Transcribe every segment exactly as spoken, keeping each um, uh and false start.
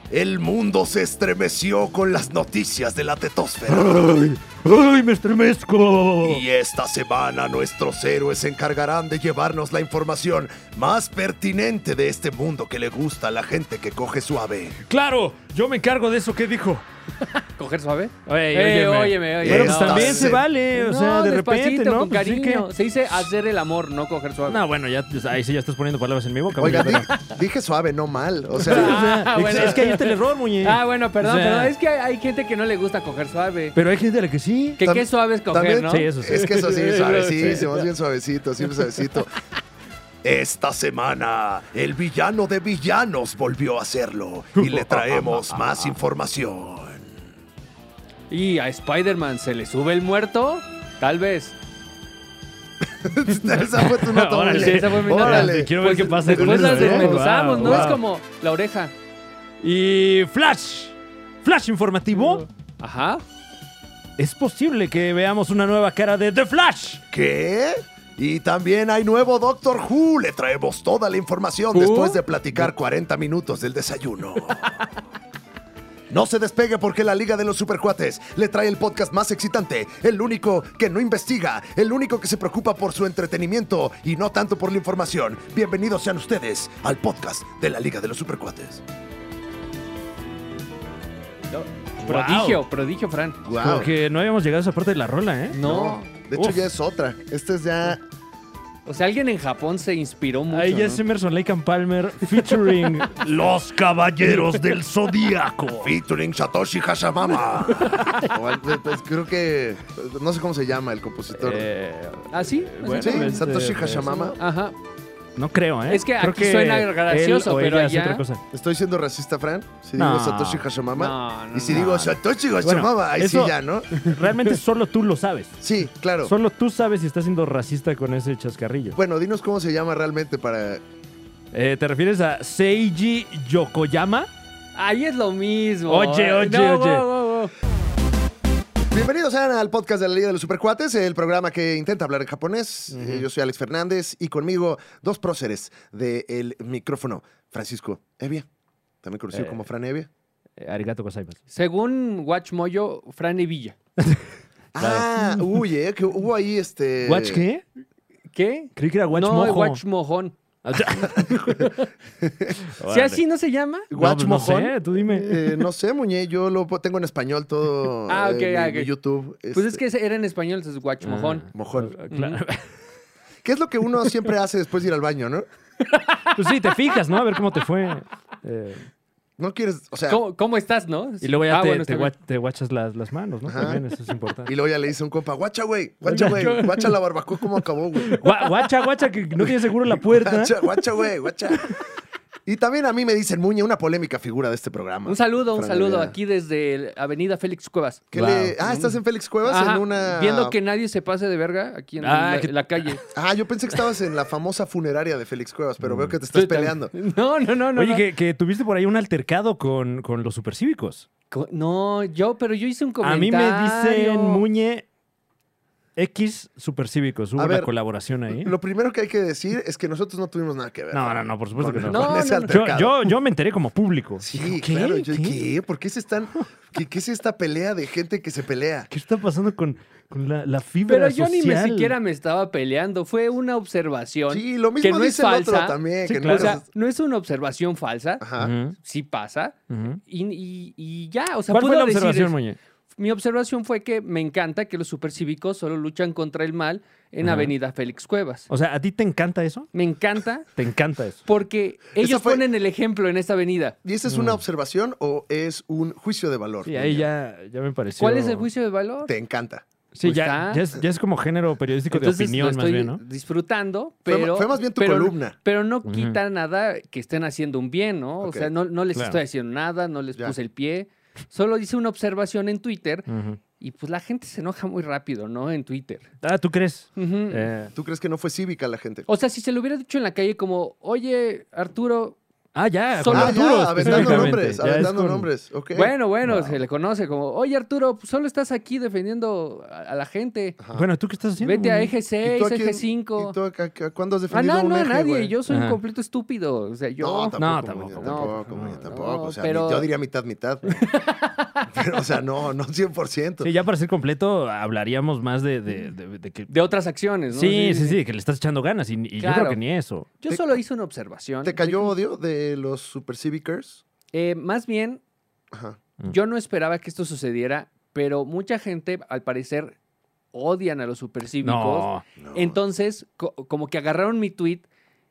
El mundo se estremeció con las noticias de la tetosfera. ¡Ay! ¡Ay, me estremezco! Y esta semana nuestros héroes se encargarán de llevarnos la información más pertinente de este mundo que le gusta a la gente que coge suave. ¡Claro! Yo me encargo de eso que dijo. ¿Coger suave? Ey, Eh, óyeme. óyeme, óyeme. Bueno, pues Esta también se- se vale, o sea, No, de despacito, repente, ¿no? con Pues sí cariño. que- Se dice hacer el amor, no coger suave. No, bueno, ya, pues, ahí sí ya estás poniendo palabras en mi boca. Oiga, muñe, di- pero- dije suave, no mal. O O sea, sea, Ah, es- bueno. es que ahí está el error, muñe. Ah, bueno, perdón, O sea, perdón. Es que hay, hay gente que no le gusta coger suave. Pero hay gente a la que sí. Que Tam- qué suave es coger, también- ¿no? Sí, eso sí. es que eso sí, Sí, suavecísimo, es bien suavecito, siempre suavecito. Esta semana, el villano de villanos volvió a hacerlo y le traemos más información. ¿Y a Spider-Man se le sube el muerto? Tal vez. Esa fue tu nota, Órale, Muñe. esa fue mi nota. Órale. Quiero ver Pues qué pasa con después eso. las ¿eh? desmenuzamos, Wow, ¿no? wow. Es como la oreja. Y Flash. Flash informativo. Ajá. Es posible que veamos una nueva cara de The Flash. ¿Qué? Y también hay nuevo Doctor Who. Le traemos toda la información ¿Who? después de platicar cuarenta minutos del desayuno. No se despegue porque la Liga de los Supercuates le trae el podcast más excitante, el único que no investiga, el único que se preocupa por su entretenimiento y no tanto por la información. Bienvenidos sean ustedes al podcast de la Liga de los Supercuates. Prodigio, prodigio, Fran. Como que no habíamos llegado a esa parte de la rola, ¿eh? No. De hecho Uf. ya es otra. Esta es ya... O sea, alguien en Japón se inspiró mucho. Ahí ya ¿no? es Emerson Lake and Palmer featuring Los Caballeros del Zodíaco. Featuring Satoshi Hashimama. O al- pues creo que... No sé cómo se llama el compositor. Eh, ¿Ah, sí? bueno, sí, este, Satoshi pues, Hashimama. Ajá. No creo, ¿eh? Es que Creo aquí suena gracioso, él o pero ella hace allá- otra cosa. ¿Estoy siendo racista, Fran? Si No. digo Satoshi Hashimama. No, no, y si no. digo Satoshi Hashimama, Bueno, ahí eso- sí ya, ¿no? Realmente solo tú lo sabes. Sí, claro. Solo tú sabes si estás siendo racista con ese chascarrillo. Bueno, dinos cómo se llama realmente para... Eh, ¿Te refieres a Seiji Yokoyama? Ahí es lo mismo. Oye, oye, No, oye. wow, wow, wow. Bienvenidos sean al podcast de la Liga de los Supercuates, el programa que intenta hablar en japonés. Eh, yo soy Alex Fernández y conmigo dos próceres del micrófono. Francisco Evia, también conocido Eh. como Fran Evia. Eh, arigato gozaimasu. Según Watch Moyo, Fran Evilla. Ah, uy, eh, que hubo ahí este... ¿Watch qué? ¿Qué? Creí que era Watch no, Mojo. Watch Mojón. ¿Si Órale. así no se llama? No, Watch pues no Mojón. sé, tú dime. Eh, no sé, Muñe, yo lo tengo en español todo Ah, eh, ok, mi- ah, mi ok. YouTube. Pues este, es que ese era en español, entonces Watch Mojón. Ah, Mojón. Claro. ¿Qué es lo que uno siempre hace después de ir al baño, no? Pues sí, te fijas, ¿no? A ver cómo te fue. Eh, No quieres, o sea... ¿Cómo, cómo estás, no? y luego ya Ah, te, bueno, te, está bien. gua- te guachas las, las manos, ¿no? Ajá. También eso es importante. Y luego ya le dice a un compa, guacha, güey, guacha, güey, guacha la barbacoa cómo acabó, güey. Gua- Guacha, guacha, que no tiene seguro la puerta. Guacha, guacha, güey, guacha. Y también a mí me dicen Muñe, una polémica figura de este programa. Un saludo, un Fran saludo Evia. aquí desde el Avenida Félix Cuevas. ¿Qué Wow. le- Ah, ¿estás en Félix Cuevas? Ajá, En una... Viendo que nadie se pase de verga aquí en Ah, la, que- la calle. Ah, yo pensé que estabas en la famosa funeraria de Félix Cuevas, pero veo que te estás Estoy tan- peleando. No, no, no, no. Oye, no. que, que tuviste por ahí un altercado con, con los supercívicos. Co- No, yo, pero yo hice un A comentario. mí me dicen Muñe X supercívicos. Hubo A una ver, colaboración ahí. Lo primero que hay que decir es que nosotros no tuvimos nada que ver. No, no, no, por supuesto con- que no. No, con ese no, no. Yo, altercado. yo, yo me enteré como público. Sí, Dije, ¿qué? claro. Yo, ¿Qué? ¿Qué? ¿Por qué se están... ¿Qué, qué es esta pelea de gente que se pelea? ¿Qué está pasando con, con la, la fibra Pero yo ni me social? siquiera me estaba peleando. Fue una observación. Sí, lo que mismo no es dice el otro falsa. también. Sí, que claro. O sea, es- no es una observación falsa. Ajá. Ujú, Sí pasa. ujú. Y, y- y ya, o sea, ¿Cuál fue puedo la decir observación, eso. Muñe? Mi observación fue que me encanta que los supercívicos solo luchan contra el mal en Ajá. Avenida Félix Cuevas. O sea, ¿a ti te encanta eso? Me encanta Te encanta eso. porque ellos fue- ponen el ejemplo en esta avenida. ¿Y esa es Mm. una observación o es un juicio de valor? Sí, ahí Muñe? ya, ya me pareció. ¿Cuál es el juicio de valor? Te encanta. Sí, Pues ya, está. ya, es, ya es como género periodístico Entonces de lo opinión, más estoy bien, ¿no? disfrutando, Fue- pero... fue más bien tu pero- columna. Pero no Ujú. quita nada que estén haciendo un bien, ¿no? Ok. O sea, no, no les Claro. estoy haciendo nada, no les Ya. puse el pie. Solo hice una observación en Twitter Ujú. y pues la gente se enoja muy rápido, ¿no? En Twitter. Ah, ¿tú crees? Ujú. Eh, ¿Tú crees que no fue cívica la gente? O sea, si se lo hubiera dicho en la calle como, oye, Arturo, Ah, ya. Solo con Ah, Arturo, ya, aventando específicamente. nombres, Ya es aventando con- nombres. Ok. Bueno, bueno, Wow. se le conoce como, oye Arturo, pues solo estás aquí defendiendo a, a la gente. Ajá. Bueno, ¿tú qué estás haciendo? Vete a Muñe? eje ¿Y tú seis, a eje quién- cinco. ¿Y tú a, a- a- cuándo has Ah, defendido no, un no, eje, nadie. güey? Yo soy Ajá. un completo estúpido. O sea, yo. No, tampoco, No, Muñe, tampoco, tampoco, no, Muñe, no, tampoco. O sea, pero- mi- yo diría mitad, mitad. Pero, o sea, no, no cien por ciento. Sí, ya para ser completo, hablaríamos más de, de, de- de que... De otras acciones, ¿no? Sí, sí, sí, que le estás echando ganas. Y, y yo Claro. creo que ni eso. Yo Te- solo hice una observación. ¿Te cayó odio de los Super Civicers? Eh, más bien, Ajá. Mm. yo no esperaba que esto sucediera, pero mucha gente, al parecer, odian a los supercívicos. No. No. Entonces, co- como que agarraron mi tweet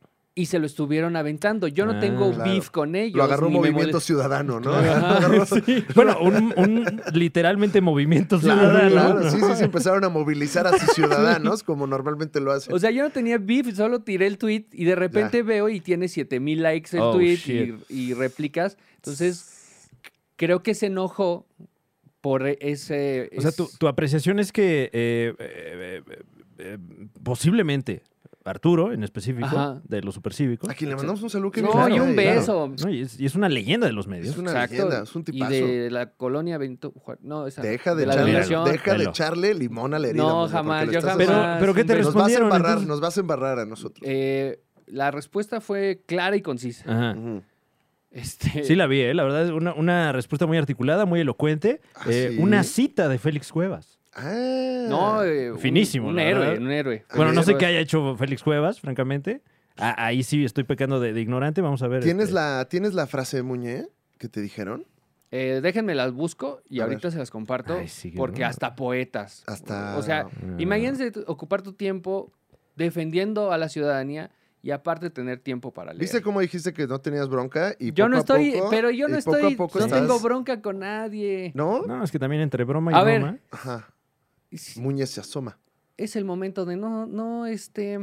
y se lo estuvieron aventando. Yo no Ah. tengo Claro. beef con ellos. Lo agarró ni me Movimiento molest- Ciudadano, ¿no? Ajá. Agarró- Sí. Bueno, un, un literalmente movimiento Claro, ciudadano. claro, sí, sí, sí, empezaron a movilizar a sus ciudadanos como normalmente lo hacen. O sea, yo no tenía beef, solo tiré el tweet y de repente veo y tiene siete mil likes el Oh, tweet shit. y, y réplicas. Entonces, creo que se enojó por ese... O sea, es- tu, tu apreciación es que eh, eh, eh, eh, posiblemente Arturo, en específico, Ajá. de los supercívicos. a quien le mandamos un saludo que No, viene y por un ahí, beso. No, y, es, y es una leyenda de los medios. Es una Exacto. leyenda, es un Y tipazo. de la colonia Benito Juárez. No, esa. Deja de, la echarle, delegación. deja de Velo. echarle limón a la herida. No, Muñe, porque jamás, le yo estás jamás. Pero, haciendo- pero ¿qué te Nos Nos vas a respondieron? embarrar, entonces? nos vas a embarrar a nosotros. Eh, la respuesta fue clara y concisa. Ajá. Ujú. Este, Sí la vi, ¿eh? La verdad es una, una respuesta muy articulada, muy elocuente. Ah, Eh, ¿sí? Una cita de Félix Cuevas. Ah. No, eh, un- Finísimo, Un, la héroe, verdad. un héroe. Bueno, no sé Félix qué haya hecho Félix Cuevas, francamente. A- ahí sí estoy pecando de, de ignorante. Vamos a ver. ¿Tienes, este, la, ¿Tienes la frase, Muñe, que te dijeron? Eh, déjenme las busco y A ahorita ver. se las comparto. Ay, sí, porque ¿no? hasta poetas. Hasta- O sea, Ah. imagínense tu- ocupar tu tiempo defendiendo a la ciudadanía y aparte tener tiempo para leer. ¿Viste cómo dijiste que no tenías bronca? Y yo poco no a estoy, poco- pero yo no y poco a estoy, poco no estás- tengo bronca con nadie. ¿No? No, es que también entre broma y A ver. broma. Ajá. Es, Muñe se asoma. es el momento de no, no, este,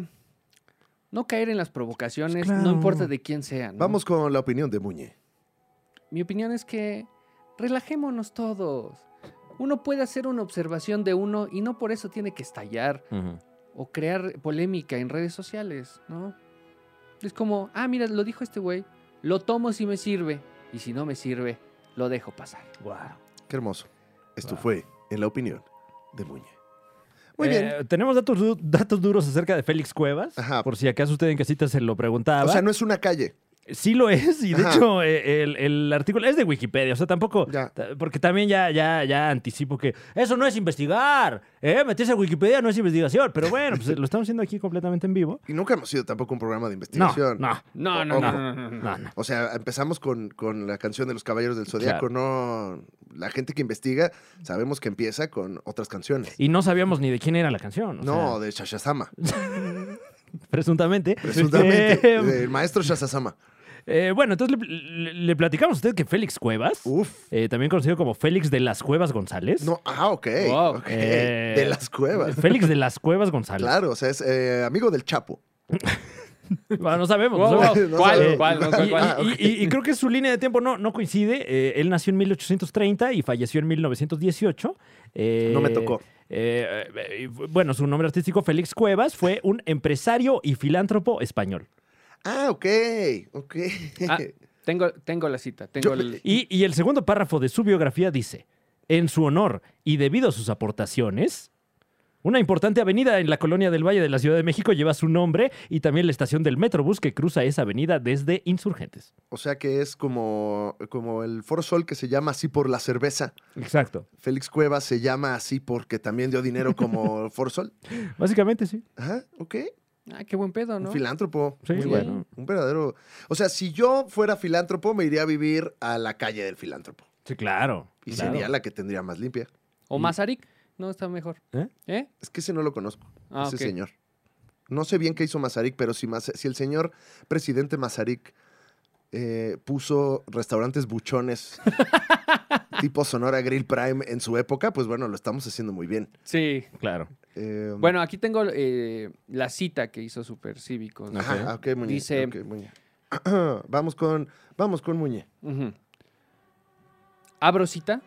no caer en las provocaciones, Pues claro. no importa de quién sea. ¿no? Vamos con la opinión de Muñe. Mi opinión es que relajémonos todos. Uno puede hacer una observación de uno y no por eso tiene que estallar Ujú. o crear polémica en redes sociales, ¿no? Es como, ah, mira, lo dijo este güey, lo tomo si me sirve y si no me sirve, lo dejo pasar. Qué hermoso. Esto Wow. fue en la opinión de Muñe. Muy Eh, bien. Tenemos datos, du- datos duros acerca de Félix Cuevas. Ajá. Por si acaso usted en casita se lo preguntaba. O sea, no es una calle. Sí lo es, y de Ajá. hecho eh, el, el artículo es de Wikipedia, o sea, tampoco, Ya. ta- porque también ya, ya, ya anticipo que eso no es investigar, ¿eh? Meterse a Wikipedia no es investigación, pero bueno, pues lo estamos haciendo aquí completamente en vivo. Y nunca hemos sido tampoco un programa de No, investigación. no, No, no, Ojo. no, no, no, no. no, no. O sea, empezamos con, con la canción de los Caballeros del Zodiaco, no... La gente que investiga sabemos que empieza con otras canciones. Y no sabíamos ni de quién era la canción, o No, sea, de Shashasama, presuntamente. presuntamente. Eh, del maestro Shashasama. eh, bueno, entonces le, le- le platicamos a usted que Félix Cuevas, Uf. eh, también conocido como Félix de las Cuevas González. No, ah, ok. Wow. ok. Eh, de las cuevas. Félix de las Cuevas González. Claro, o sea, es eh, amigo del Chapo. Bueno, no sabemos. Wow, no wow. sabemos. No ¿Cuál? sabemos. ¿Cuál? No, ¿cuál? Y, ¿Cuál? Ah, y- ok. y- y creo que su línea de tiempo no, no coincide. Eh, él nació en mil ochocientos treinta y falleció en mil novecientos dieciocho. Eh, No me tocó. eh, eh, y, bueno, su nombre artístico, Félix Cuevas, fue un empresario y filántropo español. Ah, ok, ok. Ah, tengo, tengo la cita, tengo Yo- el... Y, y el segundo párrafo de su biografía dice, en su honor y debido a sus aportaciones, una importante avenida en la colonia del Valle de la Ciudad de México lleva su nombre y también la estación del Metrobús que cruza esa avenida desde Insurgentes. O sea que es como, como el Foro Sol que se llama así por la cerveza. Exacto. Félix Cuevas se llama así porque también dio dinero como Foro Sol. Básicamente sí. Ajá, ok. Ah, qué buen pedo, ¿no? Un filántropo. Sí, Muy Sí. bien. bueno. Un verdadero. O sea, si yo fuera filántropo, me iría a vivir a la calle del filántropo. Sí, claro. Y claro. sería la que tendría más limpia. ¿O Mazarik? No, está mejor. ¿Eh? ¿Eh? Es que ese no lo conozco. Ah, ese ok. señor. No sé bien qué hizo Mazarik, pero si, Maz- si el señor presidente Mazarik eh, puso restaurantes buchones tipo Sonora Grill Prime en su época, pues bueno, lo estamos haciendo muy bien. Sí. Claro. Eh, Bueno, aquí tengo eh, la cita que hizo Super Cívicos. ¿no? ajá, ok, Muñe. Dice- ok, Muñe. vamos con, vamos con Muñe. Ujú. Abro cita.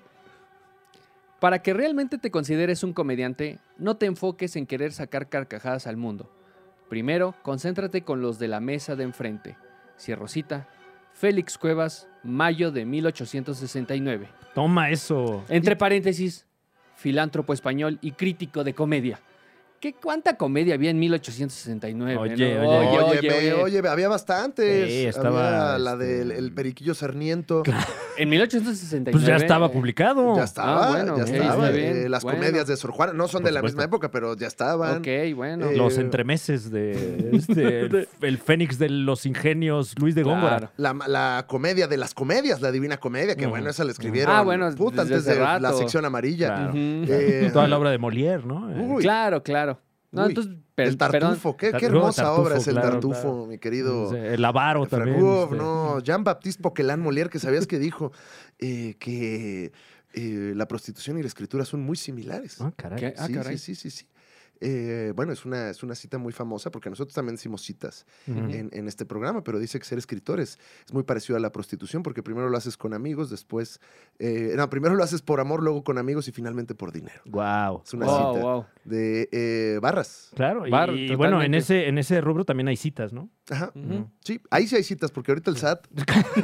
Para que realmente te consideres un comediante, no te enfoques en querer sacar carcajadas al mundo. Primero, concéntrate con los de la mesa de enfrente. Cierro cita. Félix Cuevas, mayo de mil ochocientos sesenta y nueve. Toma eso. Entre paréntesis, filántropo español y crítico de comedia. ¿Qué cuánta comedia había en mil ochocientos sesenta y nueve? Oye, ¿no? oye. oye, Oye, oye, me- oye, había bastantes. Sí, estaba, Había la este, del el Periquillo Sarniento. En mil ochocientos sesenta y nueve. Pues ya estaba publicado. Ya estaba, Ah, bueno, ya ok, estaba. está bien. Eh, las Bueno. comedias de Sor Juana no son Por de la supuesto. misma época, pero ya estaban. Ok, bueno. Eh, Los entremeses de este, el, el Fénix de los Ingenios, Luis de Góngora. Claro. La, la comedia de las comedias, la Divina Comedia, que Ujú. bueno, esa la escribieron Ah, bueno, puta, desde antes hace de la rato. sección amarilla. Claro. Ujú. Eh, Toda la obra de Molière, ¿no? Eh, Uy, Claro, claro. No, Uy, entonces, per- el Tartufo, qué, qué Tartufo, hermosa Tartufo, obra es el claro, Tartufo, claro. mi querido. El Avaro también. Fragov, este. no, Jean-Baptiste Poquelin Molière, que sabías que dijo eh, que eh, la prostitución y la escritura son muy similares. Ah, caray. ¿Qué? Ah, sí, caray. sí, sí, sí, sí. Eh, bueno, es una, es una cita muy famosa porque nosotros también decimos citas Ujú. en, en este programa, pero dice que ser escritores es muy parecido a la prostitución porque primero lo haces con amigos, después, eh, no, primero lo haces por amor, luego con amigos y finalmente por dinero. Wow. Es una Wow, cita wow. de eh, Barras. Claro, y, Bar- y bueno, en totalmente. ese, en ese rubro también hay citas, ¿no? Ajá. Ujú. Sí, ahí sí hay citas porque ahorita el S A T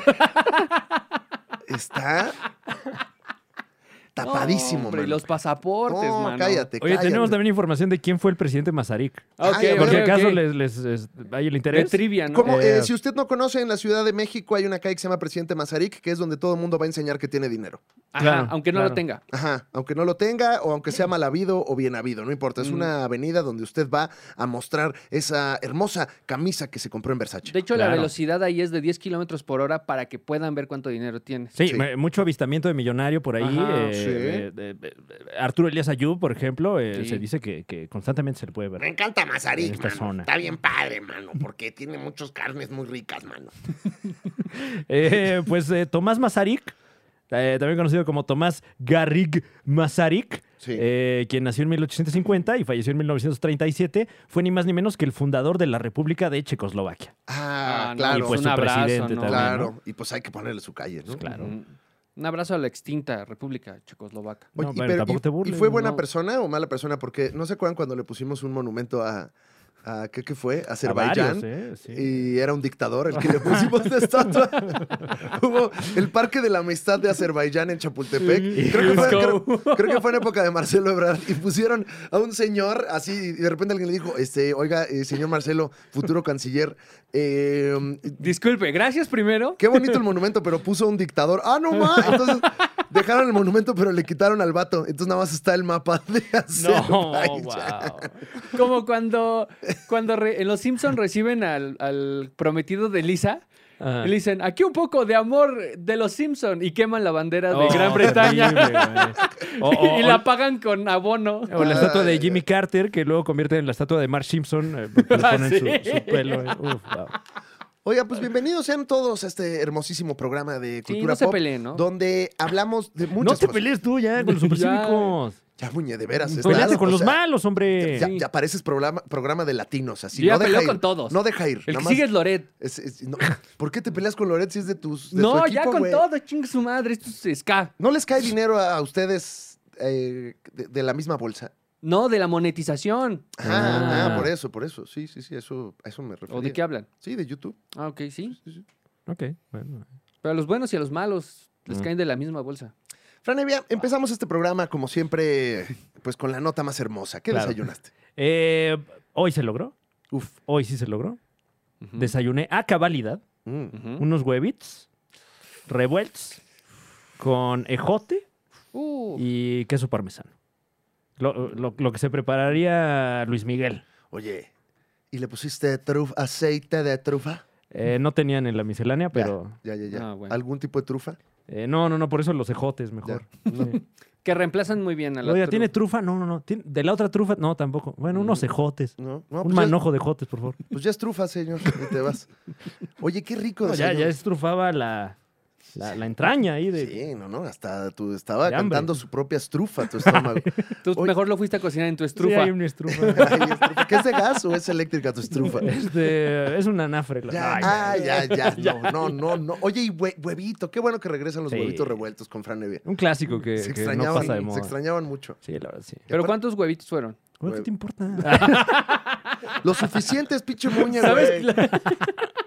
está tapadísimo, No, hombre, y mano. los pasaportes, No, mano. cállate, Oye, cállate. tenemos también información de quién fue el presidente Mazarik. Ah, ok, Ay, a ok, Por si ver, ok. acaso les, les, les- hay el De interés. trivia, ¿no? Como, Eh, eh, si usted no conoce, en la Ciudad de México hay una calle que se llama Presidente Mazarik, que es donde todo el mundo va a enseñar que tiene dinero. Ajá, claro, aunque no claro. lo tenga. Ajá, aunque no lo tenga o aunque sea mal habido o bien habido, no importa. Es Mm. una avenida donde usted va a mostrar esa hermosa camisa que se compró en Versace. De hecho, Claro. la velocidad ahí es de diez kilómetros por hora para que puedan ver cuánto dinero tienes. Sí, Sí. me- mucho avistamiento de millonario por ahí. Ajá, eh, sí. eh, eh, eh, Arturo Elías Ayub, por ejemplo, eh, Sí. se dice que, que constantemente se le puede Me ver. encanta En Mazarik, esta mano. zona. Está bien padre, mano, porque tiene muchas carnes muy ricas, mano. Eh, pues eh, Tomás Mazarik, eh, también conocido como Tomás Garrig Masaryk, Sí. eh, quien nació en mil ochocientos cincuenta y falleció en mil novecientos treinta y siete, fue ni más ni menos que el fundador de la República de Checoslovaquia. Ah, Ah, no, claro. y fue un su abrazo, presidente ¿no? también. claro. ¿no? Y pues hay que ponerle su calle, ¿no? Pues claro. Ujú. Un abrazo a la extinta República Checoslovaca. Oye, No, y, bueno, pero- tampoco y- te ¿y burles, fue buena no. persona o mala persona? Porque no se acuerdan cuando le pusimos un monumento a, a ¿qué, qué fue? A A Azerbaiyán. varios, ¿eh? Sí. Y era un dictador el que le pusimos de estatua. Hubo el Parque de la Amistad de Azerbaiyán en Chapultepec. Sí. Creo, que fue, Let's creo- go. creo que fue en época de Marcelo Ebrard. Y pusieron a un señor así, y de repente alguien le dijo, este, oiga, eh, señor Marcelo, futuro canciller, eh, Disculpe, gracias primero. qué bonito el monumento, pero puso un dictador. ¡Ah, no más! Entonces dejaron el monumento, pero le quitaron al vato. Entonces nada más está el mapa de No, Azerbaiyán. wow. Como cuando, cuando re- en Los Simpsons reciben al, al prometido de Lisa Ajá. y le dicen, aquí un poco de amor de Los Simpsons y queman la bandera de Oh, Gran Bretaña terrible, güey. O- o- y la pagan con abono. O la estatua de Ay, Jimmy Carter, que luego convierten en la estatua de Mark Simpson, eh, porque le Ah, ponen ¿sí? su, su pelo. eh. Uf, wow. Oiga, pues bienvenidos sean todos a este hermosísimo programa de Sí, cultura no se pop, peleen, ¿no? donde hablamos de No muchas te cosas. pelees tú ya con los supercívicos. Ya, muñe, de veras. Peleate estás- con o los sea, malos, hombre. Ya, Sí. ya pareces programa, programa de latinos, así. Yo ya no deja peleo ir. con todos. No deja ir. El nada que más sigue es Loret. es- es- no. ¿Por qué te peleas con Loret si es de tus de No, tu ya equipo, con güey? todo, chingue su madre, esto es ska. ¿No les cae dinero a ustedes eh, de, de la misma bolsa? No, de la monetización. Ah, Ah. ah, por eso, por eso. Sí, sí, sí, eso, a eso me refiero. ¿O de qué hablan? Sí, de YouTube. Ah, ok, sí. Sí, sí. Ok, bueno. Pero a los buenos y a los malos les Mm. caen de la misma bolsa. Fran Evia, empezamos este programa, como siempre, pues con la nota más hermosa. ¿Qué Claro. desayunaste? Eh, hoy se logró. Uf. Hoy sí se logró. Ujú. Desayuné a cabalidad Mm. Ujú. unos huevits revueltos con ejote Uh, y queso parmesano. Lo, lo- lo que se prepararía Luis Miguel. Oye, ¿y le pusiste truf, aceite de trufa? Eh, no tenían en la miscelánea, pero... Ya, ya, ya. Ah, bueno. ¿Algún tipo de trufa? eh, no, no, no, por eso los ejotes mejor. Sí. que reemplazan muy bien a la Oiga, tru- ¿tiene trufa? No, no, no. ¿Tiene- ¿De la otra trufa? No, tampoco. Bueno, unos Mm. ejotes. No, no Un pues, ya, manojo de ejotes, por favor. pues ya es trufa, señor. Y te vas. Oye, qué rico No, ya, desayuno. ya estrufaba la, la, la entraña ahí de... Sí, no, no, hasta tú estaba De hambre. cantando su propia estrufa, tu estómago. Tú Oye. mejor lo fuiste a cocinar en tu Sí, estrufa. hay una estrufa. Ay, estrufa. ¿Qué es de gas o es eléctrica tu estrufa? Este, es un anafre. la- Ya, Ay, ah, ya, ya, No, no, no, no. Oye, y hue- huevito, qué bueno que regresan los Sí. huevitos revueltos con Fran Evia. Un clásico que, Se que no extrañaban, pasa de se moda. extrañaban mucho. Sí, la verdad, sí. Pero aparte- ¿cuántos huevitos fueron? ¿Cuánto te importa? Lo suficiente es pinche muñe, ¿Sabes? güey.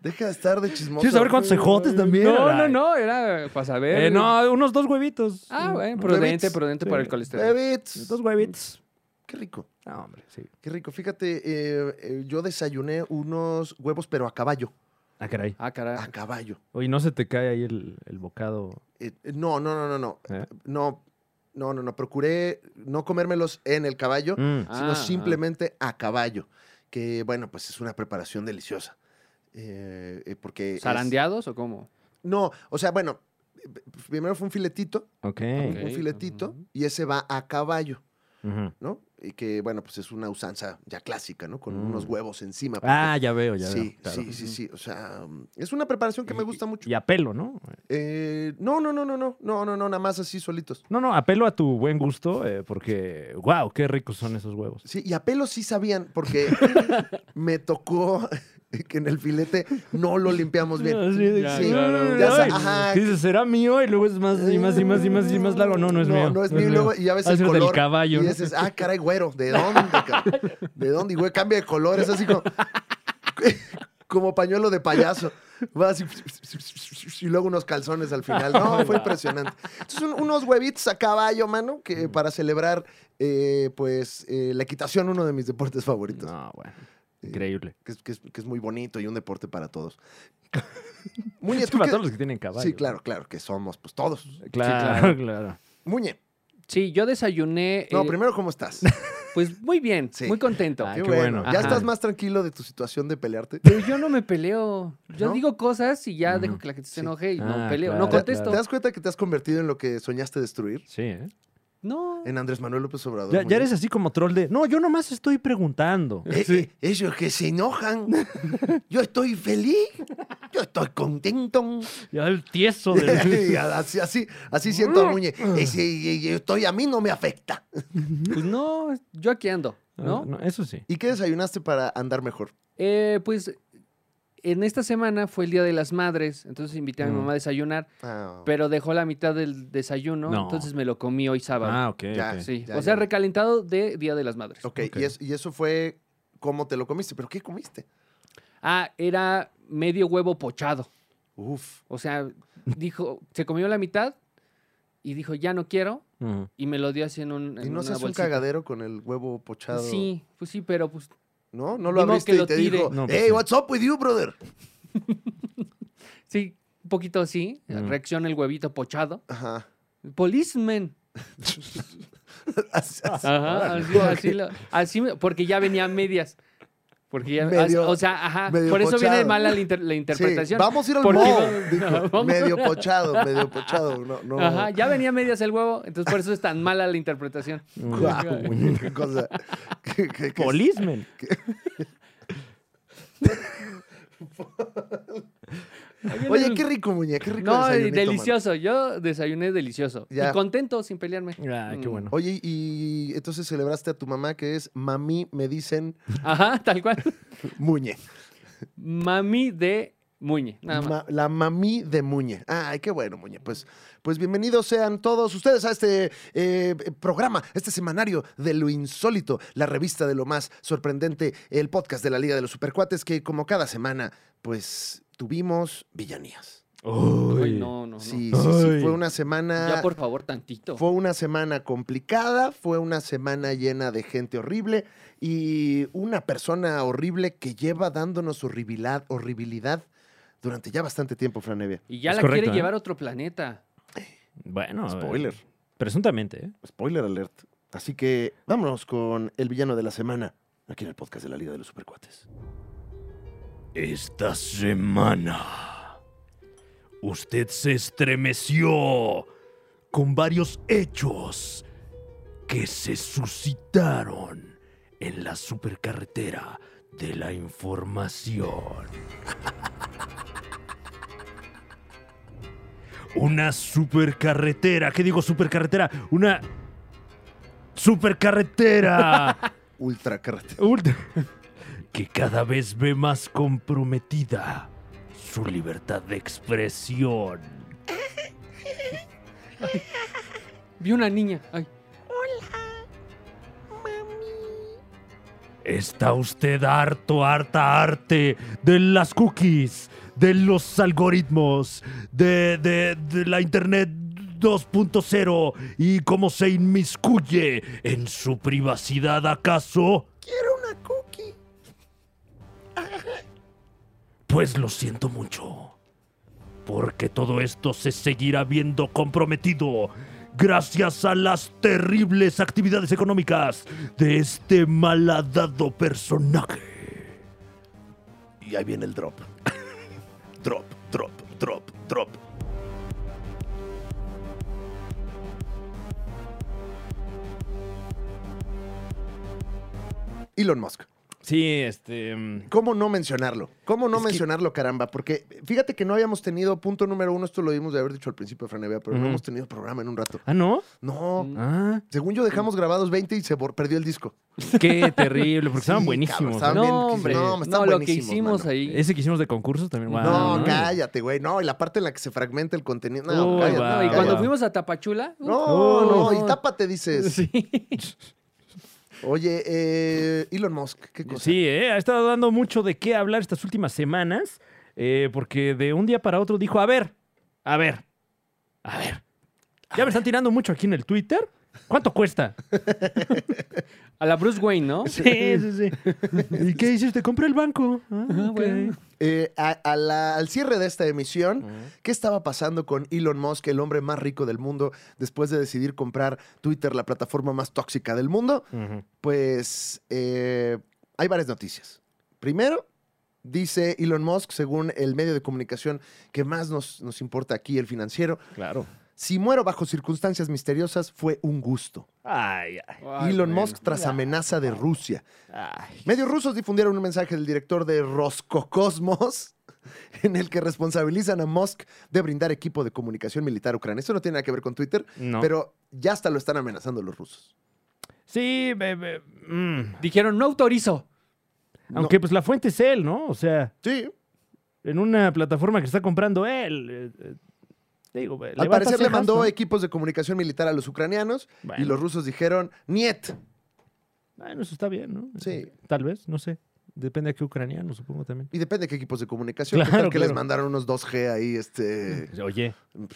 Deja de estar de chismoso. ¿Quieres saber cuántos ejotes también? No, Ay. no, no, era para saber. Eh, no, unos dos huevitos. Ah, bueno, Unos prudente, huevitos. prudente Sí. para el colesterol. Bebits. Dos huevitos. Qué rico, No, hombre, sí. qué rico. Fíjate, eh, eh, yo desayuné unos huevos, pero a caballo. Ah, caray. Ah, caray. A caballo. Oye, ¿no se te cae ahí el, el bocado? Eh, eh, no, no, no, no, no. ¿Eh? No, no, no, no. Procuré no comérmelos en el caballo, Mm. Ah, sino ah. simplemente a caballo. Que, bueno, pues es una preparación deliciosa. Eh, eh, porque es- ¿Zarandeados o cómo? No, o sea, bueno, eh, primero fue un filetito, Ok. un Ok. filetito, Ujú. y ese va a caballo, Ujú. ¿no? Y que, bueno, pues es una usanza ya clásica, ¿no? Con Mm. unos huevos encima. Ah, ya veo, ya sí, veo. claro. sí, sí, sí. O sea, mm, es una preparación que me Y- gusta mucho. Y apelo, ¿no? Eh, no, no, no, no, no, no, no, no, nada más así solitos. No, no, apelo a tu buen gusto eh, porque, wow, qué ricos son esos huevos. Sí, y a pelo sí sabían, porque me tocó que en el filete no lo limpiamos bien. Así de Ya, que, sí, claro. ya sa- ay, ajá. que dices, ¿será mío? Y luego es más y más y más y más y más largo. No, no es no, mío. No es mío. Y luego, y ya ves Ha de el ser del color. caballo, Y ¿no? dices, ah, caray, güero, ¿de dónde, cabrón? ¿De dónde? Y güey, cambia de color, es así como, como pañuelo de payaso. Va así, y luego unos calzones al final. No, fue impresionante. Entonces, un- unos huevitos a caballo, mano, que Mm. para celebrar, eh, pues, eh, la equitación, uno de mis deportes favoritos. No, bueno, Eh, increíble. Que es, que, es, que es muy bonito y un deporte para todos. Muñe, Sí, ¿tú para qué- todos los que tienen caballo. Sí, claro, claro, que somos, pues todos. Claro, claro. Muñe, Sí, yo desayuné. no, eh, primero, ¿cómo estás? Pues muy bien, Sí. muy contento. Ah, Qué, qué bueno. bueno. ¿Ya Ajá. estás más tranquilo de tu situación de pelearte? Pero yo no me peleo. Yo ¿No? digo cosas y ya Ujú. dejo que la gente se Sí. enoje y Ah, no peleo. claro, no contesto. ¿Te das cuenta que te has convertido en lo que soñaste destruir? Sí, ¿eh? No. En Andrés Manuel López Obrador. Ya, Muñe. ya eres así como troll de, no, yo nomás estoy preguntando. Eh, eh, ellos que se enojan. Yo estoy feliz. Yo estoy contento. Ya el tieso de... así, así, así siento a Muñe. Ese, eh, yo estoy, a mí no me afecta. Pues no, yo aquí ando, ¿no? no, eso sí. ¿Y qué desayunaste para andar mejor? Eh, pues en esta semana fue el Día de las Madres, entonces invité a mi Mm. mamá a desayunar, Ah, pero dejó la mitad del desayuno, No. entonces me lo comí hoy sábado. Ah, ok. Ya, ok. sí, ya, o sea, ya. recalentado de Día de las Madres. ok, ok. Y, es- y eso fue cómo te lo comiste. ¿Pero qué comiste? Ah, era medio huevo pochado. Uf. O sea, dijo, se comió la mitad y dijo, ya no quiero, Ujú. y me lo dio así en, un, ¿Y en no una se hace un bolsita. cagadero con el huevo pochado? Sí, pues sí, pero pues ¿No? No Ni lo modo abriste que y lo te tire. dijo, No, pues hey, sí. what's up with you, brother? sí, un poquito así, Mm. reacciona el huevito pochado. Ajá. Policeman. Así- así- Ajá, así, así, lo- así me- porque ya venía a medias. Porque ya, Medio- o sea, ajá, medio por eso viene pochado. mala la, inter- la Sí, interpretación. vamos a ir al Porque mall, va- dijo. Vamos- Medio pochado, medio pochado. No, no. Ajá, ya venía a medias el huevo, entonces por eso es tan mala la interpretación. Guau, Muñe, qué cosa. qué- qué- qué- Policeman. Oye, qué rico, Muñe, qué rico No, desayunito, delicioso. Yo desayuné delicioso. Ya. Y contento, sin pelearme. Ah, qué Mm. bueno. mano. Oye, y entonces celebraste a tu mamá, que es mami, me dicen Ajá, tal cual. Muñe. Mami de Muñe, nada más. Ma- la mami de Muñe. Ay, qué bueno, Muñe. Pues, pues bienvenidos sean todos ustedes a este eh, programa, este semanario de lo insólito, la revista de lo más sorprendente, el podcast de la Liga de los Supercuates, que como cada semana, pues tuvimos villanías. Uy. Ay, no, no, no. Sí, sí, sí. Ay. Fue una semana. Ya, por favor, tantito. Fue una semana complicada, fue una semana llena de gente horrible y una persona horrible que lleva dándonos horribilidad, horribilidad durante ya bastante tiempo, Franevia. Y ya Es la correcto, quiere ¿eh? llevar a otro planeta. Bueno. Spoiler. eh, presuntamente, ¿eh? Spoiler alert. Así que vámonos con el villano de la semana, aquí en el podcast de la Liga de los Supercuates. Esta semana, usted se estremeció con varios hechos que se suscitaron en la supercarretera de la información. Una supercarretera, ¿qué digo supercarretera? Una supercarretera. Ultra carretera. Ultra- que cada vez ve más comprometida su libertad de expresión. Vi una niña. Ay, ¿Está usted harto, harta, arte de las cookies, de los algoritmos, de, de, de la Internet dos punto cero y cómo se inmiscuye en su privacidad acaso? Quiero una cookie. Pues lo siento mucho, porque todo esto se seguirá viendo comprometido gracias a las terribles actividades económicas de este malhadado personaje. Y ahí viene el drop. Drop, drop, drop, drop. Elon Musk. Sí, este... mm, ¿Cómo no mencionarlo? ¿Cómo no Es que- mencionarlo, caramba? Porque fíjate que no habíamos tenido, punto número uno, esto lo debimos de haber dicho al principio de Franevia, pero no Ujú. hemos tenido programa en un rato. ¿Ah, no? No, Mm. Ah, según yo dejamos grabados veinte y se bor- perdió el disco. qué terrible, porque estaban Sí, buenísimos. cabrón, estaban ¿eh? bien- No, hombre. no, No, están lo que buenísimos, hicimos mano. ahí. Ese que hicimos de concursos también. No, guau, No, cállate, güey. No, y la parte en la que se fragmenta el contenido. No, Uy, cállate. va, No, y Ah, cuando va. fuimos a Tapachula. uf, No, no, uh, y tápate, dices. Sí. Oye, eh, Elon Musk, ¿qué cosa? Sí, eh, ha estado dando mucho de qué hablar estas últimas semanas, eh, porque de un día para otro dijo, a ver, a ver, a ver, ya me están tirando mucho aquí en el Twitter. ¿Cuánto cuesta? A la Bruce Wayne, ¿no? Sí, sí, sí. ¿Y qué hiciste? Compré el banco. Ah, Ah, ok. bueno. Eh, a- a la- al cierre de esta emisión, ¿qué estaba pasando con Elon Musk, el hombre más rico del mundo, después de decidir comprar Twitter, la plataforma más tóxica del mundo? Ujú. Pues eh, hay varias noticias. Primero, dice Elon Musk, según el medio de comunicación que más nos, nos importa aquí, el Financiero, Claro. si muero bajo circunstancias misteriosas, fue un gusto. Ay, ay, Ay, Elon bueno. Musk tras amenaza de Rusia. ay. Medios rusos difundieron un mensaje del director de Roscosmos en el que responsabilizan a Musk de brindar equipo de comunicación militar ucraniano. Eso no tiene nada que ver con Twitter, No. pero ya hasta lo están amenazando los rusos. Sí, be- be- mm. Dijeron, no autorizo. Aunque pues la fuente es él, ¿no? O sea, Sí, en una plataforma que está comprando él. eh, eh, digo, le al levanta parecer le cejas, mandó ¿no? equipos de comunicación militar a los ucranianos y Bueno. los rusos dijeron, ¡niet! Bueno, eso está bien, ¿no? Sí. Tal vez, no sé. Depende a qué ucraniano, supongo también. Y depende de qué equipos de comunicación. ¿Qué Claro, tal que les claro. mandaron unos dos G ahí, este... Oye.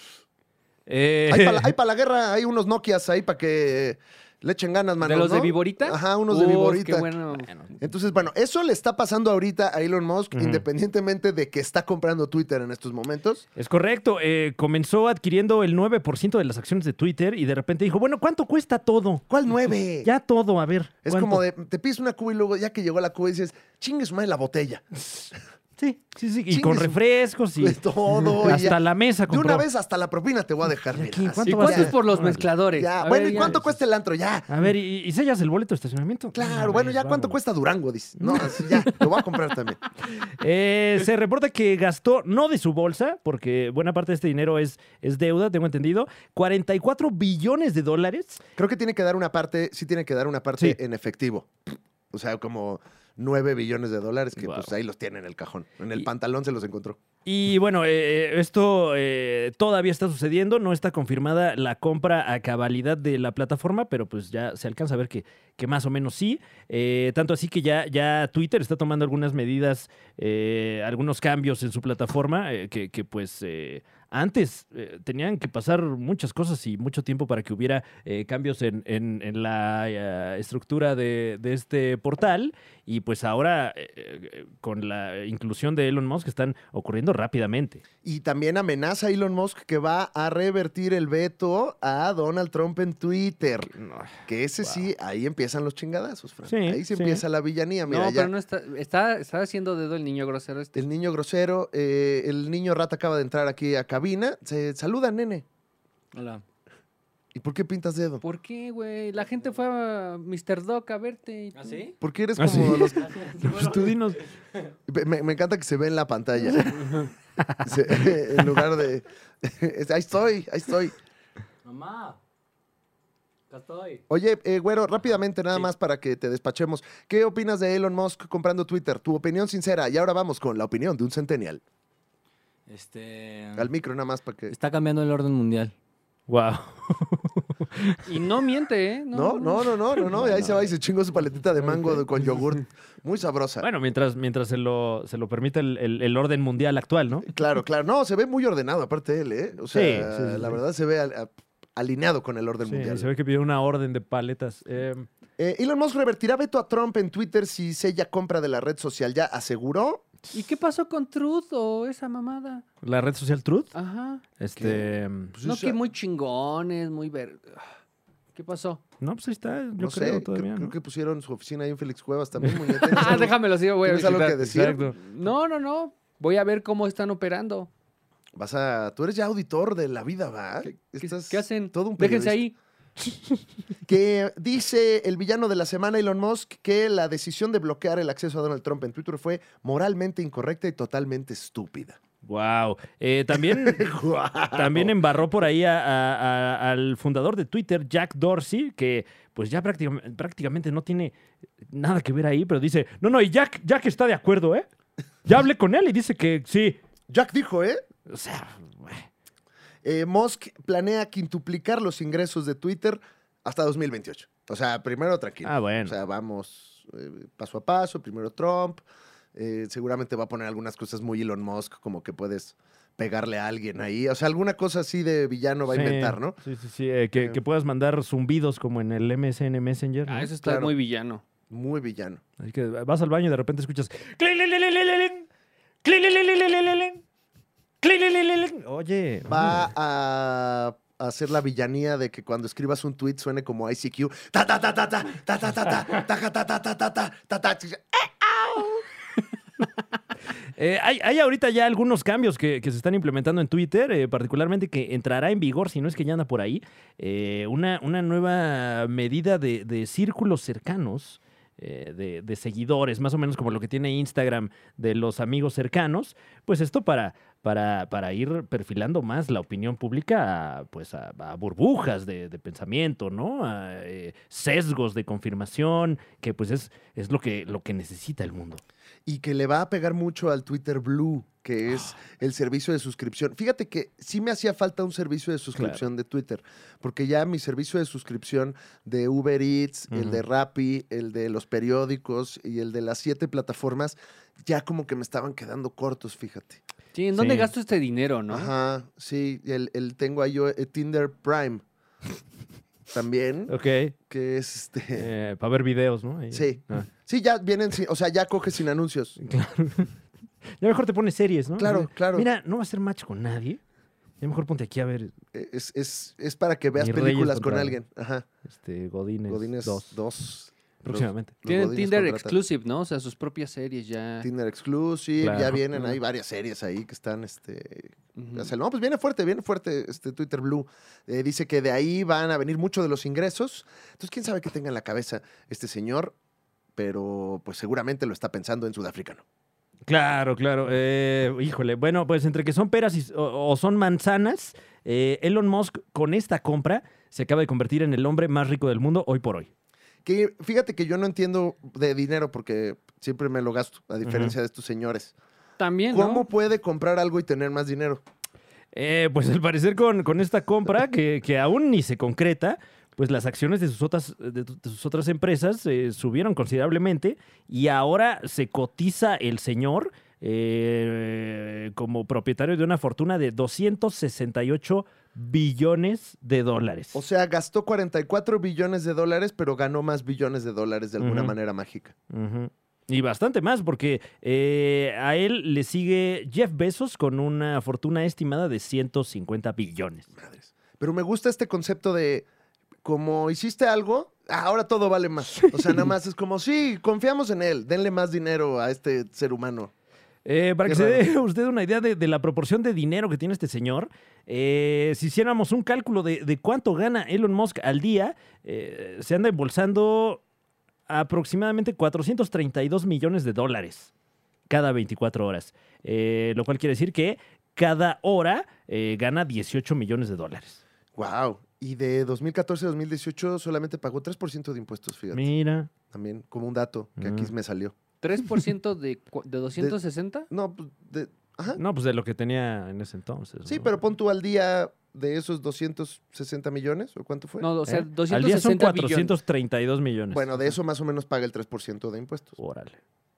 Eh, Hay para la guerra, hay unos Nokias ahí para que le echen ganas, mano. ¿De los ¿no? de Viborita? Ajá, unos de Uf, Viborita. Qué bueno. bueno, Entonces, bueno, eso le está pasando ahorita a Elon Musk, Ujú. independientemente de que está comprando Twitter en estos momentos. es correcto. eh, comenzó adquiriendo el nueve por ciento de las acciones de Twitter y de repente dijo, bueno, ¿cuánto cuesta todo? ¿Cuál nueve? Ya todo, a ver. Es ¿cuánto? como de, te pides una cuba y luego ya que llegó la cuba dices, chingue su madre la botella. Sí, sí, sí. Y Chingue con su- refrescos y Pues todo. y hasta ya. la mesa De compró. una vez hasta la propina te voy a dejar. ¿Y aquí mira, cuánto ¿Y así. va a cuánto ser? es por los Órale. mezcladores? Ya, A bueno, ver, ¿y ya. cuánto cuesta el antro? Ya. A ver, ¿y, y sellas el boleto de estacionamiento? Claro, A bueno, ver, ya cuánto vámonos. cuesta Durango, dice. No, así ya, lo voy a comprar también. Eh, se reporta que gastó, no de su bolsa, porque buena parte de este dinero es, es deuda, tengo entendido, cuarenta y cuatro billones de dólares. Creo que tiene que dar una parte, sí tiene que dar una parte Sí. en efectivo. O sea, como nueve billones de dólares que Wow. pues ahí los tiene en el cajón. En el Y- pantalón se los encontró. Y bueno, eh, esto eh, todavía está sucediendo, no está confirmada la compra a cabalidad de la plataforma, pero pues ya se alcanza a ver que, que más o menos sí. Eh, tanto así que ya, ya Twitter está tomando algunas medidas, eh, algunos cambios en su plataforma, eh, que, que, pues eh, antes eh, tenían que pasar muchas cosas y mucho tiempo para que hubiera eh, cambios en, en- en la eh, estructura de, de este portal. Y pues ahora, eh, eh, con la inclusión de Elon Musk, están ocurriendo rápidamente. Y también amenaza a Elon Musk que va a revertir el veto a Donald Trump en Twitter. Que ese Wow. sí, ahí empiezan los chingadazos, Fran. Sí, ahí se sí. empieza la villanía. Mira, No, ya. pero no está, está, está haciendo dedo el niño grosero este. El niño grosero, eh, el niño rata acaba de entrar aquí a cabina. Se saluda, nene. Hola. ¿Y por qué pintas dedo? ¿Por qué, güey? La gente fue a mister Doc a verte. y tú- ¿Ah, sí? Porque eres ¿Ah, como sí? los... Pues tú dinos. Me, me encanta que se ve en la pantalla. Se- en lugar de... ahí estoy, ahí estoy. Mamá, acá estoy. Oye, eh, güero, rápidamente nada Sí. más para que te despachemos. ¿Qué opinas de Elon Musk comprando Twitter? Tu opinión sincera. Y ahora vamos con la opinión de un centennial. Este. Al micro nada más para que... Está cambiando el orden mundial. Wow. Y no miente, ¿eh? No, no, no, no, no, no. Y ahí se va y se chingó su paletita de mango de- con yogurt. Muy sabrosa. Bueno, mientras, mientras se lo, se lo permite el, el- el orden mundial actual, ¿no? Claro, claro. No, se ve muy ordenado aparte él, ¿eh? O sea, Sí, sí, sí, la sí. verdad se ve al- a- alineado con el orden Sí, mundial. se ve que pidió una orden de paletas. Eh, Eh, Elon Musk revertirá veto a Trump en Twitter si sella compra de la red social. ¿Ya aseguró? ¿Y qué pasó con Truth o esa mamada? la red social Truth, Ajá. este... Pues No, esa- que muy chingones, muy ver... ¿Qué pasó? No, pues ahí está, yo no creo sé, todavía, creo, ¿no? creo que pusieron su oficina ahí en Félix Cuevas también. Muñe. ¿Tienes Ah, algo- déjamelo, sí, voy a ¿Tienes algo que visitar. decir? Exacto. No, no, no. Voy a ver cómo están operando. Vas a... Tú eres ya auditor de la vida, ¿va? ¿Qué, qué- Estás qué hacen? Todo un Déjense periodista. ahí. Que dice el villano de la semana, Elon Musk, que la decisión de bloquear el acceso a Donald Trump en Twitter fue moralmente incorrecta y totalmente estúpida. Wow. Eh, también, Guau. también embarró por ahí a- a- a- al fundador de Twitter, Jack Dorsey, que pues ya prácticamente, prácticamente no tiene nada que ver ahí, pero dice, no, no, y Jack, Jack está de acuerdo, ¿eh? Ya hablé con él y dice que sí. Jack dijo, ¿eh? O sea, Eh, Musk planea quintuplicar los ingresos de Twitter hasta dos mil veintiocho. O sea, primero tranquilo. Ah, bueno. O sea, vamos eh, paso a paso. Primero Trump. Eh, seguramente va a poner algunas cosas muy Elon Musk, como que puedes pegarle a alguien ahí. O sea, alguna cosa así de villano va a sí, inventar, ¿no? Sí, sí, sí. eh, que, Eh. que puedas mandar zumbidos como en el M S N Messenger. ¿no? Ah, eso está Claro. muy villano. Muy villano. Así que vas al baño y de repente escuchas... "Clililililililin, clililililililin, clilililililin". Oye. Va a hacer la villanía de que cuando escribas un tweet suene como I C Q. Ta ta ta ta ta ta ta ta ta ta ta ta ta ta ta ta ta. Eh, hay, hay ahorita ya algunos cambios que, que se están implementando en Twitter, eh, particularmente que entrará en vigor, si no es que ya anda por ahí, eh, una, una nueva medida de, de círculos cercanos. eh, de, de seguidores, más o menos como lo que tiene Instagram de los amigos cercanos, pues esto para, para, para ir perfilando más la opinión pública a, pues a, a burbujas de, de pensamiento, ¿no? A eh, sesgos de confirmación, que pues es, es lo que, lo que necesita el mundo. Y que le va a pegar mucho al Twitter Blue, que es el servicio de suscripción. Fíjate que sí me hacía falta un servicio de suscripción de Twitter, porque ya mi servicio de suscripción de Uber Eats, el Ujú. de Rappi, el de los periódicos y el de las siete plataformas, ya como que me estaban quedando cortos, fíjate. Sí, ¿en dónde Sí. gasto este dinero, no? Ajá, sí, el, el tengo ahí yo, eh, Tinder Prime. También, Ok. que es este... Eh, para ver videos, ¿no? Ahí. Sí. Ah. Sí, ya vienen, sin- o sea, ya coge sin anuncios. Ya mejor te pones series, ¿no? Claro, Así de, claro. Mira, no va a ser match con nadie. Ya mejor ponte aquí a ver Es, es, es para que veas Mis Reyes películas con contra- alguien. Ajá. este Godines, Godines dos. dos. Próximamente. Los Tienen Godines Tinder contratan. Exclusive, ¿no? O sea, sus propias series ya. Tinder Exclusive, Claro. ya vienen, Ujú. hay varias series ahí que están, este... Ujú. o sea, no, pues viene fuerte, viene fuerte este Twitter Blue. Eh, dice que de ahí van a venir mucho de los ingresos. Entonces, quién sabe qué tenga en la cabeza este señor, pero pues seguramente lo está pensando en sudafricano. Claro, claro. Eh, híjole, bueno, pues entre que son peras y- o, o son manzanas, eh, Elon Musk con esta compra se acaba de convertir en el hombre más rico del mundo hoy por hoy. Que fíjate que yo no entiendo de dinero porque siempre me lo gasto, a diferencia de estos señores. También, ¿Cómo ¿no? puede comprar algo y tener más dinero? Eh, pues al parecer con, con esta compra, que, que aún ni se concreta, pues las acciones de sus otras, de, de sus otras empresas eh, subieron considerablemente y ahora se cotiza el señor eh, como propietario de una fortuna de doscientos sesenta y ocho billones de dólares. O sea, gastó cuarenta y cuatro billones de dólares, pero ganó más billones de dólares de alguna Ujú. manera mágica. Ujú. Y bastante más, porque eh, a él le sigue Jeff Bezos con una fortuna estimada de ciento cincuenta billones. Madres. Pero me gusta este concepto de, como hiciste algo, ah, ahora todo vale más. O sea, nada más es como, sí, confiamos en él, denle más dinero a este ser humano. Eh, para Qué que se dé usted una idea de, de la proporción de dinero que tiene este señor, eh, si hiciéramos un cálculo de, de cuánto gana Elon Musk al día, eh, se anda embolsando aproximadamente cuatrocientos treinta y dos millones de dólares cada veinticuatro horas. Eh, lo cual quiere decir que cada hora eh, gana dieciocho millones de dólares. Wow. Y de dos mil catorce a dos mil dieciocho solamente pagó tres por ciento de impuestos, fíjate. Mira. También, como un dato que aquí Mm. me salió. ¿tres por ciento de, cu- de doscientos sesenta? No, pues, de, ajá. No, pues de lo que tenía en ese entonces. Sí, ¿no? pero pon tú al día de esos doscientos sesenta millones, ¿o cuánto fue? No, o sea, ¿Eh? Al día doscientos son sesenta billones. cuatrocientos treinta y dos millones. Bueno, de eso más o menos paga el tres por ciento de impuestos. Órale.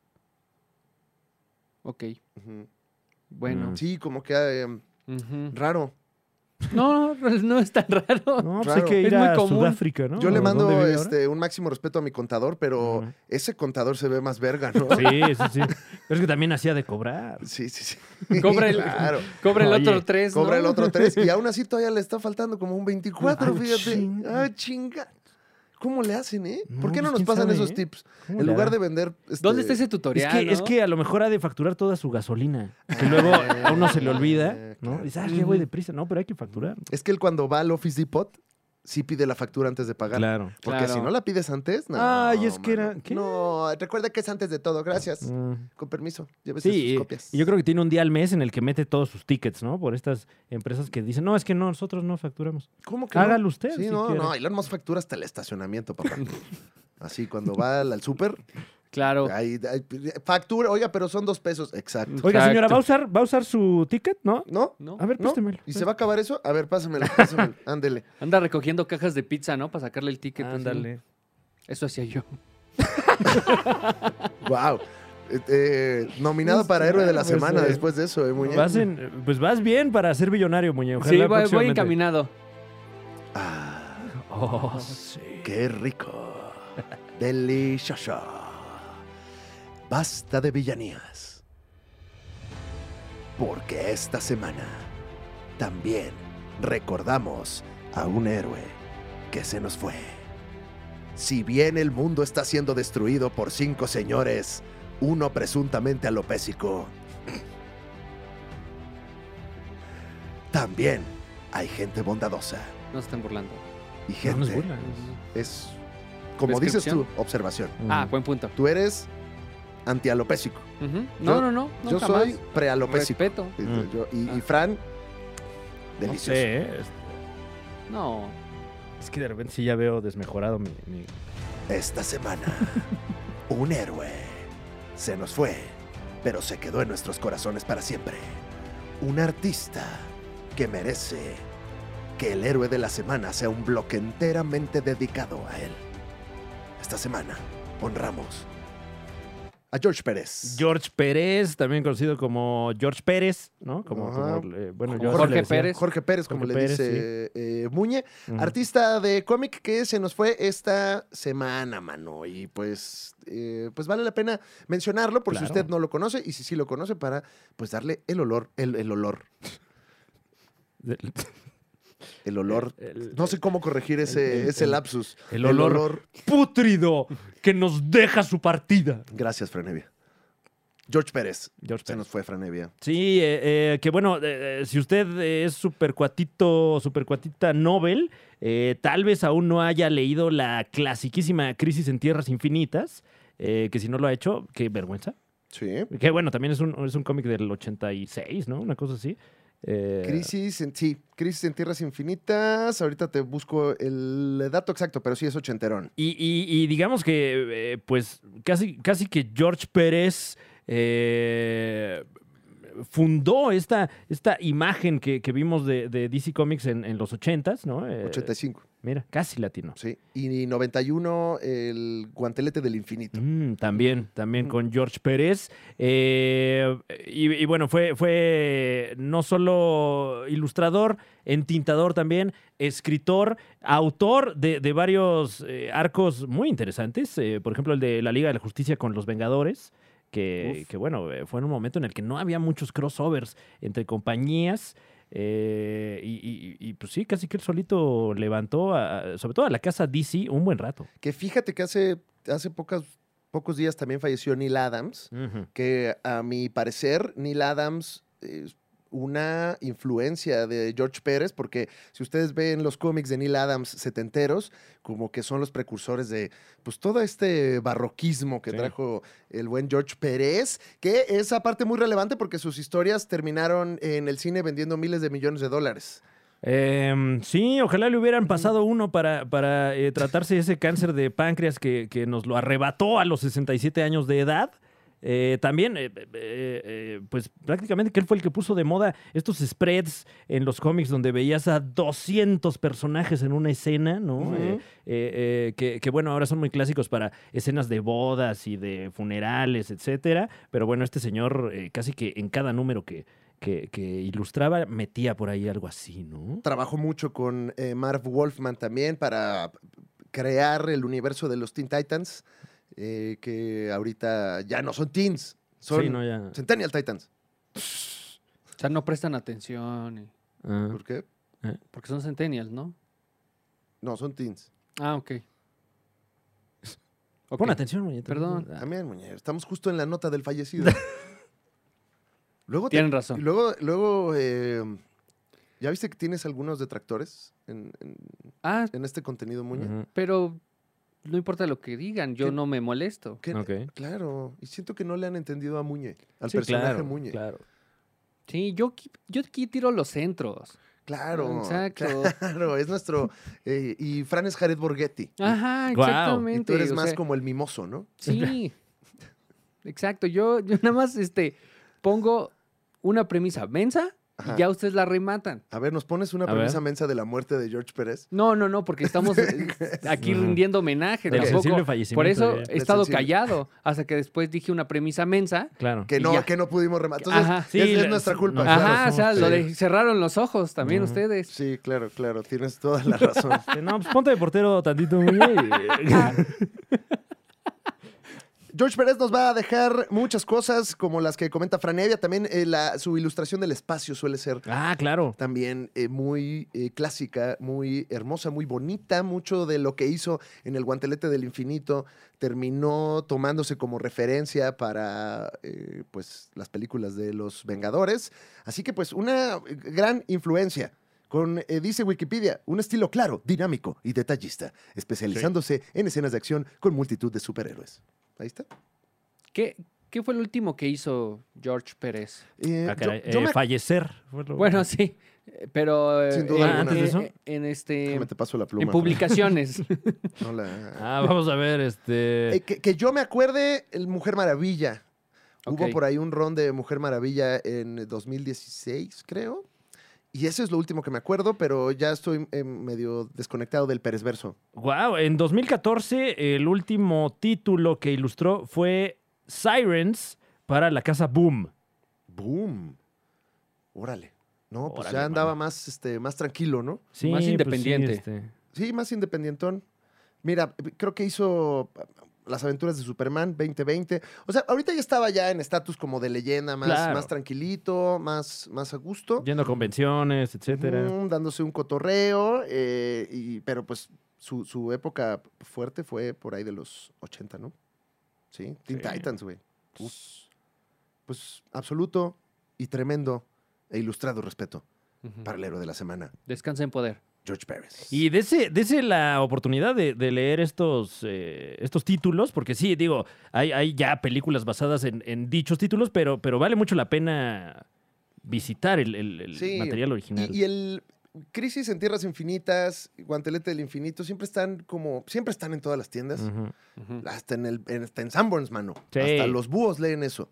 Ok, Ujú. bueno. Mm. Sí, como que eh, Ujú. raro. No, no, no es tan raro. No, pues Raro. hay que ir Es muy a común. Sudáfrica, ¿no? Yo le ¿O mando dónde vive ahora? este, un máximo respeto a mi contador, pero Ujú. ese contador se ve más verga, ¿no? Sí, sí, sí. Pero es que también hacía de cobrar. Sí, sí, sí. Cobra el, Claro. cobra el Oye, otro tres, ¿no? Cobra el otro tres y aún así todavía le está faltando como un veinticuatro, Ay, fíjate. chinga. Ah, chinga. ¿Cómo le hacen, eh? No, ¿Por qué no pues, nos quién pasan sabe, esos ¿eh? tips? ¿Cómo En le lugar hará? de vender... este, ¿Dónde está ese Es tutorial, que, no? es que a lo mejor ha de facturar toda su gasolina. Que luego a uno se le olvida, ¿no? Claro. Dice, ah, ya voy deprisa. No, pero hay que facturar. Es que él cuando va al Office Depot, sí pide la factura antes de pagar. Claro. Porque Claro. si no la pides antes, no. Ay, es que mano. era- ¿qué? No, recuerda que es antes de todo, gracias. Mm. Con permiso, llévese Sí, sus y- copias. y yo creo que tiene un día al mes en el que mete todos sus tickets, ¿no? Por estas empresas que dicen, no, es que no, nosotros no facturamos. ¿Cómo que Hágalo no? usted, Sí, si no, quiere. no, Elon Musk factura hasta el estacionamiento, papá. Así, cuando va al, al súper, Claro. ahí, ahí, factura, oiga, pero son dos pesos, exacto. Oiga, Exacto. señora, ¿va a usar, ¿va a usar su ticket? ¿No? ¿No? ¿No? A ver, ¿No? préstemelo. ¿Y se va a acabar eso? A ver, pásamelo, pásamelo, ándele. Anda recogiendo cajas de pizza, ¿no? Para sacarle el ticket. así. Ándale. Eso hacía yo. Wow. nominado Pues, para héroe de la pues, semana eh, después de eso, ¿eh, Muñe? Vas en- pues vas bien para ser billonario, Muñe. Ojalá Sí, voy, voy próximamente. encaminado. Ah, Oh, sí. qué rico. Delicioso. Basta de villanías. Porque esta semana también recordamos a un héroe que se nos fue. Si bien el mundo está siendo destruido por cinco señores, uno presuntamente alopésico, también hay gente bondadosa No se están burlando. y No gente nos burlan. es, como dices tú, ¿Descripción? observación. Ah, Mm. buen punto. Tú eres antialopésico. Ujú. No, Yo- no, no. no, Yo jamás. soy prealopésico. Respeto. Y, Mm. yo- y- y Ah. Fran, No delicioso. sé, ¿eh? No. Es que de repente sí ya veo desmejorado mi... mi- Esta semana, un héroe se nos fue, pero se quedó en nuestros corazones para siempre. Un artista que merece que el héroe de la semana sea un bloque enteramente dedicado a él. Esta semana honramos a George Pérez. George Pérez, también conocido como George Pérez, ¿no? Como, Ajá. como, eh, bueno, Como yo así Jorge le decía. Pérez. Jorge Pérez, como Jorge le Pérez, dice eh, Muñe. Ujú. Artista de cómic que se nos fue esta semana, mano. Y pues, eh, pues vale la pena mencionarlo por Claro. si usted no lo conoce y si sí lo conoce para pues darle el olor, el, el olor, Del- el olor. el- No sé cómo corregir ese, el- ese el- lapsus. el olor. pútrido que nos deja su partida. Gracias, Franevia. George Pérez. George Se Pérez. nos fue, Franevia. Sí, eh, eh, que bueno, eh, eh, si usted eh, es supercuatito, supercuatita Nobel, eh, tal vez aún no haya leído la clasiquísima Crisis en Tierras Infinitas, eh, que si no lo ha hecho, qué vergüenza. Sí. Que bueno, también es un, es un cómic del ochenta y seis, ¿no? Una cosa así. Eh, Crisis en, sí, Crisis en Tierras Infinitas. Ahorita te busco el dato exacto, pero sí es ochenterón. Y, y- y digamos que, eh, pues, casi, casi que George Pérez eh, fundó esta, esta imagen que, que vimos de, de D C Comics en, en los ochentas, ¿no? Eh, ochenta y cinco. Mira, casi latino. Sí. Y noventa y uno, el guantelete del infinito. Mm, también, también Mm. con George Pérez. Eh, y, y bueno, fue, fue no solo ilustrador, entintador también, escritor, autor de, de varios eh, arcos muy interesantes. Eh, por ejemplo, el de la Liga de la Justicia con los Vengadores. Que, Uf. que, bueno, eh, fue en un momento en el que no había muchos crossovers entre compañías. eh, y, y- y, pues sí, casi que él solito levantó, a- sobre todo a la casa D C, un buen rato. Que fíjate que hace, hace pocas, pocos días también falleció Neil Adams, Ujú. que a mi parecer Neil Adams es una influencia de George Pérez, porque si ustedes ven los cómics de Neil Adams setenteros, como que son los precursores de pues todo este barroquismo que Sí. trajo el buen George Pérez, que es aparte muy relevante porque sus historias terminaron en el cine vendiendo miles de millones de dólares. Em, sí, ojalá le hubieran pasado uno para, para eh, tratarse ese cáncer de páncreas que, que nos lo arrebató a los sesenta y siete años de edad. Eh, también, eh, eh, eh, pues prácticamente que él fue el que puso de moda estos spreads en los cómics donde veías a doscientos personajes en una escena, ¿no? Ujú. Eh, eh, eh, que, que, bueno, ahora son muy clásicos para escenas de bodas y de funerales, etcétera. Pero bueno, este señor eh, casi que en cada número que, que, que ilustraba metía por ahí algo así, ¿no? Trabajó mucho con eh, Marv Wolfman también para crear el universo de los Teen Titans, eh, que ahorita ya no son teens, son Sí, no, ya. Centennial Titans. O sea, no prestan atención. y- Ah. ¿Por qué? Porque son centennials, ¿no? No, son teens. Ah, ok. Ok. Pon atención, muñeco. Perdón. Ah. También, muñeco, estamos justo en la nota del fallecido. luego te- Tienen razón. y Luego, luego eh, ¿ya viste que tienes algunos detractores en, en- Ah, en este contenido, Muñe? Ujú. pero no importa lo que digan, yo ¿Qué? no me molesto. Que- Ok. Claro, y siento que no le han entendido a Muñe, al Sí, personaje claro, Muñe. claro. Sí, yo, aquí- yo aquí tiro los centros. Claro, Exacto. claro, es nuestro... eh, y Fran es Jared Borghetti. Ajá, Guau. exactamente. Y tú eres o más sea, como el mimoso, ¿no? Sí. Exacto. Yo, yo nada más este, pongo una premisa mensa Ajá. y ya ustedes la rematan. A ver, ¿nos pones una A premisa ver. mensa de la muerte de George Pérez? No, no, no, porque estamos eh, aquí Ujú. rindiendo homenaje. Del Tampoco. sensible fallecimiento Por eso de- he estado sensible. callado hasta que después dije una premisa mensa. Claro. Que Y no, ya. que no pudimos rematar. Entonces, Ajá. es, Sí, es la- nuestra culpa. no, claro. Ajá, o sea, somos- lo Sí. de cerraron los ojos también Ujú. ustedes. Sí, claro, claro, tienes toda la razón. Este, No, pues ponte de portero tantito, Muñe. y- George Pérez nos va a dejar muchas cosas, como las que comenta Franevia. También eh, la, su ilustración del espacio suele ser Ah, claro. también eh, muy eh, clásica, muy hermosa, muy bonita. Mucho de lo que hizo en El Guantelete del Infinito terminó tomándose como referencia para eh, pues, las películas de los Vengadores. Así que pues una gran influencia. Con, eh, dice Wikipedia, un estilo claro, dinámico y detallista, especializándose en escenas de acción con multitud de superhéroes. Ahí está. ¿Qué, ¿Qué fue el último que hizo George Pérez? Eh, Ah, yo- caray, yo eh, me- Fallecer. fue lo- Bueno, sí, eh, pero eh, Sin duda en, alguna. ¿Antes de en- eso? en este Déjame te paso la pluma. en publicaciones. Fran. No la- Ah, vamos a ver, este... Eh, que, que yo me acuerde, el Mujer Maravilla. Hubo Ok. por ahí un ron de Mujer Maravilla en dos mil dieciséis, creo. Y eso es lo último que me acuerdo, pero ya estoy eh, medio desconectado del Pérez Verso. Wow, en dos mil catorce el último título que ilustró fue Sirens para la casa Boom. ¡Boom! Órale. No, pues Órale, ya andaba mano. más, este, más tranquilo, ¿no? Sí, Más pues sí, independiente. este, Sí, más independientón. Mira, creo que hizo Las Aventuras de Superman veinte veinte. O sea, ahorita ya estaba ya en estatus como de leyenda, más, Claro. más tranquilito, más, más a gusto. Yendo a convenciones, etcétera. Ujú, dándose un cotorreo, eh, y, pero pues su, su época fuerte fue por ahí de los ochenta, ¿no? Sí, Teen Sí. Titans, güey. Uf. Pues absoluto y tremendo e ilustrado respeto Ujú. para el héroe de la semana, Descansa en poder. George Pérez. Y dese, dese la oportunidad de, de leer estos, eh, estos títulos, porque sí, digo, hay, hay ya películas basadas en, en dichos títulos, pero, pero vale mucho la pena visitar el, el- el Sí, material original. Y, y el Crisis en Tierras Infinitas, Guantelete del Infinito, siempre están como, siempre están en todas las tiendas. Ujú. Ujú. Hasta en el, en, hasta en Sanborns, mano. Sí. Hasta los búhos leen eso.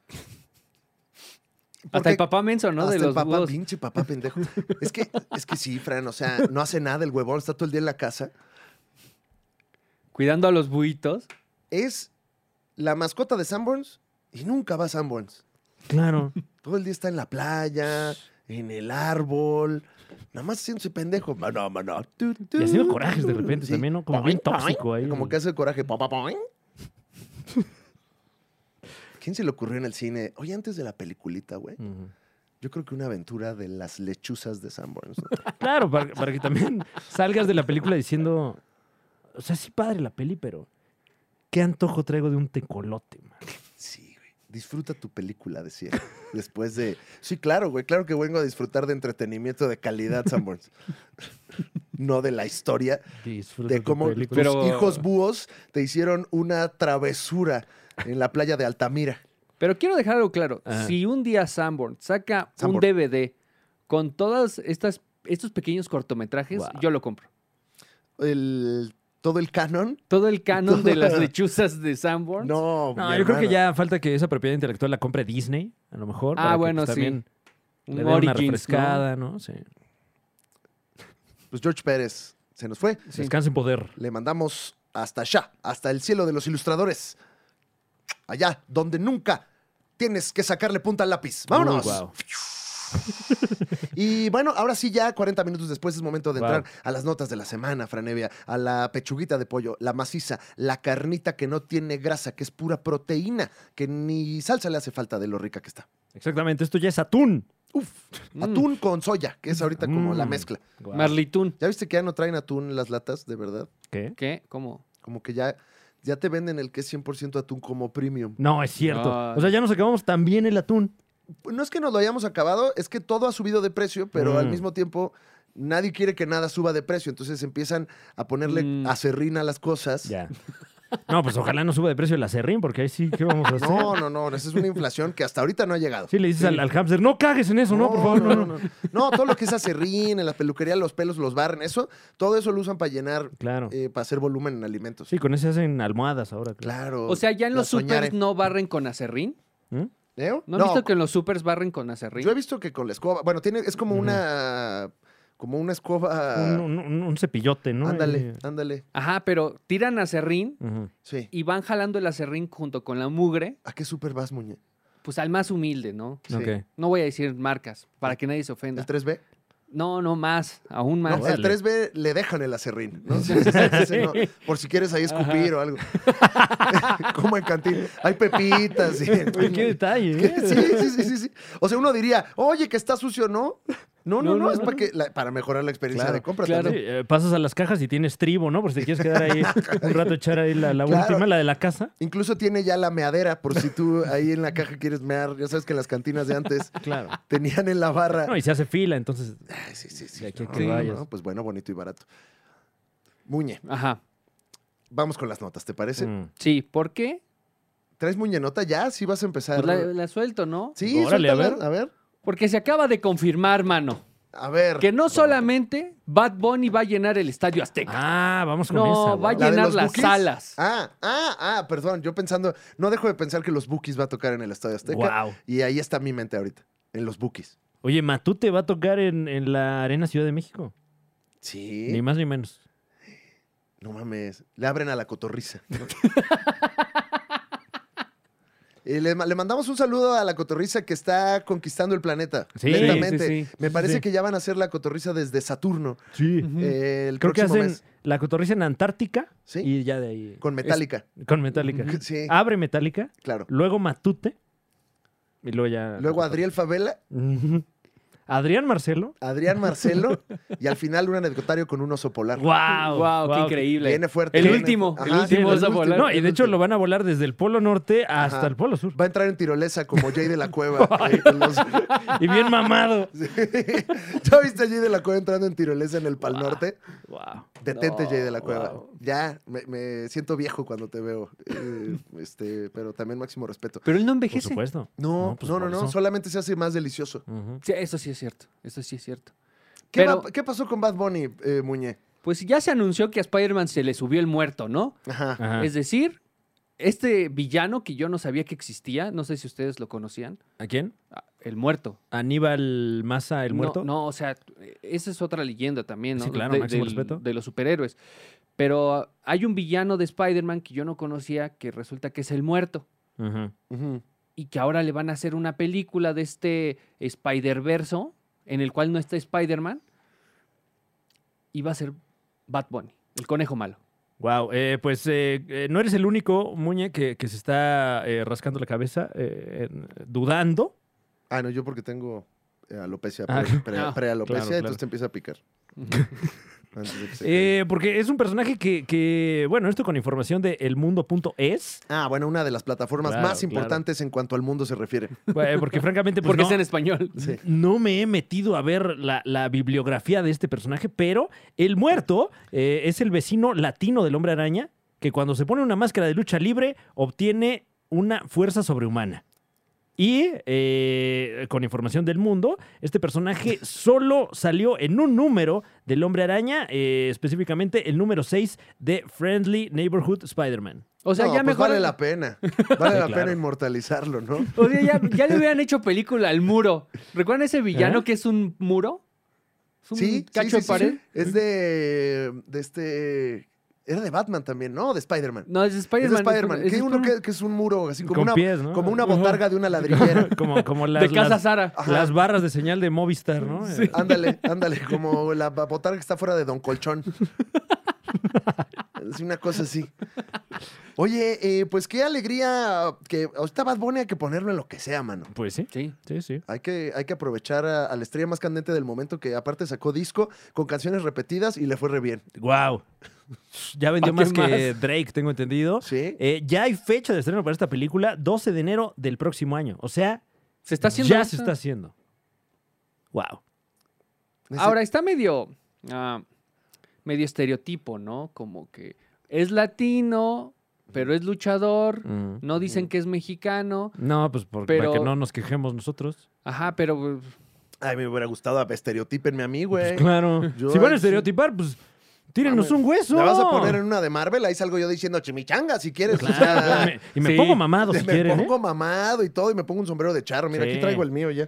Hasta Porque- el papá menso, ¿no? Hasta De el los papá, búhos. pinche papá pendejo. Es que, es que sí, Fran, o sea, no hace nada el huevón, está todo el día en la casa. Cuidando a los buitos. Es la mascota de Sanborns y nunca va a Sanborns. Claro. Todo el día está en la playa, en el árbol, nada más haciéndose pendejo. Mano, mano. Tu, tu. Y haciendo corajes de repente Sí. también, ¿no? Como bien Poing, tóxico poing. ahí. Como que hace coraje. Pa, pa, poing. ¿Quién se le ocurrió en el cine? Oye, antes de la peliculita, güey. Ujú. Yo creo que una aventura de las lechuzas de Sanborns. ¿no? Claro, para, para que también salgas de la película diciendo, o sea, sí padre la peli, pero qué antojo traigo de un tecolote, man. Sí, güey. Disfruta tu película, decía. Después de. Sí, claro, güey. Claro que vengo a disfrutar de entretenimiento de calidad, Sanborns. No de la historia Disfruta de tu cómo tus película. Pero- hijos búhos te hicieron una travesura en la playa de Altamira. Pero quiero dejar algo claro. Ajá. Si un día Sanborn saca un Sanborn. D V D con todas estas estos pequeños cortometrajes, Wow. yo lo compro. El todo el canon. Todo el canon de Toda- las lechuzas de Sanborns. No, No, mi yo creo que hermano. ya falta que esa propiedad intelectual la compre Disney, a lo mejor. Ah, para que, bueno, pues, sí. también Un le dé una Origins, ¿no? refrescada, ¿no? Sí. Pues George Pérez se nos fue. Sí. Descansa en poder. Le mandamos hasta allá, hasta el cielo de los ilustradores. Allá, donde nunca tienes que sacarle punta al lápiz. ¡Vámonos! Uy, guau. Y bueno, ahora sí ya cuarenta minutos después es momento de Wow. entrar a las notas de la semana, Franevia, a la pechuguita de pollo, la maciza, la carnita que no tiene grasa, que es pura proteína, que ni salsa le hace falta de lo rica que está. Exactamente, esto ya es atún. Uf, Mm. atún con soya, que es ahorita como Mm. la mezcla. Guau. Marlitún. ¿Ya viste que ya no traen atún en las latas, de verdad? ¿Qué? ¿Qué? ¿Cómo? Como que ya, ya te venden el que es cien por ciento atún como premium. No, es cierto. No. O sea, ya nos acabamos también el atún. No es que nos lo hayamos acabado, es que todo ha subido de precio, pero Mm. al mismo tiempo nadie quiere que nada suba de precio. Entonces empiezan a ponerle Mm. acerrín a las cosas. Ya. No, pues ojalá no suba de precio el acerrín, porque ahí sí, ¿qué vamos a hacer? No, no, no, esa es una inflación que hasta ahorita no ha llegado. Sí, le dices al, al hámster, no cagues en eso, no, por favor, no, no. no, no. No, todo lo que es acerrín, en la peluquería los pelos los barren, eso, todo eso lo usan para llenar, Claro. eh, para hacer volumen en alimentos. Sí, con ese hacen almohadas ahora. Claro. Claro. O sea, ya en la los soñare. supers no barren con acerrín. ¿Mm? ¿Leo? ¿No han visto que en los supers barren con acerrín? Yo he visto que con la escoba, bueno, tiene, es como una, como una escoba. Un, un- un- un cepillote, ¿no? ándale, Eh, ándale. Ajá, pero tiran acerrín ujú. Sí. y van jalando el acerrín junto con la mugre, ¿A qué súper vas, Muñe? pues al más humilde, ¿no? Sí. Ok. No voy a decir marcas, para que nadie se ofenda. ¿El tres B? No, no, más, aún más. No, Órale. el tres B le dejan el acerrín, ¿no? Sí, sí, sí, sí, sí, no. Por si quieres ahí escupir o algo. Como en cantina. Hay pepitas. Y... Oye, qué detalle, ¿Qué? ¿eh? Sí, sí, sí, sí, sí. O sea, uno diría, oye, que está sucio, ¿no? No, no, No, no, no, es no. para, que, la- para mejorar la experiencia Claro, de compra claro. Sí, también. eh, pasas a las cajas y tienes tribo, ¿no? Por si te quieres quedar ahí un rato, echar ahí la, la Claro. última, la de la casa. Incluso tiene ya la meadera, por si tú ahí en la caja quieres mear. Ya sabes que en las cantinas de antes Claro. tenían en la barra. No, y se hace fila, entonces. Ay, sí, sí, sí. De aquí a No, que no, vayas. no, pues bueno, bonito y barato. Muñe, Ajá. vamos con las notas, ¿te parece? mm. Sí, ¿por qué? ¿Traes Muñenota ya? Sí vas a empezar. Pues la, la suelto, ¿no? Sí, Órale, a suéltala, ver. a ver. Porque se acaba de confirmar, mano, A ver. que no solamente Bad Bunny va a llenar el Estadio Azteca. Ah, vamos con No, esa. va a guau. ¿La de llenar los las Bukis? salas. Ah, ah, ah, perdón. Yo pensando, no dejo de pensar que los Bookies va a tocar en el Estadio Azteca. Guau. Y ahí está mi mente ahorita, en los Bookies. Oye, Matute va a tocar en, en la Arena Ciudad de México. Sí. Ni más ni menos. No mames. Le abren a la cotorriza. ¿no? Y le, le mandamos un saludo a la cotorriza que está conquistando el planeta. Sí, lentamente. sí, sí. Me Sí, parece sí. que ya van a hacer la cotorriza desde Saturno. Sí. Ujú. eh, el Creo que próximo hacen mes. la cotorriza en Antártica Sí. y ya de ahí. Con Metallica. Con Metallica. Sí, Abre Metallica, claro. luego Matute y luego ya. Luego Adriel Favela, Ujú. Adrián Marcelo. Adrián Marcelo y al final un anecdotario con un oso polar. ¡Wow! Wow, qué increíble. Viene fuerte. El viene- último, el Ajá, último sí, oso polar. No, y de hecho último. lo van a volar desde el Polo Norte hasta Ajá. el Polo Sur. Va a entrar en tirolesa como Jay de la Cueva. ahí con los- Y bien mamado. Sí. ¿Ya viste a Jay de la Cueva entrando en tirolesa en el Pal Wow. Norte? Wow. Detente, No, Jay de la Cueva. wow. Ya, me, me siento viejo cuando te veo. Eh, este, pero también máximo respeto. Pero él no Por envejece. supuesto. No, pues no, no, por no. eso. Solamente se hace más delicioso. Ujú. Sí, eso sí es cierto. Eso sí es cierto. ¿Qué, Pero- va- ¿qué pasó con Bad Bunny, eh, Muñe? Pues ya se anunció que a Spider-Man se le subió el muerto, ¿no? Ajá. Ajá. Es decir, este villano que yo no sabía que existía, no sé si ustedes lo conocían, ¿A quién? ah, el muerto. Aníbal Massa, el No, muerto. No, o sea, esa es otra leyenda también, ¿no? Sí, claro, de, máximo del- respeto. de los superhéroes. Pero ah, hay un villano de Spider-Man que yo no conocía que resulta que es el muerto. Ujú. Ujú. Y que ahora le van a hacer una película de este Spider-Verso en el cual no está Spider-Man. Y va a ser Bad Bunny, el conejo malo. Wow, eh, pues eh, eh, no eres el único, Muñe, que, que se está eh, rascando la cabeza, eh, en- dudando. Ah, no, yo porque tengo eh, alopecia, Ah, pre, pre- ah, prealopecia, claro, claro. entonces te empieza a picar. Antes de que se caiga. Eh, porque es un personaje que, que, bueno, esto con información de elmundo punto es, Ah, bueno, una de las plataformas Claro, más claro. importantes en cuanto al mundo se refiere. eh, porque francamente, pues Porque no, es en español. Sí. no me he metido a ver la, la bibliografía de este personaje, pero el muerto eh, es el vecino latino del Hombre Araña, que cuando se pone una máscara de lucha libre obtiene una fuerza sobrehumana. Y eh, con información del mundo, este personaje solo salió en un número del Hombre Araña, eh, específicamente el número seis de Friendly Neighborhood Spider-Man. O sea, No, ya pues mejor. vale la pena. Vale Sí, la claro. pena inmortalizarlo, ¿no? O sea, ya, ya le hubieran hecho película al muro. ¿Recuerdan ese villano ¿Eh? que es un muro? Es un Sí, cacho sí, de sí, pared. sí. Es de, de este... Era de Batman también, ¿no? De Spider-Man. No, es de Es Spider-Man. de Spider-Man. es Que hay uno Spider-Man. que, que es un muro, así como Con una, pies, ¿no? como una botarga de una ladrillera. como, como las, De Casa las- Sara. Ajá. las barras de señal de Movistar, ¿no? Sí. Eh, Ándale, ándale, como la botarga que está fuera de Don Colchón. Es una cosa así. Oye, eh, pues qué alegría que ahorita Bad Bunny hay que ponerlo en lo que sea, mano. Pues sí, Sí. sí, sí. Hay que, hay que aprovechar a, a la estrella más candente del momento que aparte sacó disco con canciones repetidas y le fue re bien. Wow. Ya vendió ¿Pa' qué más que Drake, tengo entendido. Sí. Eh, ya hay fecha de estreno para esta película, doce de enero del próximo año. O sea, Se está haciendo. ya esta. se está haciendo. Wow. Ese- Ahora, está medio. ah, medio estereotipo, ¿no? Como que es latino, pero es luchador. Mm. No dicen que es mexicano. No, pues por- Pero- para que no nos quejemos nosotros. Ajá, pero. pues, Ay, me hubiera gustado estereotípenme a mí, güey. Pues claro. yo si van a sí. estereotipar, pues tírenos Mames, un hueso. ¿Me vas a poner en una de Marvel? Ahí salgo yo diciendo chimichanga, si quieres. O Claro, sea, me- y me sí. pongo mamado si me quieren. ¿eh? pongo mamado y todo y me pongo un sombrero de charro. Mira, Sí. aquí traigo el mío ya.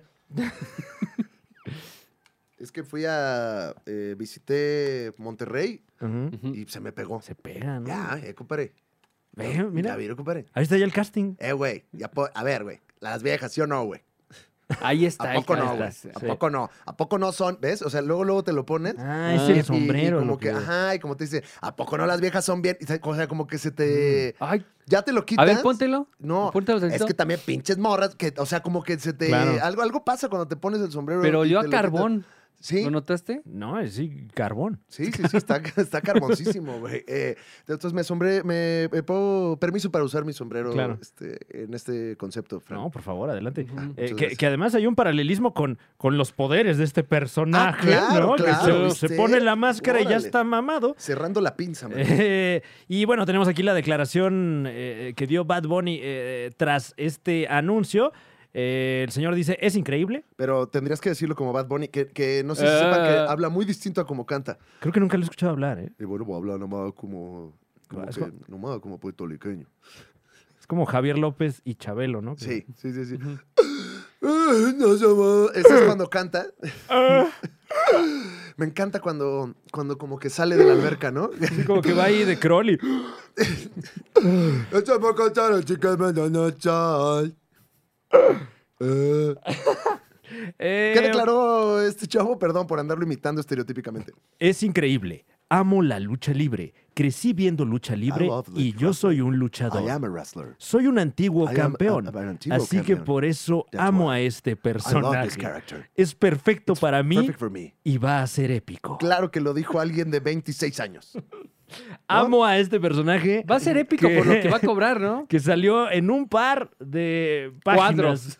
Es que fui a... eh, visité Monterrey Ujú. ujú. y se me pegó. Se pega, ¿no? Ya, eh, compadre. Ve, Ya mira. vi, compadre. Ahí está ya el casting. Eh, güey. ya po- A ver, güey. Las viejas, ¿sí o no, güey? Ahí está. ¿A el poco no, cara, güey? está. ¿A Sí. poco no? ¿A poco no son? ¿Ves? O sea, luego, luego te lo ponen. Ah, es Ah. y- y- el sombrero. Y como lo que, que- ajá, y como te dice, ¿a poco no las viejas son bien? Y se- O sea, como que se te... Ay, Ya te lo a quitas. ver, póntelo. No, Póntelo es tantito. que también pinches morras, que, o sea, como que se te... Claro. Algo, algo pasa cuando te pones el sombrero. Pero y olió te a lo quitas. carbón. Sí, ¿Lo notaste? No, es sí, carbón. sí, sí, sí, está, está carboncísimo, güey. Eh, entonces me sombré, me, me pongo permiso para usar mi sombrero Claro. este, en este concepto, Fran. No, por favor, adelante. Ujú. Eh, Muchas que, gracias. que además hay un paralelismo con, con los poderes de este personaje, Ah, claro, ¿no? claro, que se, ¿viste? se pone la máscara y ya Órale. está mamado. Cerrando la pinza, man. Eh, y bueno, tenemos aquí la declaración eh, que dio Bad Bunny eh, tras este anuncio. Eh, el señor dice, es increíble. Pero tendrías que decirlo como Bad Bunny, que, que no sé si sepan que Eh. habla muy distinto a como canta. Creo que nunca lo he escuchado hablar, ¿eh? Y bueno, voy a hablar nomás como... como Es que- nomás como puertorriqueño. Es como Javier López y Chabelo, ¿no? Que- Sí, sí, sí, sí. Ujú. Ay, no somos- Ese es cuando canta. Me encanta cuando, cuando como que sale de la alberca, ¿no? Así como que va ahí de Crowley. Échame a cantar, chicas, me dan a echar. Eh, Eh, ¿Qué declaró este chavo? Perdón por andarlo imitando estereotípicamente. Es increíble. Amo la lucha libre. Crecí viendo lucha libre I love y lucha yo soy un I luchador. am a wrestler. Son un antiguo I am campeón. a- a- an antiguo Así que campeón. por eso That's amo why. a este I love personaje. this character. Es perfecto para mí Perfect for me. y va a ser épico. Claro que lo dijo alguien de veintiséis años. Amo a este personaje. Va a ser épico que- por lo que va a cobrar, ¿no? Que salió en un par de páginas.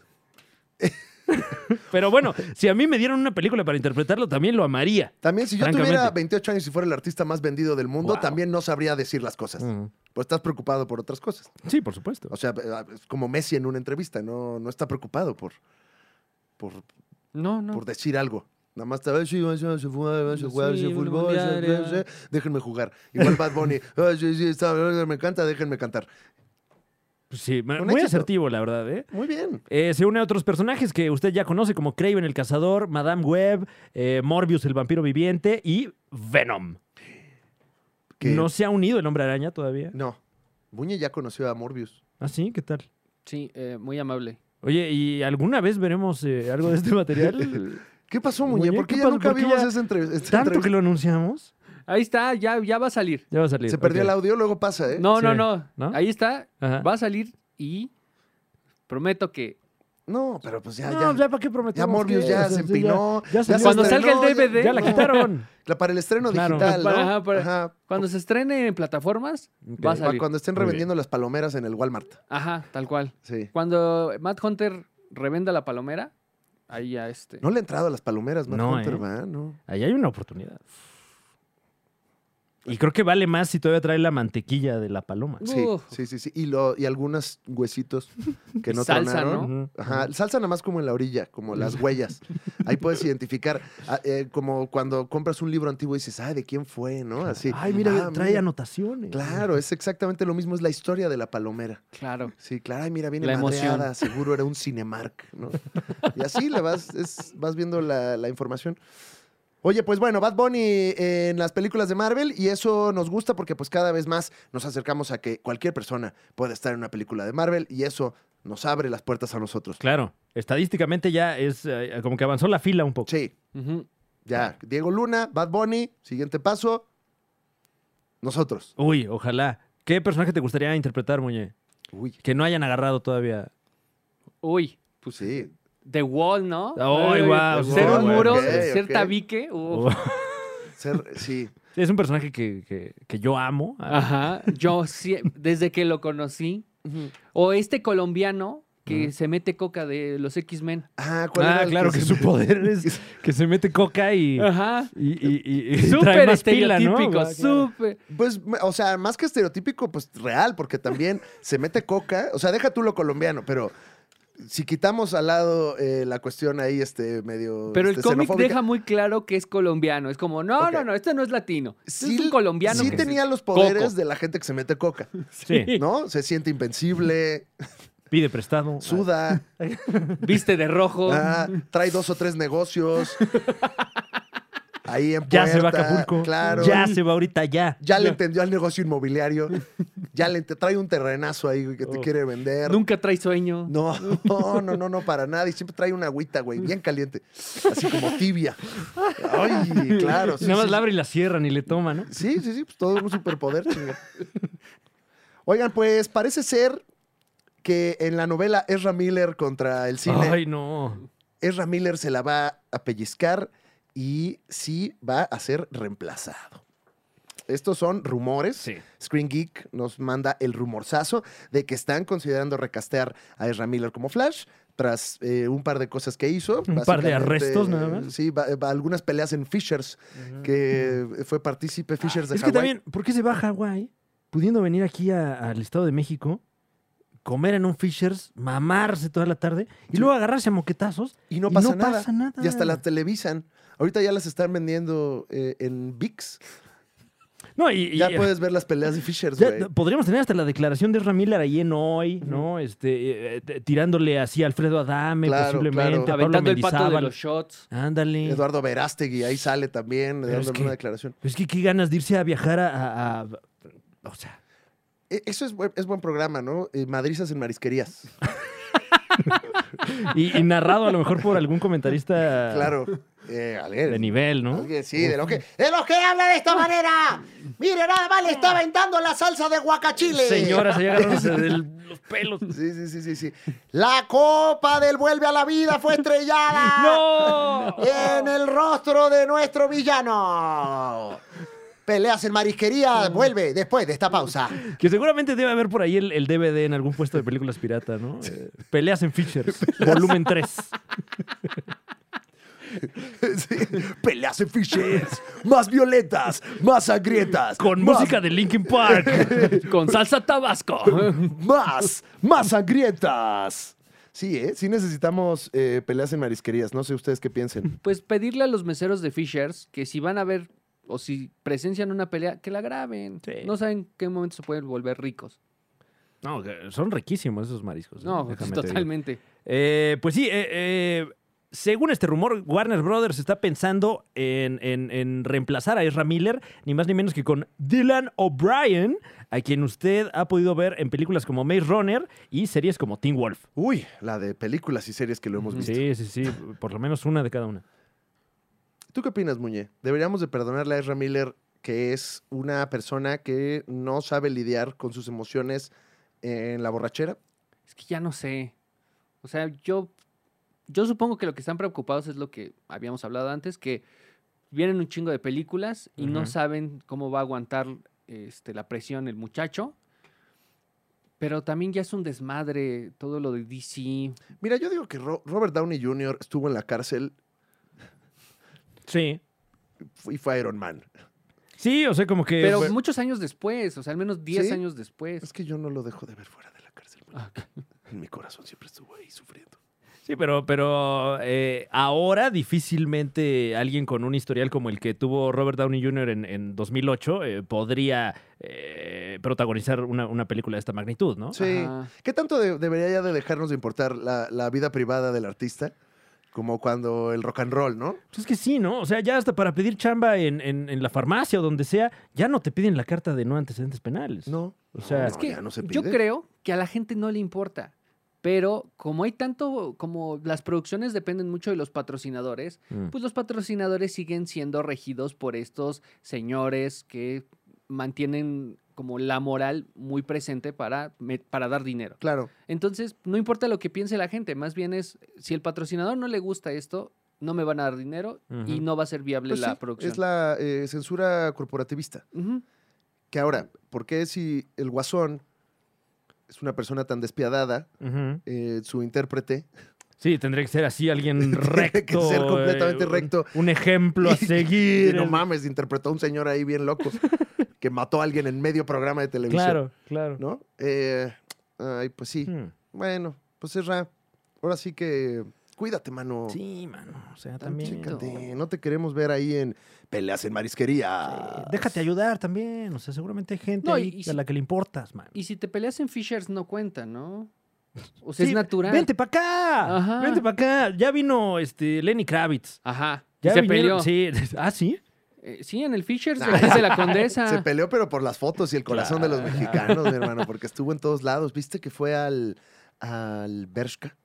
Pero bueno, si a mí me dieran una película para interpretarlo, también lo amaría. También, si yo Francamente. tuviera veintiocho años y fuera el artista más vendido del mundo, Wow. también no sabría decir las cosas. Mm. Pues estás preocupado por otras cosas. Sí, por supuesto. O sea, es como Messi en una entrevista, no, no está preocupado por, por, No, no. por decir algo. Nada más está, "Ay, sí, ay, sí, ay, sí, jugar, sí, jugar, sí, Sí, fútbol, mundial, sí, ya". sí, sí". Déjenme jugar. Igual Bad Bunny, "Ay, sí, sí, está, me encanta, déjenme cantar. Pues sí, Un muy éxito. asertivo, la verdad, ¿eh? Muy bien. Eh, se une a otros personajes que usted ya conoce, como Kraven el Cazador, Madame Web, eh, Morbius el Vampiro Viviente y Venom. Que- ¿No se ha unido el Hombre Araña todavía? No. Muñe ya conoció a Morbius. ¿Ah, sí? ¿Qué tal? Sí, eh, muy amable. Oye, ¿y alguna vez veremos eh, algo de este material? ¿Qué pasó, Muñe? Muñe, ¿Por qué ¿qué ya pasó? nunca ¿Por qué vimos ya esa entre- esta ¿Tanto entrevista? que lo anunciamos? Ahí está, ya, ya va a salir. Ya va a salir. Se perdió ok. el audio, luego pasa, ¿eh? No, no, Sí. no, ¿No? Ahí está, Ajá. va a salir y prometo que No, pero pues ya, No, ya. ya, ¿para qué prometemos? Ya Morbius qué? ya O sea, se sí, empinó. Ya, ya salió. Cuando estrenó, salga el D V D. Ya la quitaron. La- para el estreno Claro. digital, ¿no? Ajá, para- Ajá. cuando se estrene en plataformas, Ok. va a Pa- salir. Cuando estén Muy revendiendo las palomeras en el Walmart. Ajá, tal cual. Sí. Cuando Matt Hunter revenda la palomera, ahí ya este. No le he entrado a las palomeras, Matt No, Hunter, ¿eh? ¿va? No. Ahí hay una oportunidad. Y creo que vale más si todavía trae la mantequilla de la paloma. Sí, Uf. sí, sí, sí. Y, lo, y algunos huesitos que no Salsa, tronaron. Ujú. Ajá, salsa nada más como en la orilla, como las huellas. Ahí puedes identificar, ah, eh, como cuando compras un libro antiguo y dices, ay, ¿de quién fue? ¿No? Así. Ay, mira, ah, trae mira. anotaciones. Claro, es exactamente lo mismo, es la historia de la palomera. Claro. Sí, claro, ay, mira, viene La emoción. madreada, seguro era un Cinemark, ¿no? Y así le vas, es, vas viendo la, la información. Oye, pues bueno, Bad Bunny en las películas de Marvel y eso nos gusta porque pues cada vez más nos acercamos a que cualquier persona pueda estar en una película de Marvel y eso nos abre las puertas a nosotros. Claro, estadísticamente ya es eh, como que avanzó la fila un poco. Sí, Ujú. ya. Diego Luna, Bad Bunny, siguiente paso, nosotros. Uy, ojalá. ¿Qué personaje te gustaría interpretar, Muñe? Uy, Que no hayan agarrado todavía. Uy, pues sí. The Wall, ¿no? Ay, guau, Ser The un Wall, muro, ok, ser ok. tabique. uf. Ser, sí. Es un personaje que, que- que yo amo. Ajá. Yo sí, desde que lo conocí. Ujú. O este colombiano que Ujú. se mete coca de los X-Men. Ah, ¿cuál era Ah, el claro que, se- su poder es que se mete coca y, Ajá. y, y- y- y trae Súper más pila, ¿no? estereotípico, Ah, claro. súper. Pues, o sea, más que estereotípico, pues real, porque también se mete coca. O sea, deja tú lo colombiano, pero si quitamos al lado eh, la cuestión ahí, este, medio. Pero el este, cómic xenofóbica, deja muy claro que es colombiano. Es como, no, Ok. no, no, este no es latino. Este sí, es un colombiano. sí que tenía se- los poderes Coco. de la gente que se mete coca, Sí, ¿no? Se siente invencible, pide prestado. suda, Viste de rojo. ah, trae dos o tres negocios. Ahí en Ya se va a puerta, Acapulco. Claro. Ya se va ahorita, ya. Ya le entendió al negocio inmobiliario. Ya le ent- trae un terrenazo ahí güey, que te Oh. quiere vender. Nunca trae sueño. No, no, no, no, no, para nada. Y siempre trae una agüita, güey, bien caliente. Así como tibia. Ay, claro. Sí, Nada más sí, la abre y la cierran y le toma, ¿no? sí, sí, sí, pues todo un superpoder, chinga. Oigan, pues parece ser que en la novela Ezra Miller contra el cine, Ay, no. Ezra Miller se la va a pellizcar y sí va a ser reemplazado. Estos son rumores. Sí. Screen Geek nos manda el rumorzazo de que están considerando recastear a Ezra Miller como Flash tras eh, un par de cosas que hizo. Un par de Básicamente, arrestos, nada más. Sí, va- va- algunas peleas en Fishers, que fue partícipe Fishers de Es que Hawái. también, ¿por qué se va a Hawái pudiendo venir aquí a- al Estado de México, comer en un Fishers, mamarse toda la tarde y Sí. luego agarrarse a moquetazos? Y no pasa, nada. pasa nada. Y hasta las televisan. Ahorita ya las están vendiendo eh, en V I X. No, y, y- Ya puedes ver las peleas de Fishers, ya güey. podríamos tener hasta la declaración de Ezra Miller ahí en hoy, ¿no? Este, eh, eh, tirándole así a Alfredo Adame, Claro, posiblemente, claro. a Pablo Aventando el pato de Mendizábal. los shots. Ándale. Eduardo Verástegui ahí sale también, Pero es dando que- una declaración. Es que qué ganas de irse a viajar a... a- a- o sea, E- Eso es buen, es buen programa, ¿no? Eh, Madrizas en marisquerías. y, y narrado a lo mejor por algún comentarista Claro. Eh, alguien- de nivel, ¿no? alguien, sí, de lo que. ¡De lo que habla de esta manera! ¡Mire, nada más le está aventando la salsa de guacachile! Señora, se agarrándose de los pelos. Sí, sí, sí, sí, sí. La copa del Vuelve a la Vida fue estrellada. ¡No! En el rostro de nuestro villano. Peleas en marisquería, vuelve después de esta pausa. Que seguramente debe haber por ahí el, el D V D en algún puesto de películas pirata, ¿no? Eh, Peleas en Fishers, volumen tres. Sí. Peleas en Fishers, más violentas, más sangrientas. Con más, música de Linkin Park. Con salsa tabasco. Más, más sangrientas. Sí, ¿eh? Sí necesitamos eh, peleas en marisquerías. No sé ustedes qué piensen. Pues pedirle a los meseros de Fishers que si van a ver o si presencian una pelea, que la graben. Sí. No saben en qué momento se pueden volver ricos. No, que son riquísimos esos mariscos. ¿eh? No, Déjame te digo. totalmente. Eh, pues sí, eh, eh, según este rumor, Warner Brothers está pensando en, en- en reemplazar a Ezra Miller, ni más ni menos que con Dylan O'Brien, a quien usted ha podido ver en películas como Maze Runner y series como Teen Wolf. Uy, la de películas y series que lo hemos visto. Sí, sí, sí, por lo menos una de cada una. ¿Tú qué opinas, Muñe? ¿Deberíamos de perdonarle a Ezra Miller, que es una persona que no sabe lidiar con sus emociones en la borrachera? Es que ya no sé. O sea, yo, yo supongo que lo que están preocupados es lo que habíamos hablado antes, que vienen un chingo de películas y no Ujú. saben cómo va a aguantar este, la presión el muchacho. Pero también ya es un desmadre todo lo de D C. Mira, yo digo que Ro- Robert Downey junior estuvo en la cárcel Sí. y fue Iron Man. Sí, o sea, como que... Pero bueno, muchos años después, o sea, al menos diez ¿Sí? años después. Es que yo no lo dejo de ver fuera de la cárcel. Ah, En mi corazón siempre estuvo ahí sufriendo. Sí, pero, pero eh, ahora difícilmente alguien con un historial como el que tuvo Robert Downey junior en, en dos mil ocho eh, podría eh, protagonizar una, una película de esta magnitud, ¿no? Sí. Ajá. ¿Qué tanto de- debería ya de dejarnos de importar la, la vida privada del artista? Como cuando el rock and roll, ¿no? Pues es que sí, ¿no? O sea, ya hasta para pedir chamba en, en- en la farmacia o donde sea, ya no te piden la carta de no antecedentes penales. No. O sea, Es que ya no se yo pide. creo que a la gente no le importa. Pero como hay tanto, como las producciones dependen mucho de los patrocinadores, Mm. pues los patrocinadores siguen siendo regidos por estos señores que mantienen como la moral muy presente para, me- para dar dinero. Claro. Entonces, no importa lo que piense la gente, más bien es, si el patrocinador no le gusta esto, no me van a dar dinero y Ujú. no va a ser viable Pues la sí, producción. es la eh, censura corporativista. Ujú. Que ahora, ¿por qué si el Guasón es una persona tan despiadada, Ujú. eh, su intérprete, Sí, tendría que ser así alguien Tiene recto. que ser completamente eh, un- recto. Un, ejemplo a Y- seguir. y no el- mames, interpretó a un señor ahí bien loco que mató a alguien en medio programa de televisión? Claro, claro. ¿No? Eh, ay, pues sí. Hmm. Bueno, pues es ra. Ahora sí que cuídate, mano. Sí, mano. O sea, Tan también. chécate. No te queremos ver ahí en peleas en marisquería. Sí, déjate ayudar también. O sea, seguramente hay gente No, ahí y- y a si- la que le importas, man. Y si te peleas en Fishers no cuenta, ¿no? O sea, Sí, es natural. Vente para acá. Ajá. Vente para acá. Ya vino este Lenny Kravitz. Ajá. Ya se vinieron- peleó. Sí. Ah, sí. Eh, sí, en el Fishers Nah, de la Condesa. Se peleó, pero por las fotos y el corazón de los Claro. mexicanos, mi hermano, porque estuvo en todos lados. ¿Viste que fue al, al Bershka?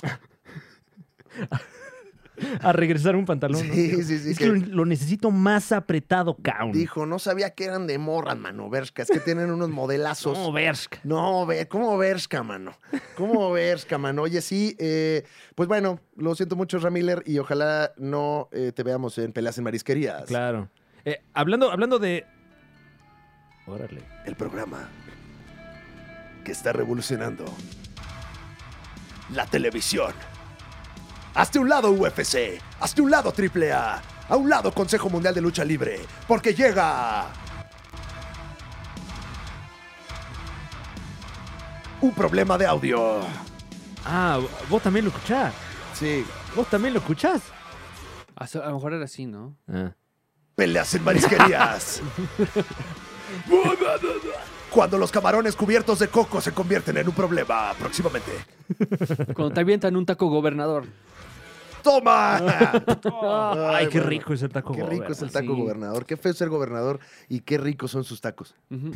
A regresar un pantalón. ¿no? Sí, sí, sí. Es que que lo, lo necesito más apretado, cabrón. dijo, no sabía que eran de morra, mano, Bershka. Es que tienen unos modelazos. No, Bershka. No, ve, ¿cómo Bershka, mano? ¿Cómo Bershka, mano? Oye, sí, eh, pues bueno, lo siento mucho, Ramiller, y ojalá no eh, te veamos en peleas en marisquerías. Claro. Eh, hablando, hablando de. Órale. El programa que está revolucionando la televisión. Hazte un lado U F C, hazte un lado Triple A, a un lado Consejo Mundial de Lucha Libre, porque llega un problema de audio. Ah, vos también lo escuchás. Sí, Vos también lo escuchás. A so- a lo mejor era así, ¿no? Ah. peleas en marisquerías. Cuando los camarones cubiertos de coco se convierten en un problema próximamente. Cuando te avientan un taco gobernador. ¡Toma! Ay, qué bueno, rico es el taco. Qué rico es el gobernador. taco sí. gobernador. Qué feo ser gobernador y qué ricos son sus tacos. Ujú.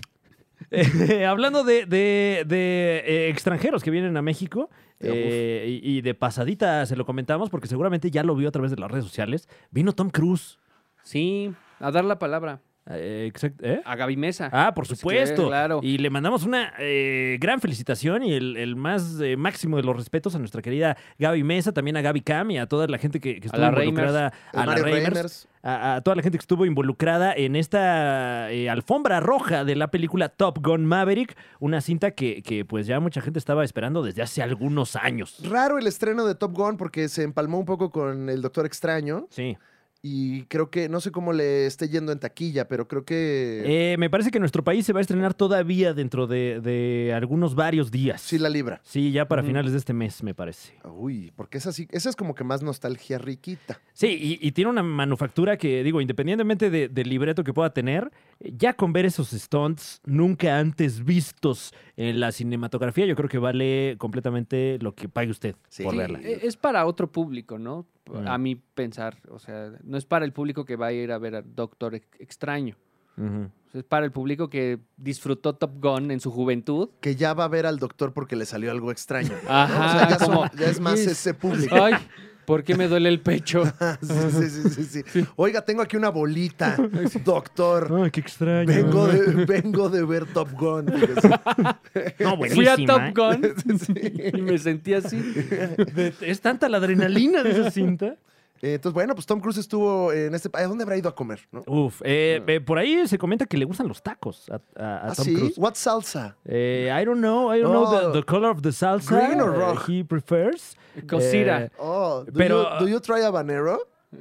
Eh, hablando de, de- de, eh, extranjeros que vienen a México, Uf. eh, y, y de pasadita se lo comentamos porque seguramente ya lo vio a través de las redes sociales. Vino Tom Cruise. Sí, a dar la palabra. Eh, exact- ¿eh? A Gaby Mesa. Ah, por Pues supuesto. que, claro. Y le mandamos una eh, gran felicitación y el, el más eh, máximo de los respetos a nuestra querida Gaby Mesa, también a Gaby Cam y a toda la gente que, que estuvo la involucrada, El a la Mario Reimers, Reimers. a, a toda la gente que estuvo involucrada en esta eh, alfombra roja de la película Top Gun Maverick, una cinta que, que pues ya mucha gente estaba esperando desde hace algunos años. Raro el estreno de Top Gun porque se empalmó un poco con el Doctor Extraño Sí. y creo que, no sé cómo le esté yendo en taquilla, pero creo que Eh, me parece que en nuestro país se va a estrenar todavía dentro de, de algunos varios días. sí la libra. Sí, ya para Ujú. finales de este mes, me parece. Uy, porque esa sí, esa es como que más nostalgia riquita. Sí, y, y tiene una manufactura que, digo, independientemente de- del libreto que pueda tener, eh, ya con ver esos stunts nunca antes vistos en la cinematografía, yo creo que vale completamente lo que pague usted Sí. por Sí, verla. e- es para otro público, ¿no? Mm. A mi pensar. O sea, no es para el público que va a ir a ver a Doctor Ex- Extraño. Ujú. O sea, es para el público que disfrutó Top Gun en su juventud. Que ya va a ver al doctor porque le salió algo extraño. ¿no? Ajá, O sea, ya, son- como- ya es más Yes. ese público. Ay, ¿por qué me duele el pecho? sí, sí, sí, sí, sí. Oiga, tengo aquí una bolita, doctor. Ay, qué extraño. Vengo de, vengo de ver Top Gun. fíjese. No, Fui a buenísima, Top ¿eh? Gun y me sentí así. De- Es tanta la adrenalina de esa cinta. Eh, Entonces, bueno, pues Tom Cruise estuvo en este... ¿A dónde habrá ido a comer? ¿No? Uf, eh, eh, por ahí se comenta que le gustan los tacos a, a- a ¿Ah, Tom sí? Cruise. What salsa? Eh, I don't know, I don't know Oh. the, the color of the salsa Green or eh, rojo? he prefers. Cosira. Eh, Oh, do, Pero- you, do you try habanero?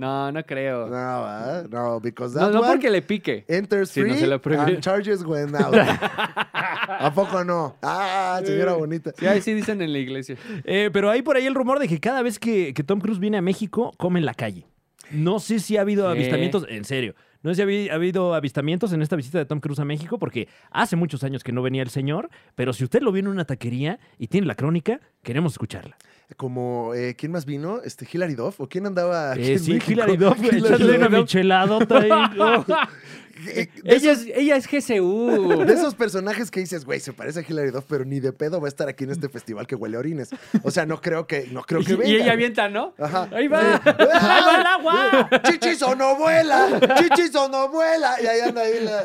No, no creo. No, ¿verdad? No, because No, that no one porque le pique. enters Sí, no free se lo prohíbe. and charges went out. ¿A poco no? Ah, señora bonita. Sí, ahí sí dicen en la iglesia. Eh, pero hay por ahí el rumor de que cada vez que, que Tom Cruise viene a México, come en la calle. No sé si ha habido ¿Qué? avistamientos, en serio. No sé si ha habi- ha habido avistamientos en esta visita de Tom Cruise a México, porque hace muchos años que no venía el señor, pero si usted lo vio en una taquería y tiene la crónica, queremos escucharla. Como, eh, ¿quién más vino? Este, Hilary Duff, ¿o quién andaba aquí Eh, en sí, México? Hilary Duff, Hilary echándole una Duff. micheladota ahí. Oh. Eh, De Ella esos, es, ella es G C U. de esos personajes que dices, güey, se parece a Hilary Duff, pero ni de pedo va a estar aquí en este festival que huele a orines. O sea, no creo que, no creo que venga. Y ella avienta, ¿no? Ajá. Ahí va. Sí. ¡Ahí va el agua! ¡Chichis o no vuela! ¡Chichis o no vuela! Y ahí anda ahí la...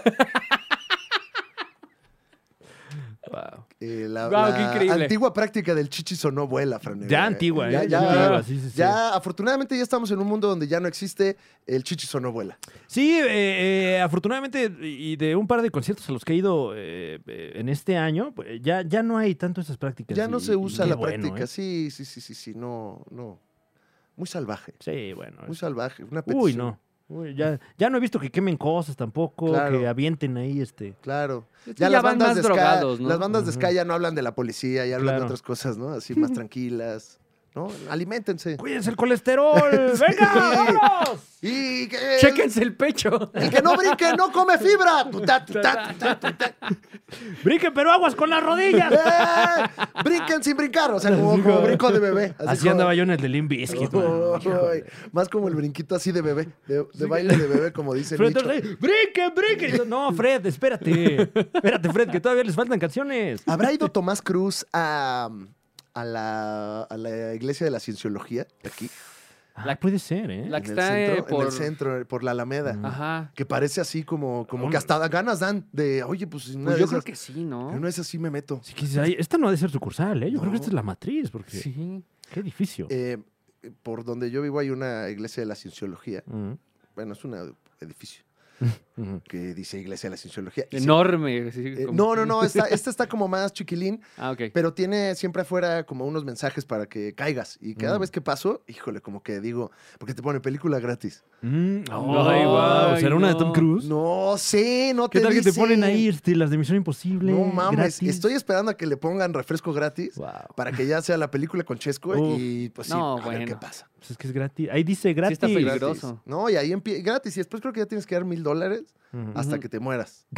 Wow. eh, la, Guau, la qué increíble. antigua práctica del chichis o no vuela, Fran. Ya antigua, ¿eh? Ya, Ya ya, antigua, sí, sí, sí. ya, afortunadamente ya estamos en un mundo donde ya no existe el chichis o no vuela. Sí, eh, eh, afortunadamente, y de un par de conciertos a los que he ido eh, eh, en este año, pues, ya, ya no hay tanto esas prácticas. Ya no y- se y usa qué la bueno, práctica. ¿eh? Sí, sí, sí, sí, sí. No, no. Muy salvaje. Sí, bueno. Muy es- salvaje. Una Uy, petición. no. Uy, ya, ya no he visto que quemen cosas tampoco, Claro. que avienten ahí este. Claro. Es que ya las van bandas más de ska, drogados, ¿no? las bandas de Ujú. ska ya no hablan de la policía, ya hablan de Claro. otras cosas, ¿no? Así más tranquilas. ¿No? Aliméntense. ¡Cuídense el colesterol! ¡Venga, vámonos! Y que Chéquense el pecho. el que no brinque no come fibra. Tutá, tutá, tutá, tutá. ¡Brinquen, pero aguas con las rodillas! ¡Eh! Brinquen sin brincar, o sea, como, Así como como- brinco de bebé. Así como- andaba yo en el de Limp Bizkit, man. Uy, Híjole. más como el brinquito así de bebé, de, de baile de bebé, como dice Fred, Micho. entonces, ¡brinquen, brinquen! Y yo, no, Fred, espérate. Espérate, Fred, que todavía les faltan canciones. ¿Habrá ido Tomás Cruz a, a, la, a la iglesia de la cienciología aquí? La puede ser, ¿eh? La- En que el, está, eh, centro, en por- el centro, por la Alameda. Mm. Ajá. Que parece así como, como Hombre. que hasta ganas dan de, oye, pues una Pues de yo esas, creo que sí, ¿no? una vez así me meto. Sí, que dices, ay, esta no ha de ser sucursal, ¿eh? Yo creo que No. esta es la matriz, porque Sí. qué edificio. Eh, por donde yo vivo hay una iglesia de la cienciología. Mm, Bueno, es un edificio mm. que dice iglesia de la cienciología. Y Enorme. así sí- eh, como- no, no, no, esta, esta está como más chiquilín, Ah, ok. pero tiene siempre afuera como unos mensajes para que caigas. Y cada Mm. vez que paso, híjole, como que digo, porque te pone película gratis. Mm, Ay, ay, wow. ¿Será una de no. Tom Cruise? No sé, no te ¿Qué tal que te dice. ponen ahí este, las de Misión Imposible? No mames, gratis? estoy esperando a que le pongan refresco gratis Wow. para que ya sea la película con Chesco Uf. y pues sí, No, a ver qué bueno. pasa. Pues es que es gratis. Ahí dice gratis. está Gratis. peligroso. No, y ahí empie- gratis y después creo que ya tienes que dar mil dólares Ujú. hasta Ujú. que te mueras.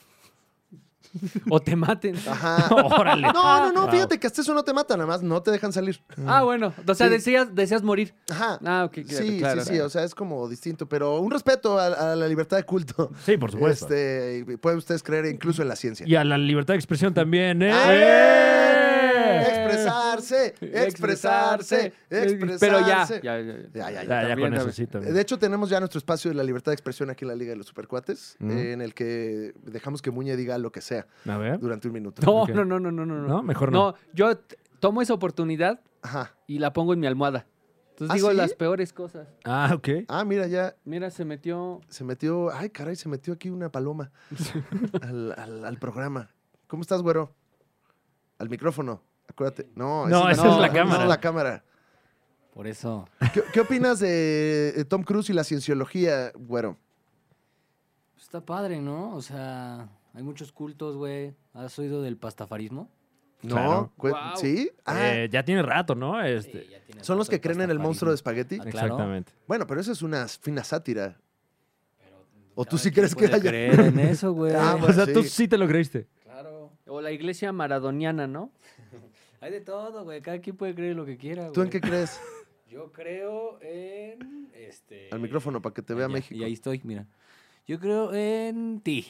O te maten. Ajá. Órale. No, no, no, Wow. fíjate que hasta eso no te mata, nada más no te dejan salir. Ah, bueno. O sea, Sí. deseas, deseas morir. Ajá. Ah, ok. claro, Sí, claro. sí, sí, o sea, es como distinto, pero un respeto a, a la libertad de culto. Sí, por supuesto. Este, y pueden ustedes creer incluso en la ciencia. Y a la libertad de expresión también, ¿eh? ¡Ah! ¡Eh! Expresarse, expresarse, expresarse. Pero ya. Ya, ya, ya. Ya, ya, ya. Ya, ya También, con eso también. sí también. De hecho, tenemos ya nuestro espacio de la libertad de expresión aquí en la Liga de los Supercuates, Mm. eh, en el que dejamos que Muñe diga lo que sea A ver. durante un minuto. No, Ok. no, no, no, no, no. ¿No? Mejor no. No, yo t- tomo esa oportunidad Ajá. y la pongo en mi almohada. Entonces ¿Ah, digo sí? las peores cosas. Ah, ok. Ah, mira, ya Mira, se metió. se metió. Ay, caray, se metió aquí una paloma al, al- al programa. ¿Cómo estás, güero? Al micrófono. Acuérdate. No, No, esa es la no, cámara. No, la cámara. Por eso. ¿Qué, qué opinas de eh, Tom Cruise y la cienciología, güero? Está padre, ¿no? O sea, hay muchos cultos, güey. ¿Has oído del pastafarismo? ¿No? Claro. Cu- Guau. ¿Sí? Ah, Eh, ya tiene rato, ¿no? Este, Sí, ya tiene son los rato que el creen en el monstruo de pastafarismo. espagueti. Ah, claro. Exactamente. Bueno, pero eso es una fina sátira. ¿O tú Cada sí quien crees que puede haya? creer en eso, güey. Ah, O bueno, sea, tú sí. sí te lo creíste. Claro. O la iglesia maradoniana, ¿no? Hay de todo, güey. Cada quien puede creer lo que quiera, ¿Tú en güey. qué crees? Yo creo en... Este... Al micrófono para que te vea Ya, México. Y ahí estoy, mira. Yo creo en ti.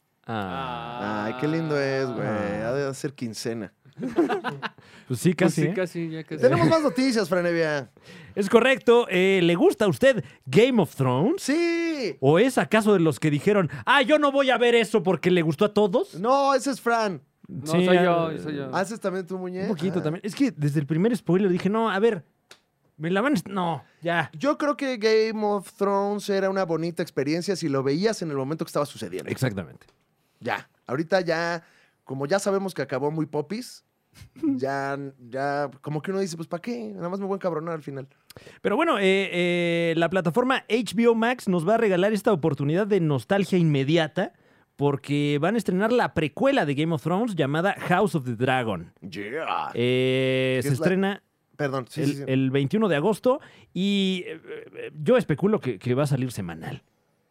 Ah. Ay, qué lindo es, güey. Ah. Ha de ser quincena. Pues sí, Pues casi. sí, ¿eh? casi, ya casi. Tenemos más noticias, Franevia. Es correcto. Eh, ¿Le gusta a usted Game of Thrones? Sí. ¿O es acaso de los que dijeron, ah, yo no voy a ver eso porque le gustó a todos? No, ese es Fran. No, Sí, soy ah, yo, soy yo. ¿Haces también tu muñe? Un poquito Ah. también. Es que desde el primer spoiler dije, no, a ver, me la van... a- No, ya. Yo creo que Game of Thrones era una bonita experiencia si lo veías en el momento que estaba sucediendo. Exactamente. Ya. Ahorita ya, como ya sabemos que acabó muy popis, ya, ya, como que uno dice, pues, ¿para qué? Nada más me voy a encabronar al final. Pero bueno, eh, eh, la plataforma H B O Max nos va a regalar esta oportunidad de nostalgia inmediata porque van a estrenar la precuela de Game of Thrones llamada House of the Dragon. Yeah. Eh, Que se es la- estrena Perdón, sí, el, sí, sí. el veintiuno de agosto y eh, eh, yo especulo que, que va a salir semanal.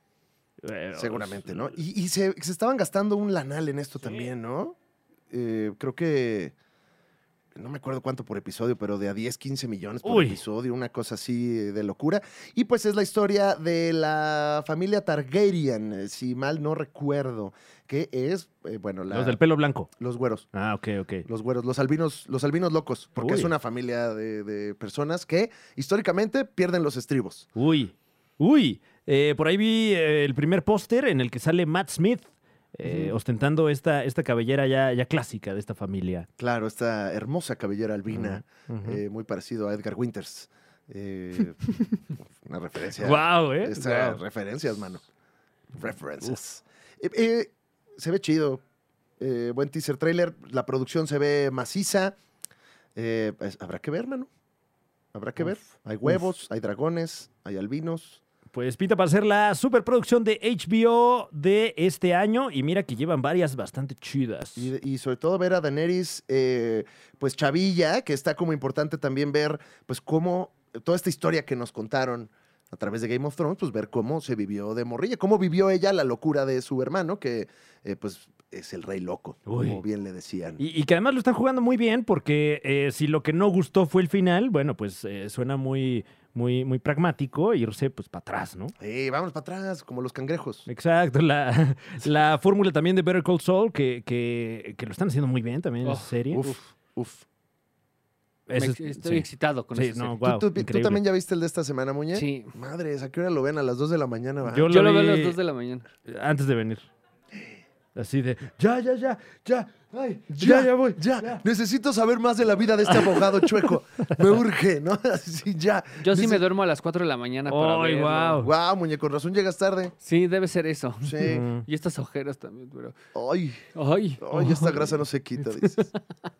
Eh, Seguramente, ¿no? Y, y se, se estaban gastando un lanal en esto también, ¿no? Eh, creo que. No me acuerdo cuánto por episodio, pero de a diez, quince millones por Uy. episodio, una cosa así de locura. Y pues es la historia de la familia Targaryen, eh, si mal no recuerdo, que es, eh, bueno, la- Los del pelo blanco. los güeros. Ah, ok, ok. Los güeros, los albinos, los albinos locos, porque Uy. es una familia de, de personas que históricamente pierden los estribos. Uy, uy. Eh, por ahí vi eh, el primer póster en el que sale Matt Smith eh, Ujú. ostentando esta, esta cabellera ya, ya clásica de esta familia. Claro, esta hermosa cabellera albina, Ujú. eh, muy parecido a Edgar Winters. Eh, una referencia. Guau, ¿eh? Estas Guau. referencias, mano. References. Eh, eh, se ve chido. Eh, buen teaser trailer. La producción se ve maciza. Eh, pues, habrá que ver, mano. Habrá que Uf, ver. Hay huevos, hay dragones, hay albinos. Pues pinta para ser la superproducción de H B O de este año y mira que llevan varias bastante chidas. Y, y sobre todo ver a Daenerys, eh, pues chavilla, que está como importante también ver, pues cómo, toda esta historia que nos contaron a través de Game of Thrones, pues ver cómo se vivió de morrilla, cómo vivió ella la locura de su hermano, que eh, pues es el rey loco, Uy. como bien le decían. Y, y que además lo están jugando muy bien porque eh, si lo que no gustó fue el final, bueno, pues eh, suena muy, muy, muy pragmático irse pues para atrás, ¿no? Eh, vamos para atrás, como los cangrejos. Exacto, la, la fórmula también de Better Call Saul, que, que, que lo están haciendo muy bien también en Oh, esa serie. Uf, uf. Me Ese ex- es- estoy sí. excitado con Sí, esa no, serie. guau, ¿Tú, tú- tú increíble. también ya viste el de esta semana, Muñe? Sí. Madres, ¿a qué hora lo ven? A las dos de la mañana, ¿va? Yo Yo lo veo a vi las dos de la mañana. antes de venir. Así de, ya, ya, ya, ya, ay, Ya, ya, ya voy. Ya, necesito saber más de la vida de este abogado chueco. Me urge, ¿no? Así, ya. Yo sí Dice- me duermo a las cuatro de la mañana para Ay, verlo. guau. Guau, Muñe, con razón llegas tarde. Sí, debe ser eso. Sí. Mm. Y estas ojeras también, pero... Ay, Ay, ay, esta grasa no se quita, dices.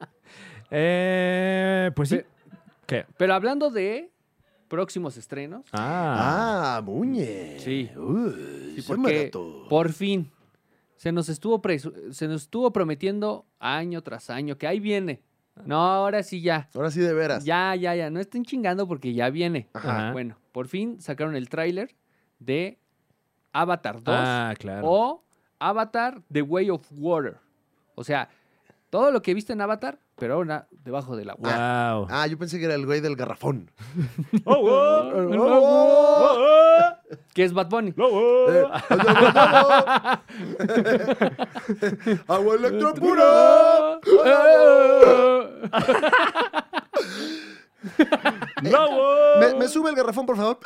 Eh, pues sí. Pe- ¿Qué? Pero hablando de próximos estrenos, Ah, Ah, Muñe. Sí. Uy, sí, se porque marató. por fin se nos estuvo presu- se nos estuvo prometiendo año tras año que ahí viene. No, ahora sí ya. Ahora sí, de veras. Ya, ya, ya. No estén chingando porque ya viene. Ajá. Bueno, por fin sacaron el tráiler de Avatar dos ah, claro. o Avatar The Way of Water. O sea, todo lo que viste en Avatar, pero ahora debajo del agua. Wow. Ah, yo pensé que era el güey del garrafón. Oh, oh, Oh, oh, oh. oh, Que es Bad Bunny. oh, oh. Eh, ¡Agua electropura! ¡Lobo! ¿Me, me sube el garrafón, por favor?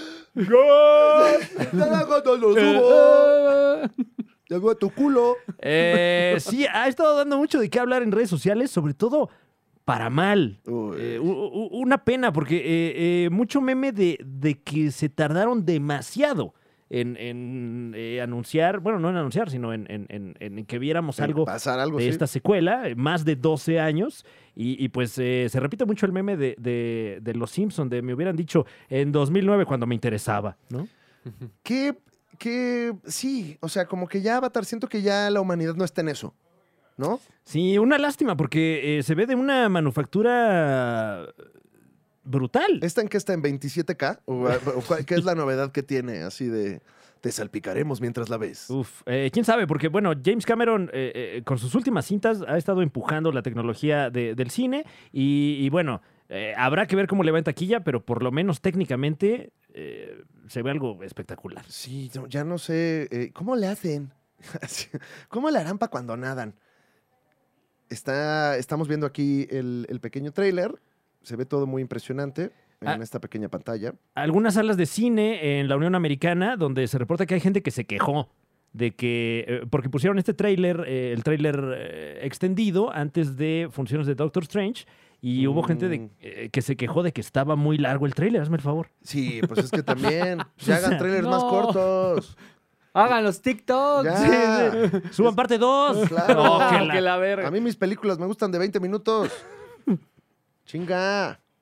¡Gol! ¡Cuando lo subo! ¡Llegó a tu culo! Eh, sí, ha estado dando mucho de qué hablar en redes sociales, sobre todo para mal. Uy. Eh, u- u- una pena, porque eh, eh, mucho meme de, de que se tardaron demasiado en, en, eh, anunciar, bueno, no en anunciar, sino en, en- en- en que viéramos algo Pasar algo, de sí. esta secuela, eh, más de doce años, y, y pues eh, se repite mucho el meme de, de, de Los Simpsons, de me hubieran dicho en dos mil nueve cuando me interesaba, ¿no? Que, que, sí, o sea, como que ya Avatar, siento que ya la humanidad no está en eso, ¿no? Sí, una lástima, porque eh, se ve de una manufactura brutal. ¿Esta en qué está? ¿En veintisiete K? ¿O, o cuál- qué es la novedad que tiene? Así de, te salpicaremos mientras la ves. Uf, eh, quién sabe, porque bueno, James Cameron eh, eh, con sus últimas cintas ha estado empujando la tecnología de- del cine y, y bueno, eh, habrá que ver cómo le va en taquilla, pero por lo menos técnicamente eh, se ve algo espectacular. Sí, yo ya no sé, eh, ¿cómo le hacen? Así, ¿cómo le harán para cuando nadan? Está, estamos viendo aquí el, el pequeño tráiler, se ve todo muy impresionante en Ah. esta pequeña pantalla. Algunas salas de cine en la Unión Americana donde se reporta que hay gente que se quejó de que, eh, porque pusieron este tráiler, eh, el tráiler eh, extendido antes de funciones de Doctor Strange y hubo gente de, Mm. eh, que se quejó de que estaba muy largo el tráiler, hazme el favor. Sí, pues es que también, ya hagan sea, trailers no. más cortos. Hagan los TikToks. Ya. Suban parte dos. Claro. Oh, que Que la- la verga. A mí mis películas me gustan de veinte minutos. Chinga.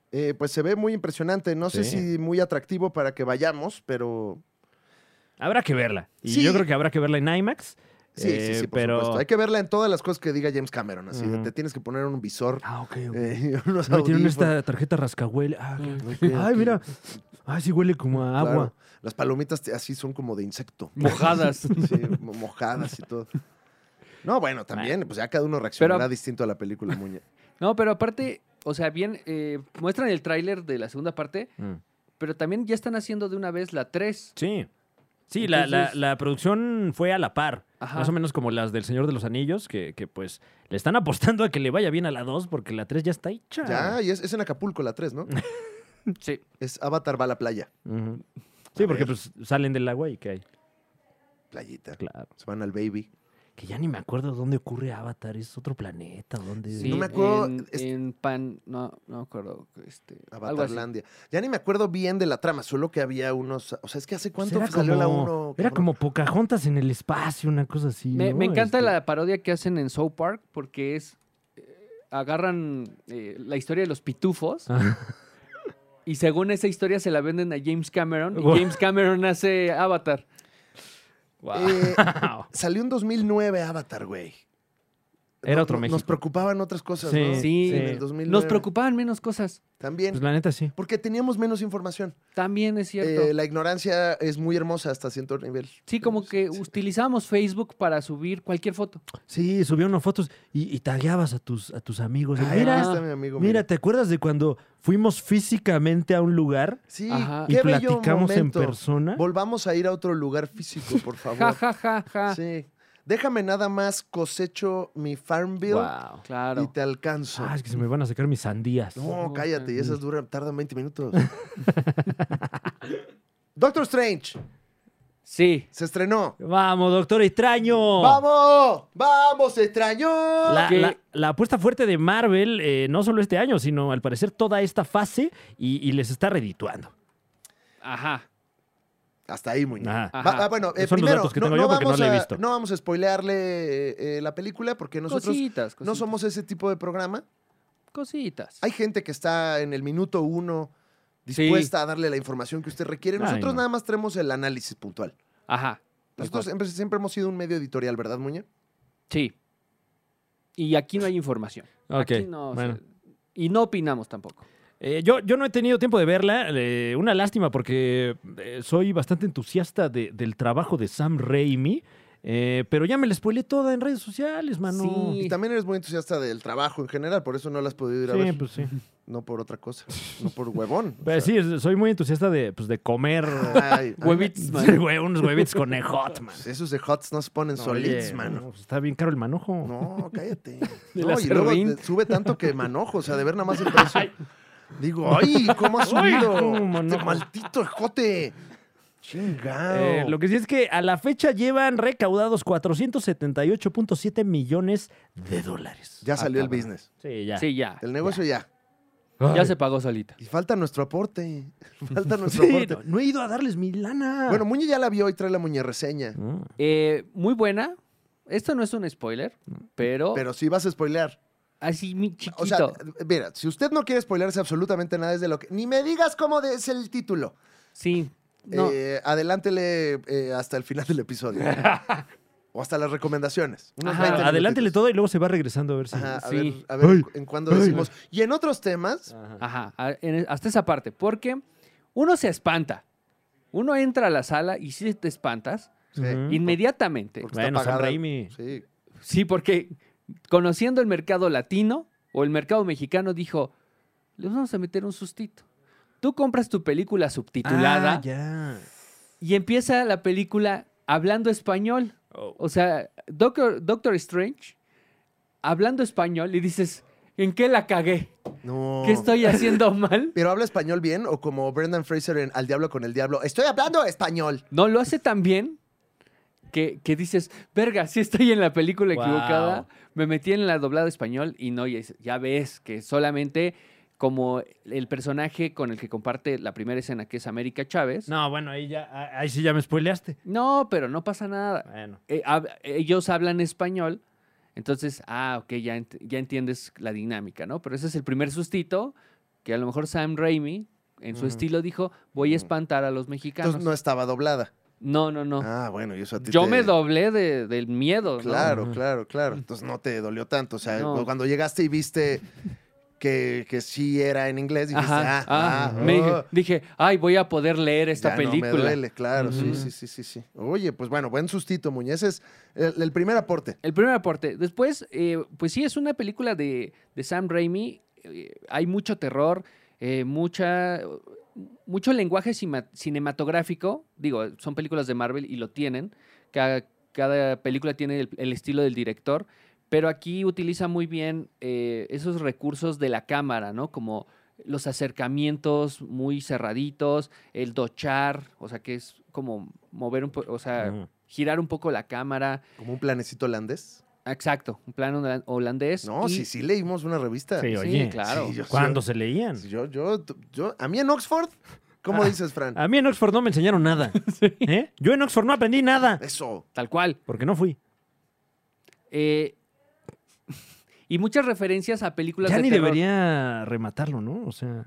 Eh, pues se ve muy impresionante. No sé Sí. si muy atractivo para que vayamos, pero Habrá que verla. Y Sí. yo creo que habrá que verla en IMAX. sí, eh, sí, sí, por pero... supuesto. Hay que verla en todas las cosas que diga James Cameron. Así, de, Ujú. te tienes que poner un visor, Ah, ok, ok. eh, y unos No, y tienen audífonos. esta tarjeta rascahuele. Ah, Mm. ok. Ay, mira. Ay, sí huele como a agua. Claro, las palomitas te- así son como de insecto. Mojadas. Sí, mo- mojadas y todo. No, bueno, también, pues ya cada uno reaccionará Pero- distinto a la película, Muñe. No, pero aparte, o sea, bien, eh, muestran el tráiler de la segunda parte, Mm. pero también ya están haciendo de una vez la tres. Sí. Sí, la, la- Entonces- la producción fue a la par. Ajá. Más o menos como las del Señor de los Anillos, que, que, pues le están apostando a que le vaya bien a la dos porque la tres ya está hecha. Ya, y es, es en Acapulco la tres, ¿no? Sí. Es Avatar va a la playa. Ujú. Sí, A porque ver. pues salen del agua y que hay. Playita. Claro. Se van al baby. Que ya ni me acuerdo dónde ocurre Avatar. ¿Es otro planeta? ¿Dónde? Sí, No me acuerdo, En, es- en Pan, no, no me acuerdo. Este, algo así. Avatarlandia. Ya ni me acuerdo bien de la trama, solo que había unos. O sea, es que hace Pues cuánto era salió la como- uno. Era cabrón? como Pocahontas en el espacio, una cosa así. Me, ¿no? me encanta Este, la parodia que hacen en South Park porque es. eh, agarran eh, la historia de los pitufos Ajá. y según esa historia se la venden a James Cameron y Guau. James Cameron hace Avatar. Eh, salió en dos mil nueve Avatar, güey. Era No- otro no- Nos México. preocupaban otras cosas, Sí, ¿no? Sí, En el dos mil nueve. Nos preocupaban menos cosas. También. Pues la neta sí. Porque teníamos menos información. También es cierto. Eh, la ignorancia es muy hermosa hasta cierto nivel. Sí, como que utilizamos Facebook para subir cualquier foto. Sí, subía unas fotos y, y tagueabas a tus, a tus amigos. Ay, mira, aquí está mi amigo. mira, ¿te acuerdas de cuando fuimos físicamente a un lugar Sí, Ajá. y qué bello platicamos en momento. persona? Volvamos a ir a otro lugar físico, por favor. Ja, ja, ja, ja. Sí. Déjame nada más cosecho mi Farmville Wow. y Claro. te alcanzo. Ah, es que se me van a sacar mis sandías. No, Ok. cállate, y esas duran, tardan veinte minutos. Doctor Strange, Sí. se estrenó. Vamos, doctor extraño. ¡Vamos! ¡Vamos, extraño! La, Que- la- la apuesta fuerte de Marvel, eh, no solo este año, sino al parecer toda esta fase y, y les está redituando. Ajá. Hasta ahí, muy bien. Ajá. Ajá. Va- ah, bueno, eh, Son los primero, datos que no, tengo no yo porque no vamos la he a- visto. no vamos a spoilearle eh, eh, la película porque nosotros Cositas, cositas. no somos ese tipo de programa. Cositas. Hay gente que está en el minuto uno dispuesta a darle la información que usted requiere. Ay, Nosotros no. nada más tenemos el análisis puntual. Ajá. Nosotros siempre, siempre hemos sido un medio editorial, ¿verdad, Muñe? Sí. Y aquí no hay información. Ok, Aquí no. o sea, bueno. y no opinamos tampoco. Eh, yo, yo no he tenido tiempo de verla. eh, una lástima porque eh, soy bastante entusiasta de- del trabajo de Sam Raimi. eh, pero ya me la spoilé toda en redes sociales, mano. Sí. Y también eres muy entusiasta del trabajo en general, por eso no lo has podido ir a Sí, ver. pues sí. No por otra cosa, no por huevón. o Pues sea. sí, soy muy entusiasta de, pues, de comer Ay, a mí me- Huevitos, man. sí, güey, unos huevitos con hot, man. Pues esos de Hots no se ponen solids, Oye, mano. no, pues está bien caro el manojo. No, cállate. De No, la y luego Servín. te sube tanto que manojo, o sea, de ver nada más el precio. Digo, ay, ¿cómo ha subido? cómo Este manojo. maldito jote. Chingado. Eh, lo que sí es que a la fecha llevan recaudados cuatrocientos setenta y ocho punto siete millones de dólares. Ya salió el cabrón. business. Sí, ya. Sí, ya. El negocio ya. Ay. Ya se pagó solita. Y falta nuestro aporte. Falta nuestro Sí, aporte. no, no he ido a darles mi lana. Bueno, Muñe ya la vio y trae la Muñe reseña. Mm. Eh, muy buena. Esto no es un spoiler, pero, Pero sí vas a spoilear. así mi chiquito. O sea, mira, si usted no quiere spoilearse absolutamente nada es de lo que... Ni me digas cómo de- es el título. sí. No. Eh, adelántele eh, hasta el final del episodio. O hasta las recomendaciones. Unos Ajá, veinte Adelántele minutitos. todo y luego se va regresando a ver si. Ajá, a Sí. ver, a ver Ay. en cuándo Ay. decimos. Y en otros temas, Ajá. Ajá, a- en- hasta esa parte. Porque uno se espanta. Uno entra a la sala y si te espantas, sí, Ujú. inmediatamente. porque Bueno, está Sam pagada. Raimi. Sí. Sí, porque conociendo el mercado latino o el mercado mexicano, dijo, le vamos a meter un sustito. Tú compras tu película subtitulada Ah, ya. y empieza la película hablando español. Oh. O sea, Doctor, Doctor Strange hablando español y dices, ¿en qué la cagué? No. ¿Qué estoy haciendo mal? ¿Pero habla español bien o como Brendan Fraser en Al Diablo con el Diablo? Estoy hablando español. No, lo hace tan bien que, que dices, verga, sí estoy en la película Wow. equivocada. Me metí en la doblada español y no, ya, ya ves que solamente como el personaje con el que comparte la primera escena, que es América Chávez. No, No, bueno, ahí ya, ahí sí ya me spoileaste. pero no pasa nada. Bueno. Eh, hab- ellos hablan español, entonces, ah, ok, ya, ent- ya entiendes la dinámica, ¿no? Pero ese es el primer sustito que a lo mejor Sam Raimi, en su Ujú. estilo, dijo, voy a Ujú. espantar a los mexicanos. Entonces no estaba doblada. No, no, no. Ah, bueno, y eso a ti Yo te- me doblé de, del miedo, ¿no? Claro, Ujú. claro, claro. Entonces no te dolió tanto. O sea, No. cuando llegaste y viste que, que sí era en inglés, dijiste, Ajá. ah, ah, ah, me dije, oh, dije, ay, voy a poder leer esta ya película. No me duele, claro, sí, Ujú. sí, sí, sí, sí. Oye, pues bueno, buen sustito, Muñe. Ese es el, el primer aporte. El primer aporte. Después, eh, pues sí, es una película de, de Sam Raimi. Eh, hay mucho terror, eh, mucha, mucho lenguaje cima- cinematográfico. Digo, son películas de Marvel y lo tienen. Cada, cada película tiene el, el estilo del director. Pero aquí utiliza muy bien eh, esos recursos de la cámara, ¿no? Como los acercamientos muy cerraditos, el dochar, o sea, que es como mover un poco, o sea, Ujú. girar un poco la cámara. Como un planecito holandés. Exacto, un plan hola- holandés. No, y- sí, sí leímos una revista. Sí, Sí, oye. claro. Sí, yo- ¿Cuándo yo- se leían? Yo, yo, yo, a mí en Oxford, ¿cómo Ah. dices, Fran? A mí en Oxford no me enseñaron nada. ¿Eh? Yo en Oxford no aprendí nada. Eso. Tal cual. Porque no fui. Eh, y muchas referencias a películas Ya de ni terror. debería rematarlo, ¿no? O sea.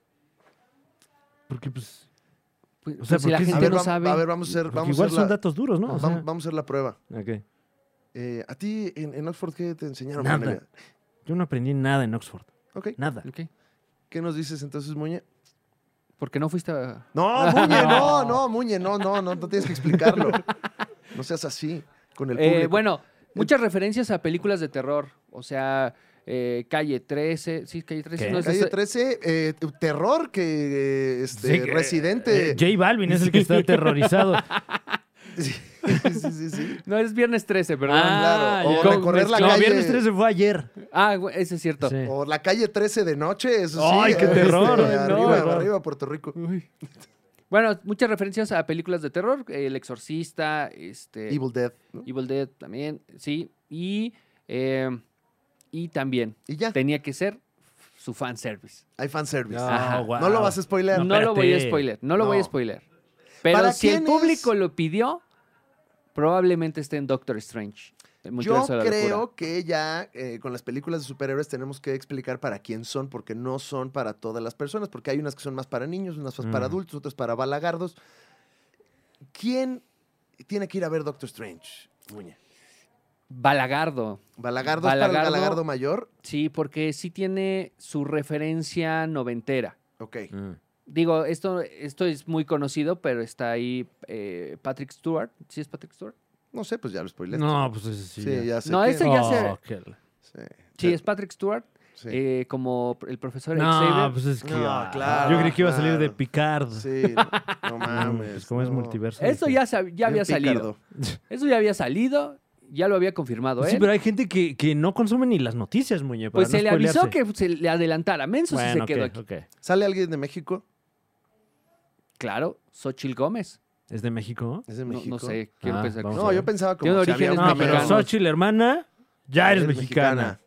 Porque, pues. Pues, o sea, pues, si la porque- gente A ver, no vam- sabe. a ver, vamos a hacer, porque vamos a igual hacer son la, datos duros, ¿no? O vam- sea, vamos a hacer la prueba. ok. Eh, ¿A ti en, en Oxford qué te enseñaron? Nada. Cornelia? Yo no aprendí nada en Oxford. Ok. Nada. Ok. ¿Qué nos dices entonces, Muñe? Porque no fuiste a... No, Muñe, no, no, Muñe, no, no, no, no tienes que explicarlo. No seas así con el Eh, público. bueno, muchas referencias a películas de terror. O sea, eh, Calle trece. Sí, Calle trece. ¿Qué? No, es Calle esa- trece, eh, terror que eh, este, Sí, que, Residente. eh, J Balvin es el que está aterrorizado. Sí, sí, sí, sí. no, es Viernes trece, perdón. Ah, claro. O ya. recorrer la no, calle. Viernes trece fue ayer. Ah, güey, eso es cierto. Sí. O la calle trece de noche, eso sí. ¡Ay, qué este, terror! No, arriba, no. arriba, Puerto Rico. Bueno, muchas referencias a películas de terror. El Exorcista, este, Evil Dead. ¿no? Evil Dead también, sí. Y, eh, y también Y ya, tenía que ser su fanservice. hay fanservice. Ajá. guau. No lo vas a spoilear. No, lo voy a espérate. spoiler, no lo voy a No. spoiler. Pero ¿Para si el quién público es? lo pidió, probablemente esté en Doctor Strange. El Yo multiverso de la locura. creo que ya eh, con las películas de superhéroes tenemos que explicar para quién son, porque no son para todas las personas, porque hay unas que son más para niños, unas más para Mm. adultos, otras para balagardos. ¿Quién tiene que ir a ver Doctor Strange, Muñe? Balagardo. ¿Balagardo, es para el Balagardo- balagardo mayor? Sí, porque sí tiene su referencia noventera. Ok. Mm. Digo, esto, esto es muy conocido, pero está ahí eh, Patrick Stewart. ¿Sí es Patrick Stewart? No sé, pues ya lo spoilé. No, pues ese sí. Sí, ya. ya sé. No, quién. ese ya se- Oh, qué la- Sí, Sí, es Patrick Stewart, sí. eh, como el profesor No, Xavier. pues es que. No, ah, claro, Yo creí que iba a salir de claro. Picard. Sí, no, no Mm, mames. pues como es no. multiverso. Esto dije. ya, sab- ya había Bien salido. pícardo. Eso ya había salido, ya lo había confirmado, ¿eh? Sí, pero hay gente que, que no consume ni las noticias, Muñe. para Pues no se le avisó spoilearse. que se le adelantara. Menso si Bueno, se quedó ok, aquí. ok. ¿Sale alguien de México? Claro, Xochil Gómez. ¿Es de México? ¿Es de No, México? no sé, quiero Ah, pensar que vamos sí. No, yo pensaba como Tiene si orígenes había No, una pero mexicanos. Xochitl, hermana, ya eres Eres mexicana.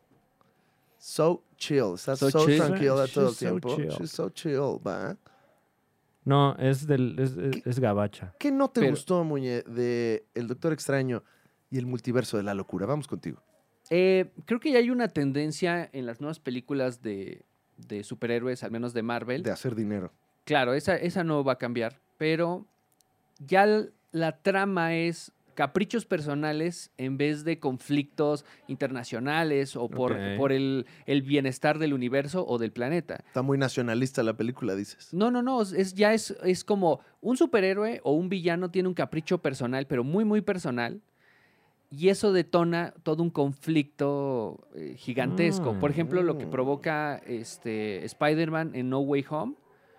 So chill. Estás so, So chill. tranquila She's todo el so tiempo. chill. She's so chill, va. No, es del es, es- es gabacha. ¿Qué no te Pero- gustó, Muñe, de El Doctor Extraño y el multiverso de la locura? Vamos contigo. Eh, creo que ya hay una tendencia en las nuevas películas de, de superhéroes, al menos de Marvel. De hacer dinero. Claro, esa, esa no va a cambiar, pero ya l- la trama es caprichos personales en vez de conflictos internacionales o por, Ok. por el, el bienestar del universo o del planeta. Está muy nacionalista la película, dices. No, no, no, es, ya es, es como un superhéroe o un villano tiene un capricho personal, pero muy, muy personal, y eso detona todo un conflicto eh, gigantesco. Por ejemplo, lo que Mm. provoca este, Spider-Man en No Way Home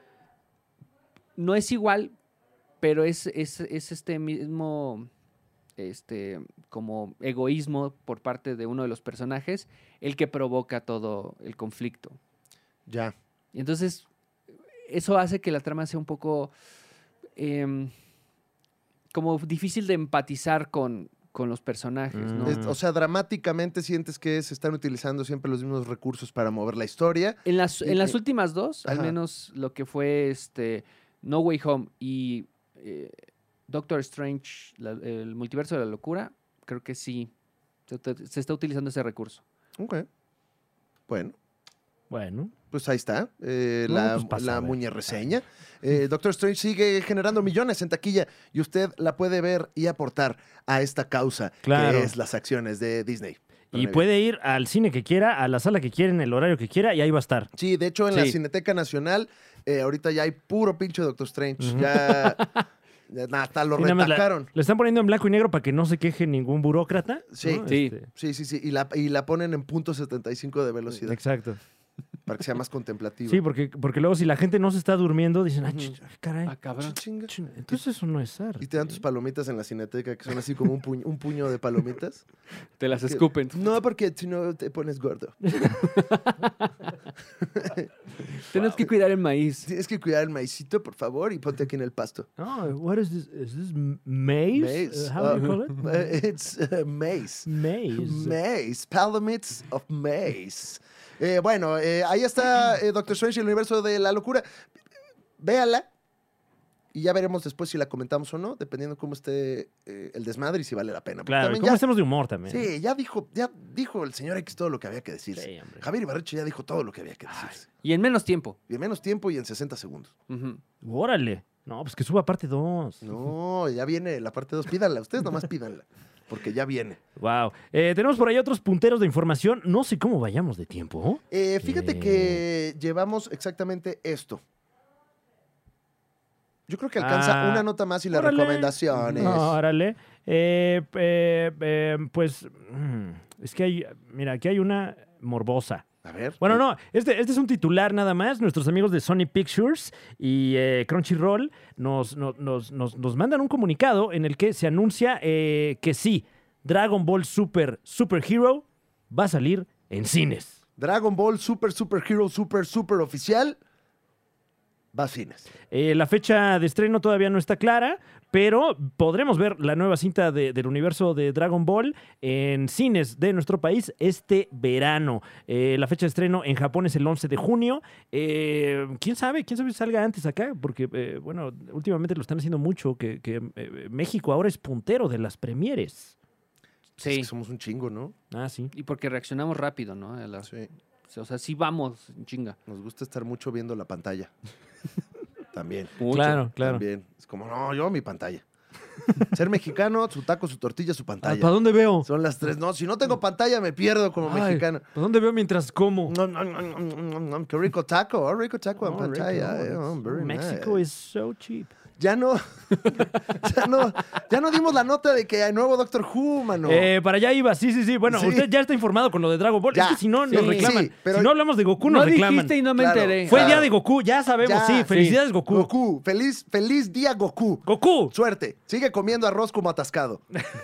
no es igual, pero es, es, es este mismo este, como egoísmo por parte de uno de los personajes el que provoca todo el conflicto. Ya. Y entonces, eso hace que la trama sea un poco em, como difícil de empatizar con, con los personajes, ¿no? Mm. Es- o sea, dramáticamente sientes que se están utilizando siempre los mismos recursos para mover la historia. En las, en las Eh, últimas dos, al ajá. menos lo que fue este No Way Home y eh, Doctor Strange, la- el multiverso de la locura, creo que sí, se, se está utilizando ese recurso. Ok. Bueno. Bueno. Pues ahí está, eh, No, la, pues pasa, la a ver. muñe reseña. Eh, Doctor Strange sigue generando millones en taquilla y usted la puede ver y aportar a esta causa Claro. que es las acciones de Disney. Y Pero, puede ir al cine que quiera, a la sala que quiera, en el horario que quiera, y ahí va a estar. Sí, de hecho en la Sí. Cineteca Nacional eh, ahorita ya hay puro pinche Doctor Strange. Ujú. Ya, ya nada, hasta lo Y nada más la- retacaron. Le están poniendo en blanco y negro para que no se queje ningún burócrata. Sí. ¿no? Sí. Este, Sí, sí, sí. Y la, y la ponen en punto setenta y cinco de velocidad exacto. para que sea más contemplativo. Sí, porque, porque luego si la gente no se está durmiendo, dicen, ah, Ujú. ch- caray. Ah, cabrón. Chinga. ch- Entonces eso no es arte. Y te dan tus palomitas en la Cineteca, que son así como un puño, un puño de palomitas. Te las Que- escupen. No, porque si no te pones gordo. Tienes que cuidar el maíz. Tienes que cuidar el maicito, por favor, y ponte aquí en el pasto. Oh, what is this? Is this m- maize? Maze. Uh, how do you Uh, call it? uh, It's uh, maze. Maize. Maze. Palomitas of maze. Eh, bueno, eh, ahí está eh, Doctor Strange y el universo de la locura. Véala. Y ya veremos después si la comentamos o no, dependiendo cómo esté eh, el desmadre y si vale la pena. Porque Claro, y también cómo ya- estamos de humor también. Sí, ya dijo, ya dijo el señor X todo lo que había que decir. Sí, hombre. Javier Ibarreche ya dijo todo lo que había que decir. Y en menos tiempo. Y en menos tiempo y en sesenta segundos. Ujú. Órale. No, pues que suba parte dos. No, ya viene la parte dos. Pídanla, ustedes nomás pídanla. Porque ya viene. Wow. Eh, tenemos por ahí otros punteros de información. No sé cómo vayamos de tiempo. Eh, fíjate Eh. que llevamos exactamente esto. Yo creo que alcanza Ah, una nota más y las órale. recomendaciones. No, órale. Eh, eh, eh, pues, mm, es que hay, mira, aquí hay una morbosa. A ver. Bueno, no, este, este es un titular nada más. Nuestros amigos de Sony Pictures y eh, Crunchyroll nos, no- nos, nos, nos mandan un comunicado en el que se anuncia eh, que sí, Dragon Ball Super Super Hero va a salir en cines. Dragon Ball Super Super Hero Super Super Oficial va a cines. Eh, la fecha de estreno todavía no está clara, pero podremos ver la nueva cinta de- del universo de Dragon Ball en cines de nuestro país este verano. Eh, la fecha de estreno en Japón es el once de junio. Eh, ¿Quién sabe? ¿Quién sabe si salga antes acá? Porque, eh, bueno, últimamente lo están haciendo mucho, que, que, eh, México ahora es puntero de las premieres. Es Sí. que somos un chingo, ¿no? Ah, sí. Y porque reaccionamos rápido, ¿no? A las- Sí. O sea, sí vamos, en chinga. Nos gusta estar mucho viendo la pantalla. También. Mucho. Claro, claro. También. Es como, no, yo mi pantalla. Ser mexicano, su taco, su tortilla, su pantalla. ¿Para dónde veo? Son las tres. No, si no tengo pantalla me pierdo como Ay, mexicano. ¿para dónde veo mientras como? No, no, no, no, no, no, qué rico taco, oh, rico taco en Oh, pantalla. rico. eh, oh, very México nice. is so cheap. Ya no, ya no, ya no dimos la nota de que hay nuevo Doctor Who, mano. Eh, para allá iba, sí, sí, sí. Bueno, Sí. usted ya está informado con lo de Dragon Ball. Ya. Es que si no, Sí, nos reclaman. sí, pero- si no hablamos de Goku, No nos reclaman. dijiste y no me Claro. enteré. Fue Ah. día de Goku, ya sabemos, Ya, sí. sí. Felicidades, Goku. Goku, feliz, feliz día Goku. Goku. Suerte, sigue comiendo arroz como atascado.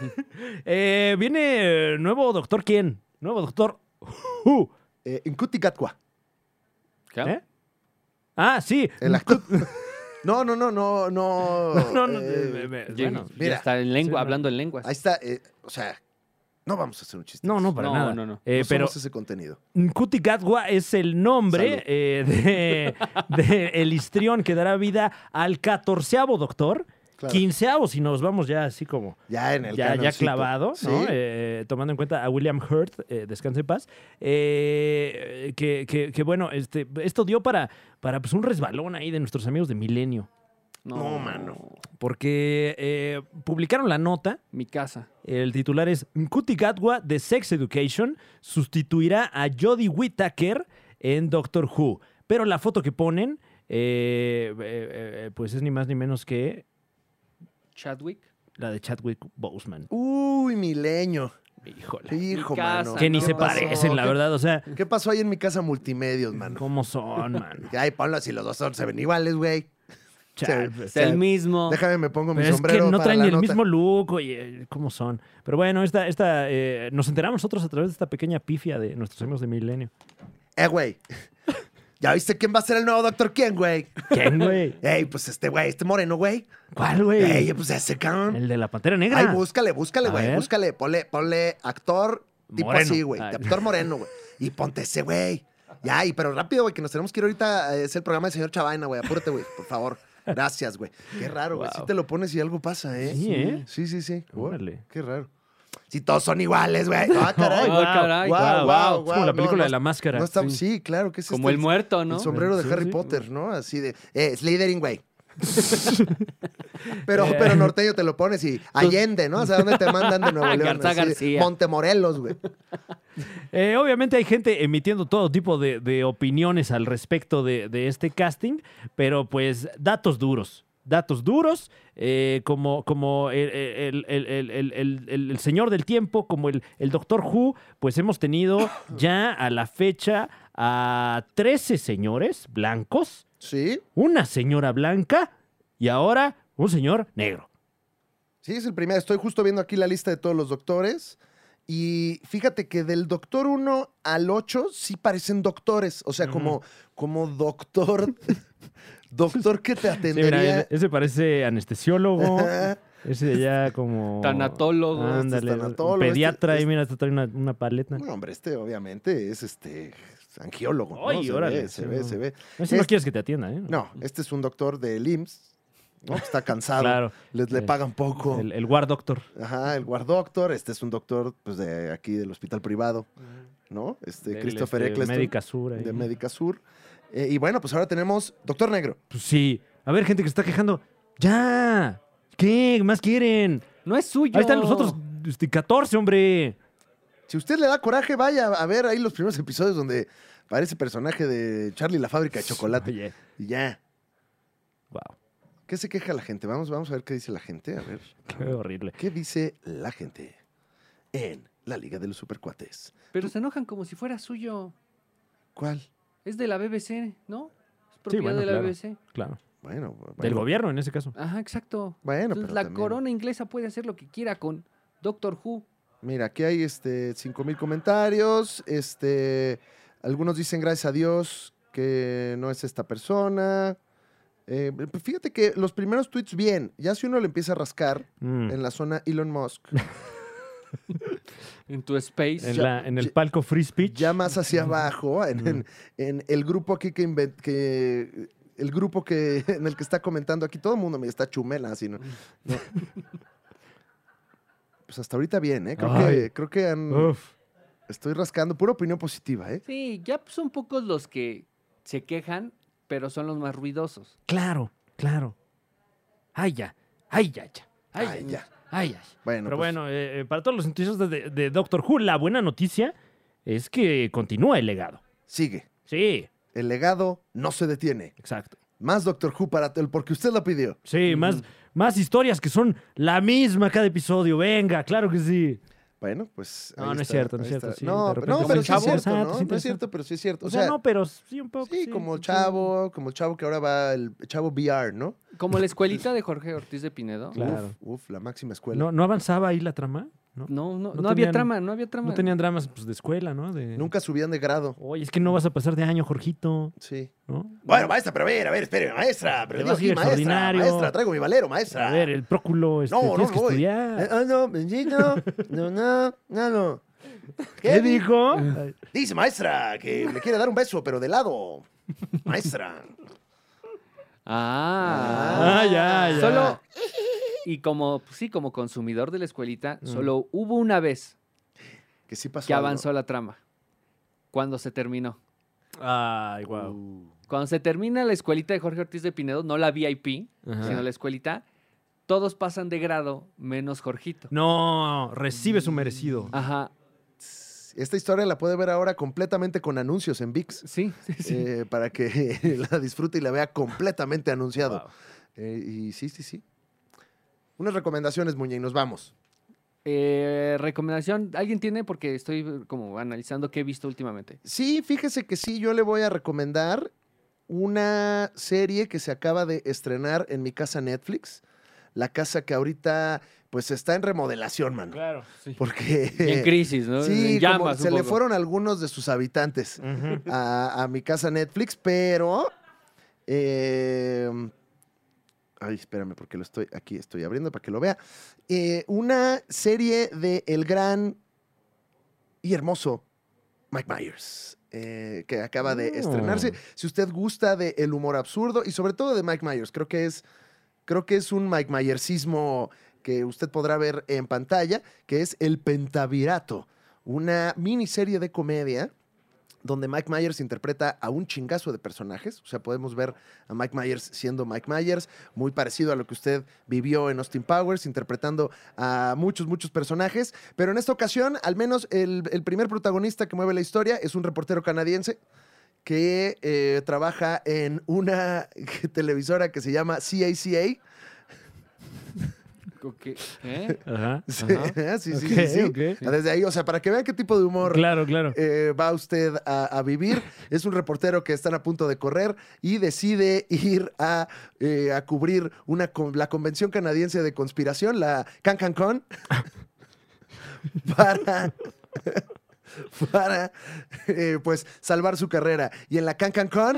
Eh, viene eh, nuevo doctor, ¿quién? Nuevo doctor Who. Eh, Ncuti Gatwa, ¿Qué? ¿Eh? Ah, sí. el actor. No, no, no, no, no. No, no, eh, eh, eh, Ya- bueno. ya mira. está en lengua, Sí, no. hablando en lenguas. Ahí está, eh, o sea, no vamos a hacer un chiste. No, no, para No, nada. no, no. Eh, No pero somos ese contenido. Ncuti Gatwa es el nombre Salud. eh, de, de el histrión que dará vida al catorceavo doctor. Claro. Quinceavo, si nos vamos ya así como Ya en el ya, ya canoncito. clavado, ¿no? Sí. Eh, tomando en cuenta a William Hurt, eh, descanse en paz, eh, que, que- que, bueno, este, esto dio para, para pues, un resbalón ahí de nuestros amigos de Milenio, No, mano. porque eh, publicaron la nota, Mi casa. el titular es Ncuti Gatwa de Sex Education sustituirá a Jodie Whittaker en Doctor Who, pero la foto que ponen, eh, eh, eh, pues es ni más ni menos que Chadwick. la de Chadwick Boseman. Uy, milenio. Híjole. Hijo, Mi casa, mano. Que ni no se pasó. parecen, la verdad. O sea, ¿Qué pasó ahí en mi casa multimedios, mano? ¿cómo son, man? Ay, ponlo así, los dos son- se ven iguales, güey. Chale, Sí. pues. Es el mismo. Déjame, me pongo mi Pero es que sombrero no para traen la ni el nota. mismo look, oye, ¿cómo son? Pero bueno, esta, esta, eh, nos enteramos nosotros a través de esta pequeña pifia de nuestros amigos de Milenio. Eh, güey. ¿Ya viste quién va a ser el nuevo Doctor quién, güey? ¿Quién, güey? Ey, pues este güey, este moreno, güey. ¿Cuál, güey? Ey, pues ese cabrón. El de la Pantera Negra. Ay, búscale, búscale, A güey. ver. Búscale, ponle, ponle actor tipo Moreno. así, güey. Ay. Actor moreno, güey. Y ponte ese, güey. Ya, y pero rápido, güey, que nos tenemos que ir ahorita. eh, Es el programa del señor Chavaina, güey. Apúrate, güey, por favor. Gracias, güey. Qué raro, güey. Wow. Sí te lo pones y algo pasa, ¿eh? Sí, ¿eh? Sí, sí, sí. Wow, Órale. qué raro. Si todos son iguales, güey. Ah, caray. Ah, caray. Guau, Guau, guau, es como guau, la no, película no, de la máscara. No estamos, Sí. sí, claro que es Como este, el muerto, ¿no? El sombrero de Sí, Harry sí. Potter, ¿no? Así de, eh, Slytherin, güey. pero, pero norteño te lo pones y Allende, ¿no? O sea, ¿dónde te mandan de Nuevo León? Garza Así de, García. Montemorelos, güey. Eh, obviamente hay gente emitiendo todo tipo de, de opiniones al respecto de, de este casting, pero pues datos duros. Datos duros, eh, como, como el, el- el- el- el- el- el- el señor del tiempo, como el, el Doctor Who, pues hemos tenido ya a la fecha a trece señores blancos, Sí, una señora blanca y ahora un señor negro. sí, es el primero. Estoy justo viendo aquí la lista de todos los doctores. Y fíjate que del doctor uno al ocho sí parecen doctores. O sea, como, como doctor. Doctor que te Sí, mira, atendería. ese- ese parece anestesiólogo, Ajá. ese ya como... Tanatólogo, este es Ándale, tanatólogo, un pediatra, este- y mira, te trae una, una paleta. No, hombre, este obviamente es este angiólogo. ¿no? Ay, se órale, ve, se sí, ve, no. se ve. Ese no Es- quieres que te atienda, ¿eh? No, este es un doctor del I M S S, ¿no? Que está cansado. Claro. Les le Eh, pagan poco. El, el War Doctor. Ajá, el War Doctor. Este es un doctor pues, de aquí del hospital privado, ¿no? Este, Del, Christopher este, Eccleston. Médica Sur. ahí. De Médica Sur. Eh, y bueno, pues ahora tenemos Doctor Negro. Pues sí. A ver, gente que se está quejando. ¡Ya! ¿Qué más quieren? No es suyo. Ahí están los otros este, catorce, hombre. Si usted le da coraje, vaya a ver ahí los primeros episodios donde aparece personaje de Charlie la fábrica de chocolate. Oye, Y ya. wow. ¿Qué se queja la gente? Vamos, vamos a ver qué dice la gente. A ver. Qué horrible. ¿Qué dice la gente en la Liga de los Supercuates? Pero se enojan como si fuera suyo. ¿Cuál? Es de la B B C, ¿no? Es Sí, propiedad bueno, de la claro. B B C. Claro. Bueno, bueno. Del gobierno, en ese caso. Ajá, exacto. Bueno, Entonces, pero la también- corona inglesa puede hacer lo que quiera con Doctor Who. Mira, aquí hay este cinco mil comentarios. Este, algunos dicen gracias a Dios que no es esta persona. Eh, pues fíjate que los primeros tweets bien. Ya si uno le empieza a rascar Mm. en la zona Elon Musk, En tu space. En, ya- la- en el ya- palco Free Speech. ya más hacia abajo, en, en- en el grupo aquí que, inven- que el grupo que en el que está comentando aquí, todo el mundo me está chumela así, ¿no? No. Pues hasta ahorita bien, ¿eh? Creo que, Ay. creo que han- Uf. estoy rascando, pura opinión positiva, ¿eh? Sí, ya son pocos los que se quejan, pero son los más ruidosos. Claro, claro. Ay, ya. Ay, ya, ya. Ay, Ay, ya. ya. Ay, ay. Bueno, Pero pues, bueno, eh, eh, para todos los entusiastas de, de Doctor Who, la buena noticia es que continúa el legado. sigue. Sí, El legado no se detiene. exacto. Más Doctor Who para el porque usted lo pidió. Sí, más, más historias que son la misma cada episodio. Venga, claro que sí. Bueno, pues. No, ahí no es está, cierto, no ahí es cierto, está. sí, no, de pero- repente no, como pero el sí es chavo. cierto, Interesante, ¿no? es No es interesante. cierto, pero sí es cierto. O, sea, no, pero sí un poco. sí, como el chavo, como el chavo que ahora va, el chavo V R, ¿no? Como la escuelita de Jorge Ortiz de Pinedo. Claro. Uf, uf, la máxima escuela. ¿No, ¿No avanzaba ahí la trama? ¿No? No, no, No no, había tenían- trama, no había trama. No tenían dramas pues, de escuela, ¿no? De... Nunca subían de grado. Oye, es que no vas a pasar de año, Jorgito, Sí. ¿no? Bueno, maestra, pero a ver, a ver, espere, maestra. Pero Te digo vas a ir aquí, maestra, extraordinario. maestra, traigo mi valero, maestra. A ver, el próculo, este, no, no tienes que voy. estudiar. Eh, Ah, no, bendito. No, no, no, no. ¿Qué dijo? Dice, maestra, que me quiere dar un beso, pero de lado. Maestra. Ah, Ah, ya, ya. Solo, y como, pues sí, como consumidor de la escuelita, Mm. solo hubo una vez Que sí pasó que algo. avanzó la trama. Cuando se terminó. Ay, wow. Uh, Cuando se termina la escuelita de Jorge Ortiz de Pinedo, no la V I P, Ajá. sino la escuelita, todos pasan de grado menos Jorgito. No, recibe su merecido. Ajá. Esta historia la puede ver ahora completamente con anuncios en VIX. Sí, sí, sí. eh, para que la disfrute y la vea completamente anunciado. Wow. Eh, y sí, sí, sí. Unas recomendaciones, Muñe, y nos vamos. Eh, recomendación, ¿alguien tiene? Porque estoy eh, como analizando qué he visto últimamente. Sí, fíjese que sí, yo le voy a recomendar una serie que se acaba de estrenar en mi casa Netflix. La casa que ahorita, pues, está en remodelación, mano. Claro, sí. Porque... Y en crisis, ¿no? Sí, En como llamas. se un le poco. fueron algunos de sus habitantes a, a mi casa Netflix, pero... eh, ay, espérame, porque lo estoy aquí, estoy abriendo para que lo vea. Eh, una serie de el gran y hermoso Mike Myers, eh, que acaba de Oh. estrenarse. Si usted gusta del humor absurdo y sobre todo de Mike Myers, creo que es, creo que es un Mike Myersismo que usted podrá ver en pantalla, que es El Pentavirato, una miniserie de comedia donde Mike Myers interpreta a un chingazo de personajes. O sea, podemos ver a Mike Myers siendo Mike Myers, muy parecido a lo que usted vivió en Austin Powers, interpretando a muchos, muchos personajes. Pero en esta ocasión, al menos el, el primer protagonista que mueve la historia es un reportero canadiense que eh, trabaja en una televisora que se llama C A C A. ¿Qué? ¿Qué? Ajá. Sí, ajá. sí, sí, Ok, sí, sí. ok. Desde ahí, o sea, para que vean qué tipo de humor Claro, claro. eh, va usted a, a vivir. Es un reportero que están a punto de correr y decide ir a, eh, a cubrir una, con- la convención canadiense de conspiración, la Can Can Con, para, para eh, pues, salvar su carrera. Y en la Can Can Con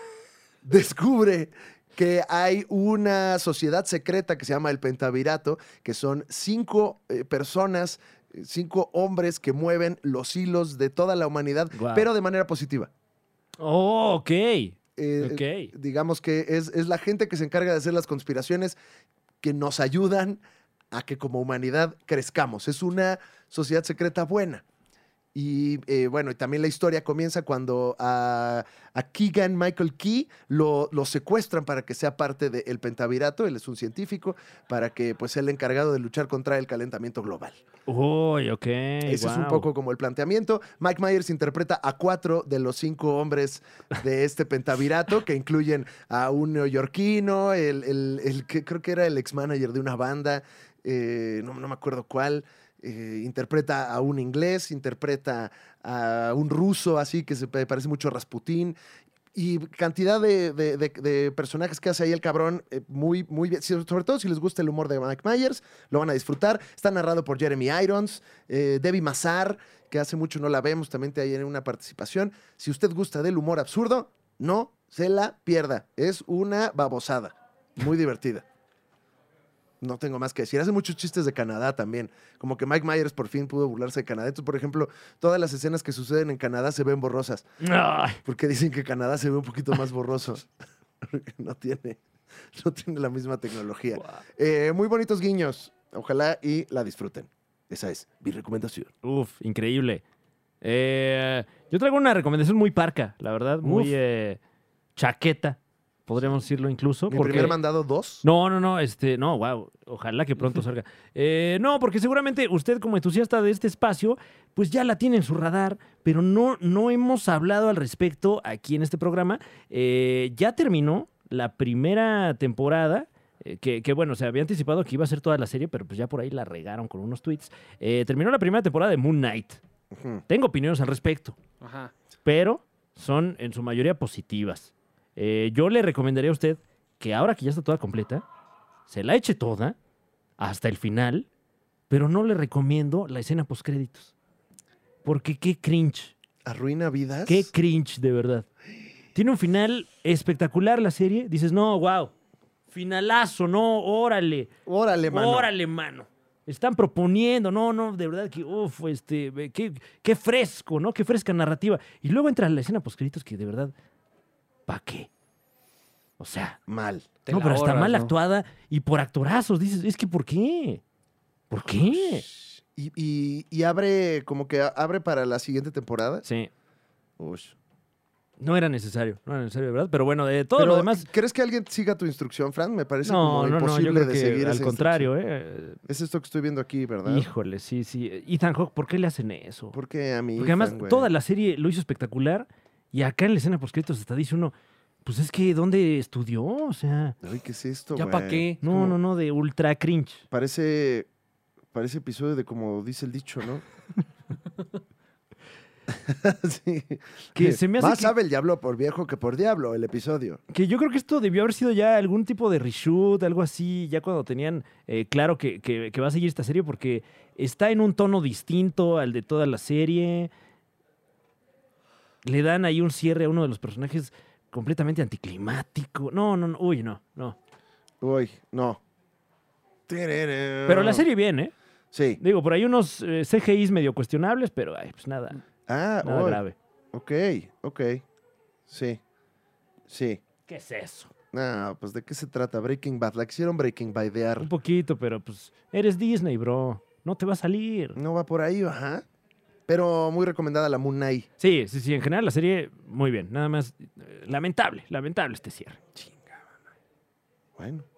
descubre que hay una sociedad secreta que se llama el Pentavirato, que son cinco eh, personas, eh, cinco hombres que mueven los hilos de toda la humanidad, Guau. pero de manera positiva. Oh, ok. Eh, Ok. Digamos que es, es la gente que se encarga de hacer las conspiraciones que nos ayudan a que como humanidad crezcamos. Es una sociedad secreta buena. Y eh, bueno, y también la historia comienza cuando a, a Keegan Michael Key lo, lo secuestran para que sea parte del Pentavirato. Él es un científico, para que pues sea el encargado de luchar contra el calentamiento global. Uy, ok. Ese es un guau. poco como el planteamiento. Mike Myers interpreta a cuatro de los cinco hombres de este Pentavirato, que incluyen a un neoyorquino, el, el- el que creo que era el ex-manager de una banda, eh, no, no me acuerdo cuál. eh, interpreta a un inglés, interpreta a un ruso, así que se pa- parece mucho a Rasputín. Y cantidad de, de- de- de personajes que hace ahí el cabrón, eh, muy, muy bien. Si- Sobre todo si les gusta el humor de Mike Myers, lo van a disfrutar. Está narrado por Jeremy Irons, eh, Debbie Mazar, que hace mucho no la vemos, también tiene una participación. Si usted gusta del humor absurdo, no se la pierda. Es una babosada, muy divertida. No tengo más que decir. Hace muchos chistes de Canadá también. Como que Mike Myers por fin pudo burlarse de Canadá. Entonces, por ejemplo, todas las escenas que suceden en Canadá se ven borrosas. Ay, Porque dicen que Canadá se ve un poquito más borroso. Porque no tiene, no tiene la misma tecnología. Eh, muy bonitos guiños. Ojalá y la disfruten. Esa es mi recomendación. uf, increíble. Eh, yo traigo una recomendación muy parca, la verdad. Muy Uf. eh, chaqueta, podríamos decirlo incluso. Mi porque... primer mandado dos. No, no, no, este, no, wow, ojalá que pronto salga. Eh, no, porque seguramente usted como entusiasta de este espacio, pues ya la tiene en su radar, pero no, no hemos hablado al respecto aquí en este programa. Eh, ya terminó la primera temporada, eh, que, que, bueno, se había anticipado que iba a ser toda la serie, pero pues ya por ahí la regaron con unos tweets. Eh, terminó la primera temporada de Moon Knight. Ujú. Tengo opiniones al respecto, Ajá. pero son en su mayoría positivas. Eh, yo le recomendaría a usted que ahora que ya está toda completa, se la eche toda hasta el final, pero no le recomiendo la escena postcréditos. Porque qué cringe, Arruina vidas. qué cringe de verdad. Tiene un final espectacular la serie. Dices, no, wow, finalazo, no, órale, Órale, mano. órale, mano. Están proponiendo, no, no, de verdad que, uff, este, ve, qué, qué fresco, ¿no? Qué fresca narrativa. Y luego entra la escena postcréditos que de verdad, ¿para qué? O sea, Mal. Te no, la pero está ahorras, mal ¿no? actuada y por actorazos. Dices, es que ¿por qué? ¿Por qué? Y, y- y abre, como que a- abre para la siguiente temporada. Sí, Ush. no era necesario, no era necesario, de verdad. Pero bueno, de todo Pero, lo demás. ¿crees que alguien siga tu instrucción, Fran? Me parece No, como no, no, yo imposible creo de que seguir al esa contrario, instrucción. ¿eh? Es esto que estoy viendo aquí, ¿verdad? Híjole, sí, sí. Ethan Hawke, ¿por qué le hacen eso? Porque a mí. Porque además toda la serie lo hizo espectacular y acá en la escena postcréditos hasta dice uno, pues es que ¿dónde estudió? O sea, Ay, ¿qué es esto, ¿Ya güey? para qué? no, como- no, no, de ultra cringe. Parece. Parece episodio de como dice el dicho, ¿no? Sí. Que se me hace Más que- sabe el diablo por viejo que por diablo el episodio. Que yo creo que esto debió haber sido ya algún tipo de reshoot, algo así, ya cuando tenían eh, claro que, que- que va a seguir esta serie, porque está en un tono distinto al de toda la serie. Le dan ahí un cierre a uno de los personajes completamente anticlimático. No, no, no, uy, no, no. Uy, no. Pero la serie bien, ¿eh? Sí. Digo, por ahí unos eh, C G Is medio cuestionables, pero ay, pues nada, Ah, nada uy. grave. Ok, ok. Sí. Sí. ¿Qué es eso? No, pues ¿de qué se trata? Breaking Bad. La quisieron Breaking Badear. Un poquito, pero pues eres Disney, bro. No te va a salir. No va por ahí, ajá. Pero muy recomendada la Moon Knight. Sí, sí, sí. En general, la serie, muy bien. Nada más, eh, lamentable, lamentable este cierre. Bueno.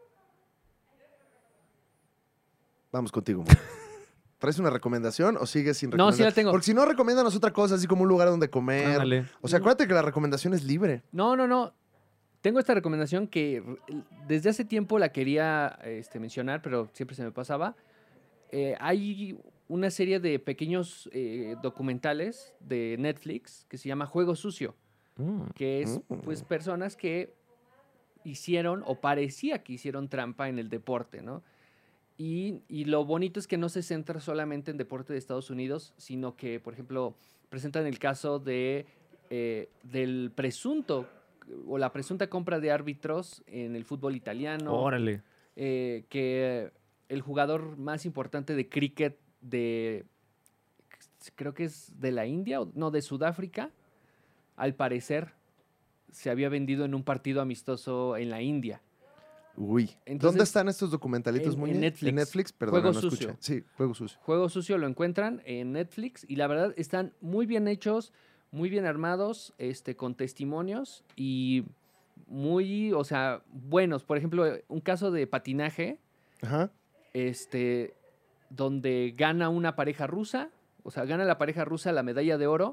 Vamos contigo, Moon. ¿Traes una recomendación o sigues sin No, recomendar? sí la tengo. Porque si no, recomiéndanos otra cosa, así como un lugar donde comer. Ándale. O sea, acuérdate que la recomendación es libre. No, no, no. Tengo esta recomendación que r- desde hace tiempo la quería este, mencionar, pero siempre se me pasaba. Eh, hay una serie de pequeños eh, documentales de Netflix que se llama Juego Sucio, Mm. que es Mm. pues personas que hicieron o parecía que hicieron trampa en el deporte, ¿no? Y, y lo bonito es que no se centra solamente en deporte de Estados Unidos, sino que, por ejemplo, presentan el caso de, eh, del presunto o la presunta compra de árbitros en el fútbol italiano, Órale. eh, que el jugador más importante de cricket de, creo que es de la India, o- no, de Sudáfrica, al parecer se había vendido en un partido amistoso en la India. Uy. Entonces, ¿Dónde están estos documentalitos, en- Muñe? en Netflix. En Netflix, perdón, Juego no Sucio. escuché. Sí, Juego Sucio. Juego Sucio lo encuentran en Netflix y la verdad están muy bien hechos, muy bien armados, este, con testimonios y muy, o sea, buenos. Por ejemplo, un caso de patinaje, Ajá. este, donde gana una pareja rusa, o sea, gana la pareja rusa la medalla de oro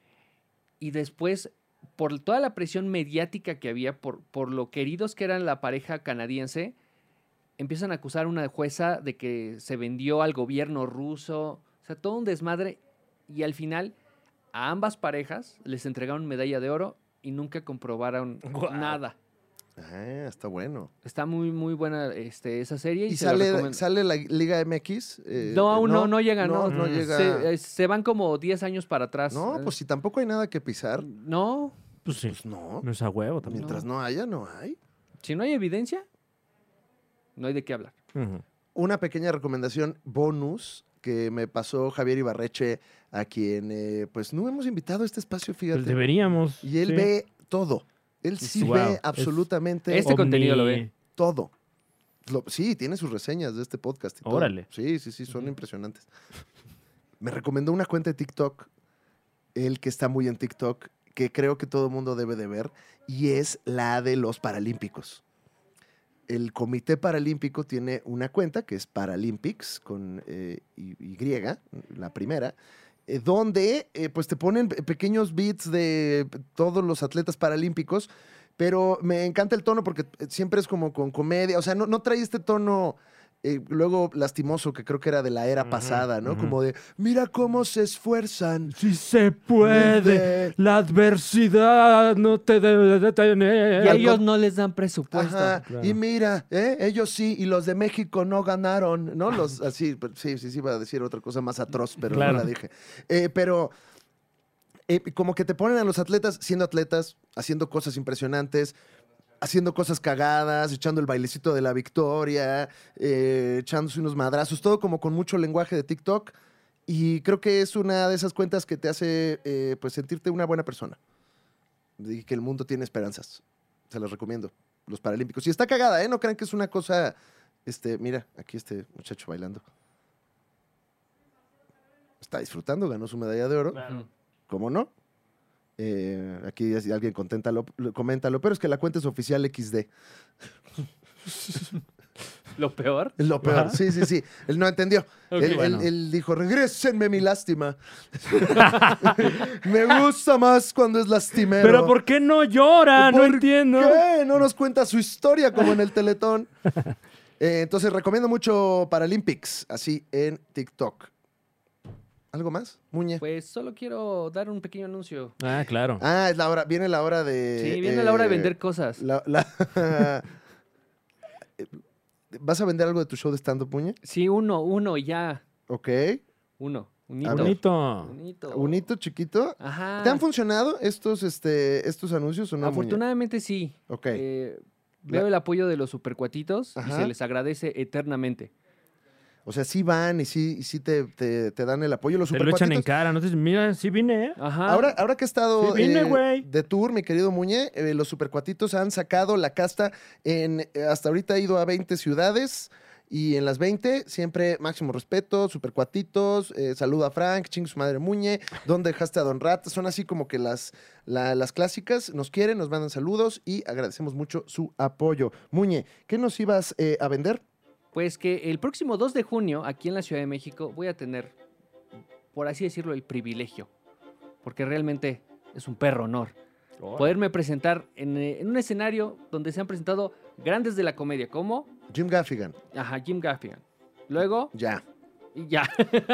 y después, por toda la presión mediática que había, por, por lo queridos que eran la pareja canadiense, empiezan a acusar a una jueza de que se vendió al gobierno ruso, o sea, todo un desmadre, y al final a ambas parejas les entregaron medalla de oro y nunca comprobaron Guau. nada. Ah, está bueno. Está muy, muy buena este, esa serie. Y, ¿Y se la sale, recomiendo. sale la Liga M X? Eh, No, aún no, no, llega, no. no. No Mm. llega. Se, eh, se van como diez años para atrás. No, Eh, pues si tampoco hay nada que pisar, No, Pues sí. pues no. No es a huevo también. Mientras no haya, no hay. si no hay evidencia, no hay de qué hablar. Ujú. Una pequeña recomendación bonus que me pasó Javier Ibarreche, a quien eh, pues no hemos invitado a este espacio, fíjate. Pues deberíamos. Y él sí. ve todo. Él sí Wow, ve es- absolutamente Este contenido lo ve. todo. Lo- sí, tiene sus reseñas de este podcast. Y todo. Órale. Sí, sí, sí, son Ujú. impresionantes. Me recomendó una cuenta de TikTok, él que está muy en TikTok, que creo que todo el mundo debe de ver, y es la de los Paralímpicos. El Comité Paralímpico tiene una cuenta que es Paralympics con eh, Y, Y, la primera, eh, donde eh, pues te ponen pe- pequeños bits de p- todos los atletas paralímpicos, pero me encanta el tono porque eh, siempre es como con comedia, o sea, no, no trae este tono eh, luego lastimoso que creo que era de la era Ujú, pasada, ¿no? ujú. Como de, mira cómo se esfuerzan. Sí se puede. La adversidad no te debe detener. Y a al ellos con- no les dan presupuesto. Ajá, claro. y mira, ¿eh? Ellos sí, y los de México no ganaron, ¿no? Los así, pero sí, sí, sí, iba a decir otra cosa más atroz, pero Claro. no la dije. Eh, pero eh, como que te ponen a los atletas siendo atletas, haciendo cosas impresionantes, haciendo cosas cagadas, echando el bailecito de la victoria, eh, echándose unos madrazos, todo como con mucho lenguaje de TikTok. Y creo que es una de esas cuentas que te hace eh, pues sentirte una buena persona. Y que el mundo tiene esperanzas. Se las recomiendo. Los Paralímpicos. Y está cagada, ¿eh? No crean que es una cosa. Este, mira, aquí este muchacho bailando. Está disfrutando, ganó su medalla de oro. Claro. ¿Cómo no? Eh, aquí si alguien conténtalo, lo- coméntalo, pero es que la cuenta es oficial equis de. Lo peor. Es lo peor. Ajá. Sí, sí, sí. Él no entendió. Ok. él, él- Bueno. él dijo, regrésenme mi lástima. Me gusta más cuando es lastimero. Pero ¿por qué no llora? No ¿Por entiendo. qué? No nos cuenta su historia como en el Teletón. Eh, entonces, recomiendo mucho Paralympics, así en TikTok. ¿Algo más, Muñe? Pues solo quiero dar un pequeño anuncio. Ah, claro. Ah, es la hora, viene la hora de... Sí, viene la hora de eh, vender cosas. la- la- ¿Vas a vender algo de tu show de stand-up, Muñe? Sí, uno, uno, y ya. Ok. Uno. A Unito. ver. Bonito. Unito. Un hito chiquito. Ajá. ¿Te han funcionado estos, este, estos anuncios o no, Muñe? Afortunadamente sí. Ok. Eh, La- veo el apoyo de los supercuatitos y Ajá. se les agradece eternamente. O sea, sí van y sí, y sí te, te, te dan el apoyo. Los Te lo echan en supercuatitos. cara, ¿no? Entonces, mira, sí vine, ¿eh? Ajá. Ahora, ahora que he estado Sí vine, eh, güey. de tour, mi querido Muñe, eh, los supercuatitos han sacado la casta en, eh, hasta ahorita he ido a veinte ciudades y en las veinte siempre máximo respeto, supercuatitos, eh, saluda a Frank, ching su madre Muñe, ¿dónde dejaste a Don Rat? Son así como que las, la- las clásicas, nos quieren, nos mandan saludos y agradecemos mucho su apoyo. Muñe, ¿qué nos ibas eh, a vender? Pues que el próximo dos de junio, aquí en la Ciudad de México, voy a tener, por así decirlo, el privilegio, porque realmente es un perro honor, poderme presentar en, eh, en un escenario donde se han presentado grandes de la comedia, como Jim Gaffigan, ajá, Jim Gaffigan. Luego, ya. y ya.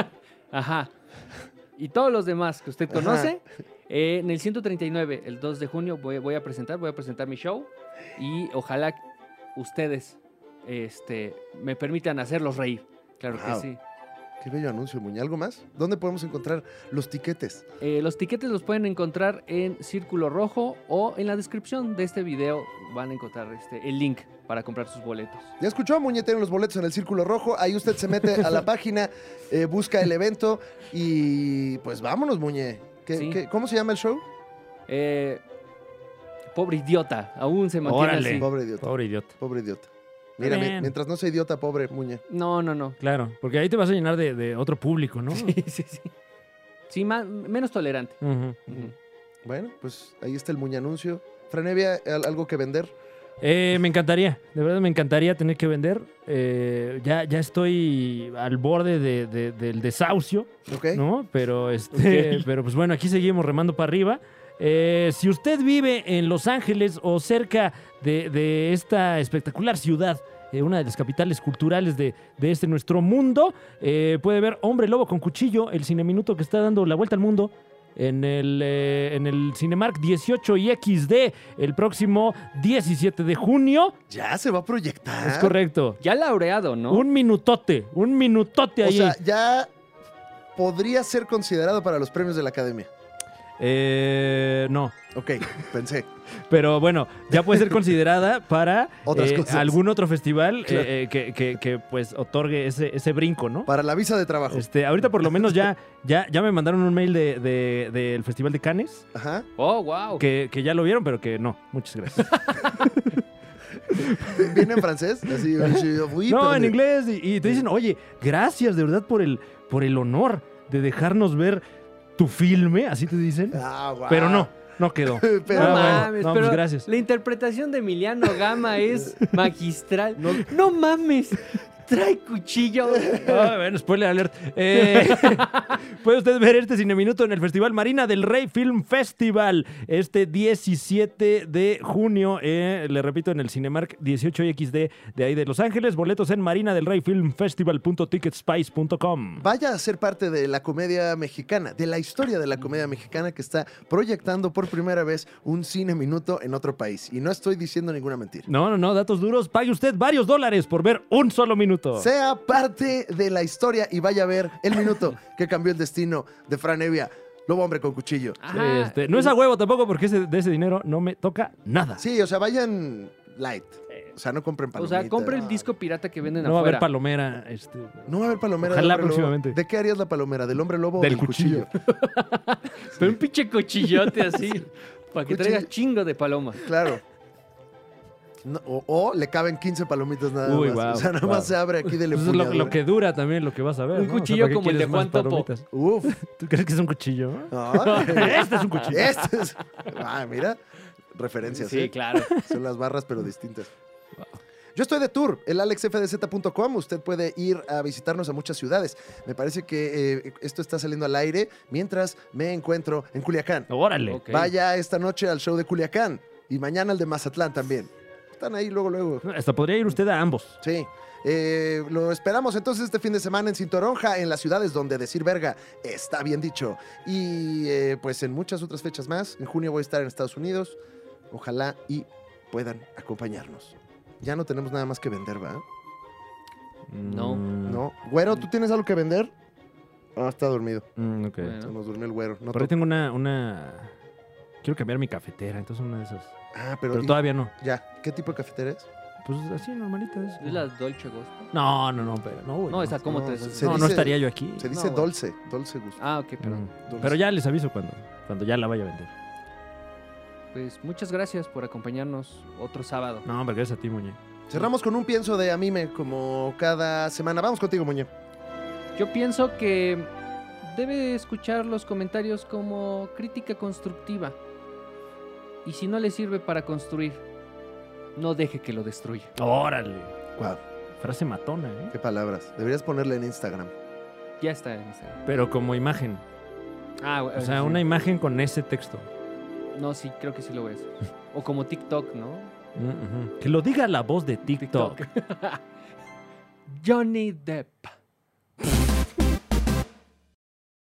Ajá. Y todos los demás que usted Ajá. conoce. eh, en el ciento treinta y nueve, el dos de junio, voy, voy a presentar, voy a presentar mi show. Y ojalá ustedes este, me permitan hacerlos reír. Claro Wow. que sí. Qué bello anuncio, Muñe. ¿Algo más? ¿Dónde podemos encontrar los tiquetes? Eh, los tiquetes los pueden encontrar en Círculo Rojo o en la descripción de este video van a encontrar este, el link para comprar sus boletos. Ya escuchó, Muñe tiene los boletos en el Círculo Rojo. Ahí usted se mete a la página, eh, busca el evento y pues vámonos, Muñe. ¿Qué- Sí. qué- ¿Cómo se llama el show? Eh, pobre idiota, aún se mantiene Órale. así. Pobre idiota. Pobre idiota. Pobre idiota. Mira, mi- Bien. mientras no sea idiota, pobre Muñe. No, no, no. Claro, porque ahí te vas a llenar de, de otro público, ¿no? Sí, sí, sí. Sí, más, menos tolerante. Ujú. Ujú. Bueno, pues ahí está el Muñe anuncio. Franevia, ¿al- ¿algo que vender? Eh, me encantaría, de verdad me encantaría tener que vender. Eh, ya, ya estoy al borde de- de- del desahucio, ¿Ok? ¿no? Pero, este, Ok. pero pues bueno, aquí seguimos remando para arriba. Eh, si usted vive en Los Ángeles o cerca de, de esta espectacular ciudad, eh, una de las capitales culturales de, de este nuestro mundo, eh, puede ver Hombre Lobo con Cuchillo, el cineminuto que está dando la vuelta al mundo en el, eh, en el Cinemark dieciocho y equis de el próximo diecisiete de junio. Ya se va a proyectar. Es correcto. Ya laureado, ¿no? Un minutote, un minutote O ahí. sea, ya podría ser considerado para los premios de la Academia. Eh, no. Ok, pensé. Pero bueno, ya puede ser considerada para Otras eh, cosas. algún otro festival Claro. eh, eh, que, que- que, pues otorgue ese, ese brinco, ¿no? Para la visa de trabajo. Este, ahorita por lo menos ya, ya, ya me mandaron un mail de, de- del Festival de Cannes, Ajá. Oh, wow. que, que ya lo vieron, pero que no. Muchas gracias. ¿Viene en francés? Así, oui, No, pero en de- inglés. Y, y te dicen, oye, gracias de verdad por el, por el honor de dejarnos ver tu filme, así te dicen. Ah, guau. Pero no, no quedó. Pero No Ah, bueno. mames, No, pero pues gracias. la interpretación de Emiliano Gama es magistral. No, mames, trae cuchillo. Ah, bueno, spoiler alert. Eh, puede usted ver este cineminuto en el Festival Marina del Rey Film Festival este diecisiete de junio. eh, le repito, en el Cinemark dieciocho y equis de de ahí de Los Ángeles. Boletos en marina del rey film festival punto ticketspice punto com. Vaya a ser parte de la comedia mexicana, de la historia de la comedia mexicana que está proyectando por primera vez un cine minuto en otro país. Y no estoy diciendo ninguna mentira. No, no, no, datos duros. Pague usted varios dólares por ver un solo minuto. Sea parte de la historia y vaya a ver el minuto que cambió el destino de Fran Evia, Lobo Hombre con Cuchillo. Ajá. Este, no es a huevo tampoco porque ese- de ese dinero no me toca nada. Sí, o sea, vayan light. O sea, no compren O palomitas. sea, compre el disco pirata que venden No va a haber afuera. palomera. Este, No va a haber palomera. Ojalá del hombre lobo. próximamente. ¿De qué harías la palomera? ¿Del hombre lobo Del o del cuchillo? Pero un pinche cuchillote así. Para que Cuchillo. traigas chingo de palomas. Claro. No, o, o le caben quince palomitas nada Uy, más. guau, o sea, nada guau. más se abre aquí del Pues es lo, empuñadura. lo que dura también, lo que vas a ver. Un ¿no? O sea, cuchillo ¿para qué como el de quieres más Juan Topo. palomitas? Uf. ¿Tú crees que es un cuchillo? Ay, Este es un cuchillo. Este es... Ah, mira. Referencias, Sí, ¿eh? claro. Son las barras, pero distintas. Yo estoy de tour, el alex f d z punto com. Usted puede ir a visitarnos a muchas ciudades. Me parece que eh, esto está saliendo al aire mientras me encuentro en Culiacán. Órale. Ok. Vaya esta noche al show de Culiacán y mañana al de Mazatlán también. Están ahí luego, luego. Hasta podría ir usted a ambos. Sí. Eh, lo esperamos entonces este fin de semana en Cintoronja, en las ciudades donde decir verga está bien dicho. Y eh, pues en muchas otras fechas más. En junio voy a estar en Estados Unidos. Ojalá y puedan acompañarnos. Ya no tenemos nada más que vender, ¿va? No. Mm, ¿No? Güero, ¿tú tienes algo que vender? Ah, está dormido. mm, ok. Bueno. Se nos durmió el güero. No Por ahí to- tengo una, una... Quiero cambiar mi cafetera, entonces una de esas. Ah, pero, Pero y- todavía no. ya. ¿Qué tipo de cafetera es? Pues así, normalita. Es, ¿Es la Dolce Gusto? No, no, no, pero no, güey, No, esa, ¿cómo no, te...? se no, no dice- estaría yo aquí. Se dice No, güey. Dolce, Dolce Gusto. Ah, ok, perdón. Mm. Dulce. Pero ya les aviso cuando, cuando ya la vaya a vender. Pues muchas gracias por acompañarnos otro sábado. No, hombre, gracias a ti, Muñe. Cerramos con un pienso de Amime como cada semana. Vamos contigo, Muñe. Yo pienso que debe escuchar los comentarios como crítica constructiva. Y si no le sirve para construir, no deje que lo destruya. Órale. Guau, Frase matona, ¿eh? qué palabras. Deberías ponerle en Instagram. Ya está en Instagram. Pero como imagen. Ah, O sea, una imagen con ese texto. No, sí, creo que sí lo voy a hacer. O como TikTok, ¿no? Mm, ujú. Que lo diga la voz de TikTok. Johnny Depp.